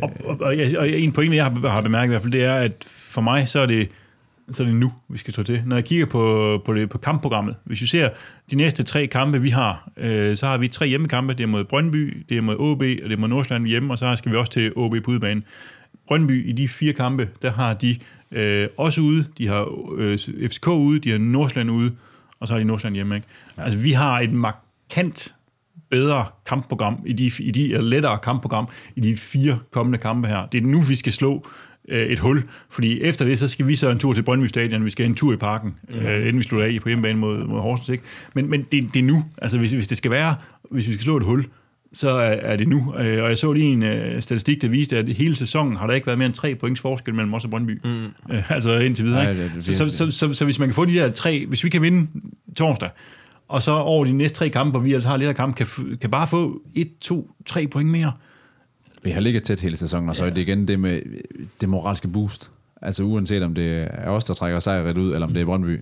[SPEAKER 1] Og en pointe, jeg har bemærket i hvert fald, det er, at for mig, så er det nu, vi skal stå til. Når jeg kigger på kampprogrammet, hvis vi ser de næste 3 kampe, vi har, så har vi 3 hjemmekampe. Det er mod Brøndby, det er mod OB, og det er mod Nordsjælland hjemme, og så skal vi også til OB på udebane. Brøndby i de 4 kampe, der har de også ude, de har FCK ude, de har Nordsjælland ude, og så har de Nordsjælland hjemme, ikke? Ja. Altså, vi har et markant bedre kampprogram, lettere kampprogram i de 4 kommende kampe her. Det er nu, vi skal slå et hul, fordi efter det, så skal vi så en tur til Brøndby Stadion, vi skal en tur i parken, inden vi slutter af på hjemmebane mod Horsens, ikke? Men det er nu, altså hvis det skal være, hvis vi skal slå et hul, så er det nu. Og jeg så lige en statistik, der viste, at hele sæsonen har der ikke været mere end 3 points forskel mellem os og Brøndby. Altså indtil videre. Ikke? Så hvis man kan få de der 3, hvis vi kan vinde torsdag, og så over de næste 3 kampe, hvor vi altså har lidt af kamp, kan bare få 1, 2, 3 point mere.
[SPEAKER 3] Vi har ligget tæt hele sæsonen, og så er det igen det med det moralske boost. Altså uanset om det er os, der trækker sejret ud, eller om det er Brøndby,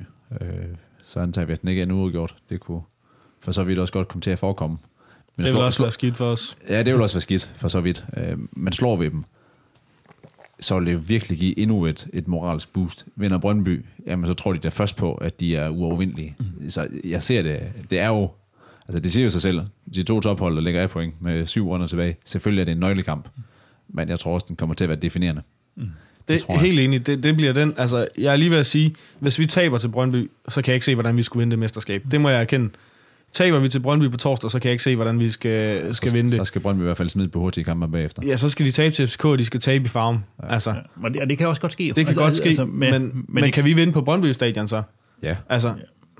[SPEAKER 3] så antager vi, at den ikke er nu udgjort. Det kunne for så vidt også godt komme til at forekomme. Men
[SPEAKER 2] det vil også være skidt for os.
[SPEAKER 3] Ja, det vil også være skidt for så vidt. Men slår vi dem, så vil det virkelig give endnu et moralsk boost. Vinder Brøndby, jamen så tror de der først på, at de er uovervindelige. Så jeg ser det. Det er jo, altså det siger jo sig selv. De 2 tophold, der ligger af point med 7 runder tilbage. Selvfølgelig er det en nøglekamp. Men jeg tror også, den kommer til at være definerende.
[SPEAKER 2] Det er helt enig. Det bliver den. Altså, jeg er lige ved at sige, hvis vi taber til Brøndby, så kan jeg ikke se, hvordan vi skulle vinde det mesterskab. Det må jeg erkende. Taber vi til Brøndby på torsdag, så kan jeg ikke se, hvordan vi skal vinde det.
[SPEAKER 3] Så skal Brøndby i hvert fald smide på hurtige kampe bagefter.
[SPEAKER 2] Ja, så skal de tabe til FCK, og de skal tabe i Farum.
[SPEAKER 1] Ja. Altså. Ja, det kan også godt ske.
[SPEAKER 2] Det kan godt ske, altså, men kan vi vinde på Brøndby Stadion så?
[SPEAKER 3] Ja.
[SPEAKER 2] Altså.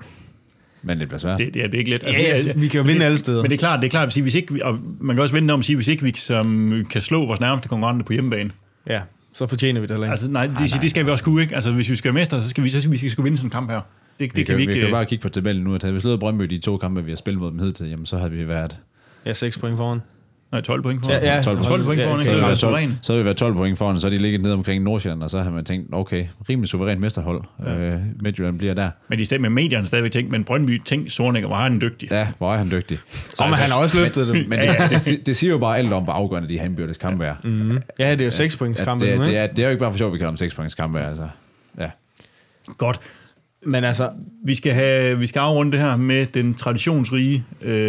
[SPEAKER 3] Men det bliver svært.
[SPEAKER 1] Det er ikke let.
[SPEAKER 2] Altså, vi kan jo vinde alle steder.
[SPEAKER 1] Men det er klart, hvis ikke, og man kan også vende om at sige, hvis ikke vi kan slå vores nærmeste konkurrenter på hjemmebane.
[SPEAKER 2] Ja, så fortjener vi det heller ikke.
[SPEAKER 1] Altså, det skal vi også kunne, ikke? Altså, hvis vi skal være mestre, så skal vi skulle vinde sådan en kamp her. Det kan vi ikke.
[SPEAKER 3] Vi kan bare kigge på tabellen nu, at havde vi slået Brøndby de 2 kampe, vi har spillet mod dem hidtil, jamen så havde vi været...
[SPEAKER 2] Ja, 6 point foran.
[SPEAKER 1] Nej, 12 point foran.
[SPEAKER 2] Ja,
[SPEAKER 1] 12 point foran.
[SPEAKER 3] Så havde vi været 12 point foran, og så er de ligget ned omkring Nordsjælland, og så har man tænkt, okay, rimelig suverænt mesterhold. Midtjylland bliver der.
[SPEAKER 1] Men de med medierne stadigvæk tænkt, men Brøndby tænkt, Sorniger, hvor er han dygtig.
[SPEAKER 3] Ja, hvor er han dygtig.
[SPEAKER 2] Så altså, han har også løftet det.
[SPEAKER 3] Men det siger jo bare alt om, hvor afgørende de her indbyrdes kampe er.
[SPEAKER 2] Ja, det er jo 6 points kampe.
[SPEAKER 3] Det er jo ikke bare for sjovt, vi kalder dem 6 points kampe, altså. Ja.
[SPEAKER 1] Godt.
[SPEAKER 2] Men altså,
[SPEAKER 1] vi skal afrunde det her med den traditionsrige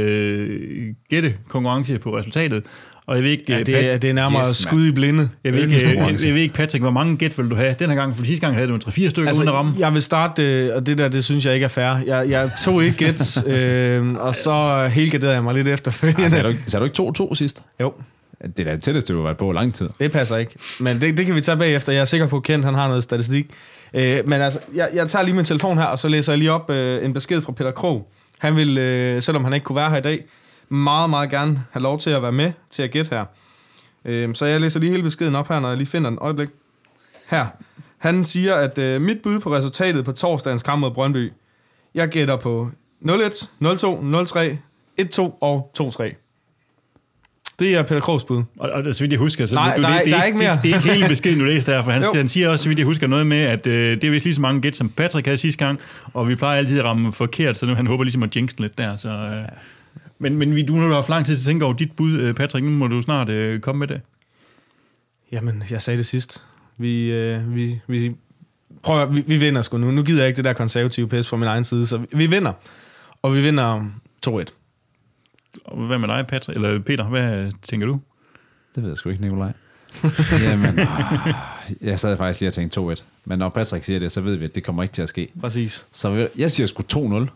[SPEAKER 1] gættekonkurrence på resultatet. Og jeg ved ikke,
[SPEAKER 2] det er nærmere skud i blinde.
[SPEAKER 1] Jeg ved ikke, Patrick, hvor mange gæt vil du have den her gang? For sidste gang havde du 3-4 stykker altså, uden at ramme.
[SPEAKER 2] Jeg vil starte, og det synes jeg ikke er fair. Jeg tog ikke gæt, og så helgarderede jeg mig lidt efterfølgende.
[SPEAKER 3] Så du ikke 2-2 sidst?
[SPEAKER 2] Jo.
[SPEAKER 3] Det er da det tætteste, du har været på lang tid.
[SPEAKER 2] Det passer ikke. Men det kan vi tage bagefter. Jeg er sikker på, at Kent han har noget statistik. Men altså, jeg tager lige min telefon her, og så læser jeg lige op en besked fra Peter Krog. Han vil, selvom han ikke kunne være her i dag, meget, meget gerne have lov til at være med til at gætte her. Så jeg læser lige hele beskeden op her, når jeg lige finder den øjeblik. Her. Han siger, at mit bud på resultatet på torsdagens kamp mod Brøndby, jeg gætter på 0-1, 0-2, 0-3, 1-2 og 2-3. Det er Peter Krogs bud.
[SPEAKER 1] Og så vidt jeg husker... Så
[SPEAKER 2] nej, der er ikke mere.
[SPEAKER 1] Det er ikke hele beskeden, du læste der, for han siger også, så vidt jeg husker, noget med, at det er vist lige så mange gæt, som Patrick havde sidste gang, og vi plejer altid at ramme forkert, så nu han håber ligesom at jinx lidt der. Så, men du har haft lang tid til at tænke over dit bud, Patrick. Nu må du snart komme med det.
[SPEAKER 2] Jamen, jeg sagde det sidst. Vi vinder sgu nu. Nu gider jeg ikke det der konservative pis fra min egen side, så vi vinder. Og vi vinder 2-1.
[SPEAKER 1] Og hvad med dig, Patrick? Eller Peter, hvad tænker du?
[SPEAKER 3] Det ved jeg sgu ikke, Nikolaj. Jamen, jeg sad faktisk lige og tænkte 2-1. Men når Patrick siger det, så ved vi, at det kommer ikke til at ske.
[SPEAKER 2] Præcis.
[SPEAKER 3] Så jeg siger sgu 2-0.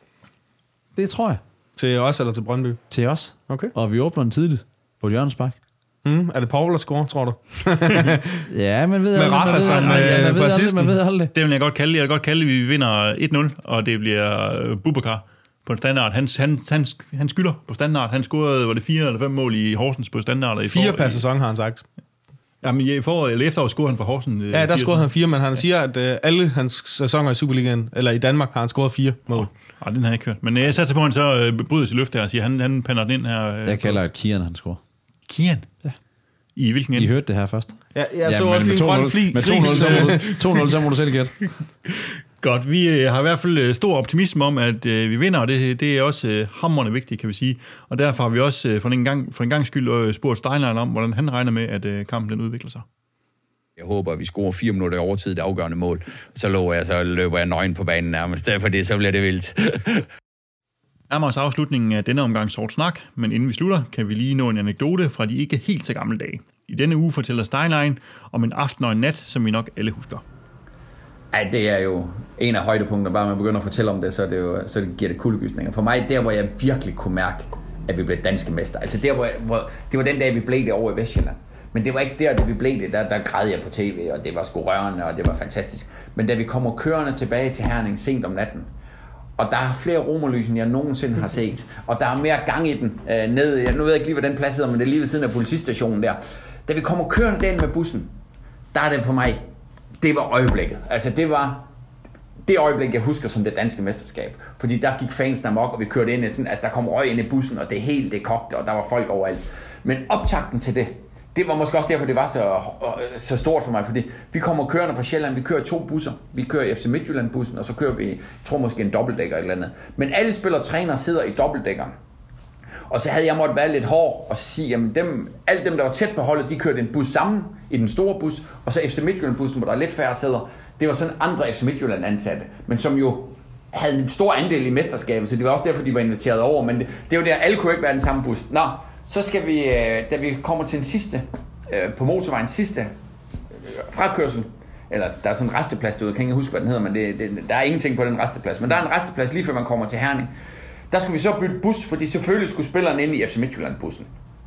[SPEAKER 3] Det tror jeg.
[SPEAKER 2] Til os eller til Brøndby?
[SPEAKER 3] Til os.
[SPEAKER 2] Okay.
[SPEAKER 3] Og vi åbner den tidligt på Jørgensbak.
[SPEAKER 2] Er det Paul, der scorer, tror du?
[SPEAKER 3] Ja, man ved
[SPEAKER 2] aldrig. Med Rafa som bassisten.
[SPEAKER 3] Man ved aldrig.
[SPEAKER 1] Det vil jeg godt kalde det. Jeg vil godt kalde det, vi vinder 1-0, og det bliver Bubakar på en standard. Han skylder på standard. Han scorede, var det 4 eller 5 mål i Horsens på standard.
[SPEAKER 2] 4 per sæson, har han sagt.
[SPEAKER 1] Jamen, i efteråret scorede han for Horsens.
[SPEAKER 2] Ja, der scorede han 4, men han siger, at alle hans sæsoner i Superligaen, eller i Danmark, har han scoret 4 mål.
[SPEAKER 1] Nej, den har jeg ikke hørt. Men jeg satte på, at han så bryder sig løft der og siger, han pander den ind her.
[SPEAKER 3] Jeg kalder det Kian, han scorer.
[SPEAKER 1] Kian?
[SPEAKER 3] Ja.
[SPEAKER 1] I hvilken ende?
[SPEAKER 3] I hørte det her først.
[SPEAKER 2] Ja, jeg så også lige en grøn fli.
[SPEAKER 3] Med 2-0, så må du selv gætte.
[SPEAKER 1] Godt, vi har i hvert fald stor optimisme om, at vi vinder, og det er også hamrende vigtigt, kan vi sige. Og derfor har vi også for en gang skyld spurgt Steinlein om, hvordan han regner med, at kampen den udvikler sig.
[SPEAKER 9] Jeg håber, at vi scorer 4 minutter i overtid, det afgørende mål. Så løber jeg nøgen på banen nærmest, fordi så bliver det vildt.
[SPEAKER 1] Nærmere os afslutningen af denne omgang Sort Snak, men inden vi slutter, kan vi lige nå en anekdote fra de ikke helt så gamle dage. I denne uge fortæller Steinlein om en aften og en nat, som vi nok alle husker.
[SPEAKER 10] Ej, det er jo en af højdepunkterne, bare man begynder at fortælle om det, så det giver det kuldegysninger. For mig, der hvor jeg virkelig kunne mærke, at vi blev danske mester. Altså der, hvor det var den dag, vi blev det over i Vestjylland. Men det var ikke der, det vi blev det. Der græd jeg på tv, og det var sgu rørende, og det var fantastisk. Men da vi kommer kørende tilbage til Herning sent om natten, og der er flere romerlys, end jeg nogensinde har set, og der er mere gang i den ned. Nu ved jeg ikke lige, hvad den plads hedder, men det er lige ved siden af politistationen der. Da vi kommer kørende derind med bussen, der er det for mig, det var øjeblikket. Altså det var det øjeblik, jeg husker som det danske mesterskab. Fordi der gik fansene amok, og vi kørte ind i sådan, at der kom røg ind i bussen, og det kogte, og der var folk overalt. Men optakten til det var måske også derfor, det var så stort for mig, fordi vi kommer kørende fra Sjælland, vi kører 2 busser. Vi kører FC Midtjylland-bussen, og så kører vi, jeg tror måske en dobbeltdækker eller andet. Men alle spillere og træner sidder i dobbeltdækkeren. Og så havde jeg måttet være lidt hård og sige, jamen alle dem, der var tæt på holdet, de kørte en bus sammen i den store bus, og så FC Midtjylland-bussen, hvor der er lidt færre sæder, det var sådan andre FC Midtjylland-ansatte, men som jo havde en stor andel i mesterskabet, så det var også derfor, de var inviteret over, men det er jo der, alle kunne ikke være den samme bus. Nå, så skal vi, da vi kommer til en sidste, på motorvejen, sidste frakørsel, eller der er sådan en resteplads derude, jeg kan ikke huske, hvad den hedder, men der er ingenting på den resteplads, men der er en resteplads lige før man kommer til Herning. Der skulle vi så bytte bus, fordi selvfølgelig skulle spillerne ind i FC Midtjylland-bussen.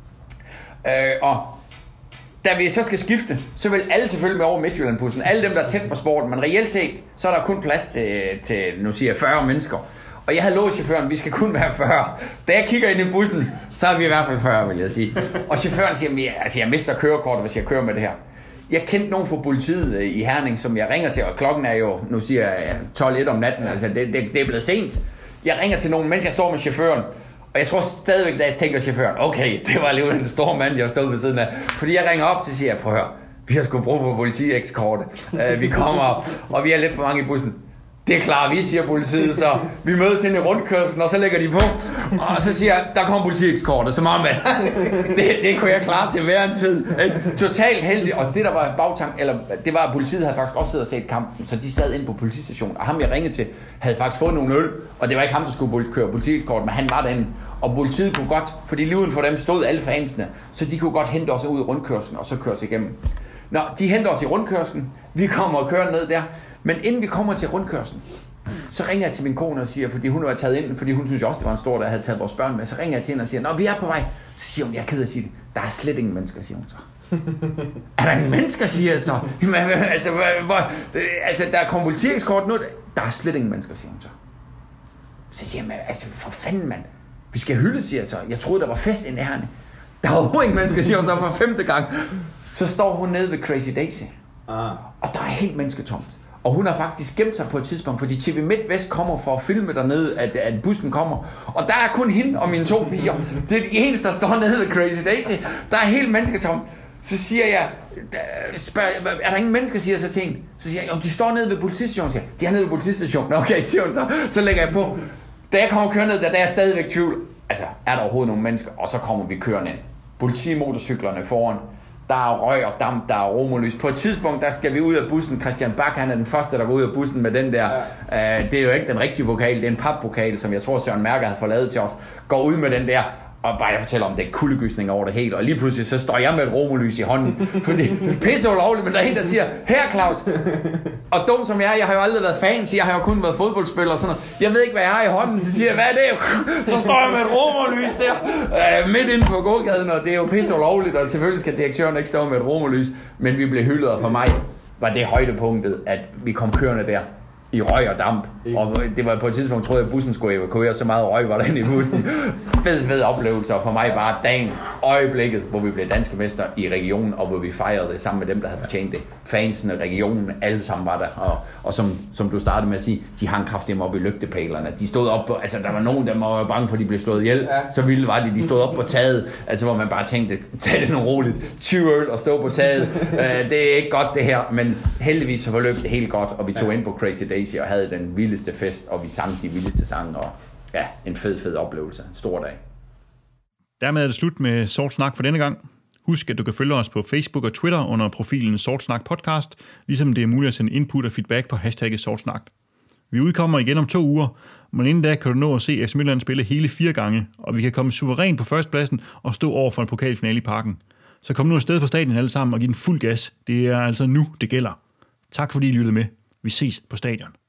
[SPEAKER 10] Og da vi så skal skifte, så vil alle selvfølgelig med over Midtjylland-bussen. Alle dem, der er tæt på sporten, men reelt set, så er der kun plads til nu siger jeg, 40 mennesker. Og jeg havde lovet chaufføren, vi skal kun være 40. Da jeg kigger ind i bussen, så er vi i hvert fald 40, vil jeg sige. Og chaufføren siger, jeg mister kørekortet, hvis jeg kører med det her. Jeg kendte nogen fra politiet i Herning, som jeg ringer til, og klokken er jo, nu siger jeg 12:01 om natten, altså det er blevet sent. Jeg ringer til nogen, mens jeg står med chaufføren, og jeg tror stadigvæk, da jeg tænker chaufføren, okay, det var alligevel en stor mand, jeg stod ved siden af. Fordi jeg ringer op, så siger jeg, prøv at høre, vi har sgu brug for politi-ekskorte. Vi kommer op, og vi er lidt for mange i bussen. Det er klart, vi siger politiet, så vi mødes ind i rundkørslen, og så lægger de på. Og så siger jeg, der kommer politiekskortet, som om, at det kunne jeg klare til hver en tid. Totalt heldig, og det der var bagtank, eller det var, at politiet havde faktisk også siddet og set kampen, så de sad inde på politistationen, og ham jeg ringede til, havde faktisk fået nogle øl, og det var ikke ham, der skulle køre politiekskort, men han var derinde. Og politiet kunne godt, fordi lige uden for dem stod alle fansene, så de kunne godt hente os ud i rundkørslen, og så køre os igennem. Nå, de henter os i rundkørslen, vi kommer og kører ned der. Men inden vi kommer til rundkørslen, så ringer jeg til min kone og siger, fordi hun var taget ind, fordi hun synes også, det var en stor, der havde taget vores børn med, så ringer jeg til hende og siger, nå, vi er på vej. Så siger hun, jeg er ked af at sige det, der er slet ingen mennesker, siger hun så. Er der ingen mennesker, siger jeg så? Altså, der er kommet politiekskort nu, der er slet ingen mennesker, siger hun så. Så siger jeg, altså, for fanden, mand, vi skal hylde, siger jeg så. Jeg troede, der var fest inde i Herning. Der var overhovedet ingen mennesker, siger hun så for 5. gang. Så står hun nede ved Crazy Daisy, og der er helt mennesketomt. Og hun har faktisk gemt sig på et tidspunkt, fordi TV MidtVest kommer for at filme dernede, at bussen kommer. Og der er kun hende og mine 2 piger. Det er de eneste, der står nede ved Crazy Daisy. Der er helt mennesketomt. Så siger jeg, er der ingen mennesker, siger jeg så til hende. Så siger jeg, de står nede ved politistationen. Siger de er nede ved politistationen. Okay, siger hun så. Så lægger jeg på. Da jeg kommer og kører ned, der er jeg stadigvæk tvivl. Altså, er der overhovedet nogle mennesker? Og så kommer vi kørende ind. Politimotorcyklerne foran. Der er røg og damp, der er romerlys. På et tidspunkt, der skal vi ud af bussen. Christian Bak, han er den første, der går ud af bussen med den der. Det er jo ikke den rigtige pokal, det er en pappokal, som jeg tror, Søren Mærker havde fået lavet til os. Går ud med den der, og bare jeg fortæller om, det er kuldegysning over det hele. Og lige pludselig, så står jeg med et romerlys i hånden. Fordi det er pisse ulovligt, men der er en, der siger, her Claus. Og dum som jeg har jo aldrig været fan, så jeg har jo kun været fodboldspiller og sådan noget. Jeg ved ikke, hvad jeg har i hånden, så siger jeg, hvad er det? Så står jeg med et romerlys der, midt inde på gågaden, og det er jo pisse ulovligt, og selvfølgelig skal direktøren ikke stå med et romerlys. Men vi blev hyldet, og for mig var det højdepunktet, at vi kom kørende der i røg og damp. Og det var på et tidspunkt, troede jeg, at bussen skulle evakuere, så meget røg var der inde i bussen. Fed oplevelse, og for mig bare dagen, øjeblikket, hvor vi blev danske mester i regionen, og hvor vi fejrede det sammen med dem, der havde fortjent det. Fansene, regionen, alle sammen var der. Og som du startede med at sige, de hang kraftigt op i lygtepælerne. De stod op på, altså der var nogen, der var bange for, at de blev slået ihjel. Så vildt var de stod op på taget, altså hvor man bare tænkte, tag det nu roligt, 20 øl og stå på taget. Det er ikke godt det her, men heldigvis så forløb det helt godt, og vi tog ind på Crazy Daisy og havde den vildeste fest, og vi sang de vildeste sange, og ja, en fed oplevelse. En stor dag.
[SPEAKER 1] Dermed er det slut med Sort Snak for denne gang. Husk, at du kan følge os på Facebook og Twitter under profilen Sort Snak Podcast, ligesom det er muligt at sende input og feedback på hashtagget Sort Snak. Vi udkommer igen om 2 uger, men inden da kan du nå at se FC Midtjylland spille hele 4 gange, og vi kan komme suverænt på førstepladsen og stå over for en pokalfinale i Parken. Så kom nu afsted på stadion alle sammen og giv den fuld gas. Det er altså nu, det gælder. Tak fordi I lyttede med. Vi ses på stadion.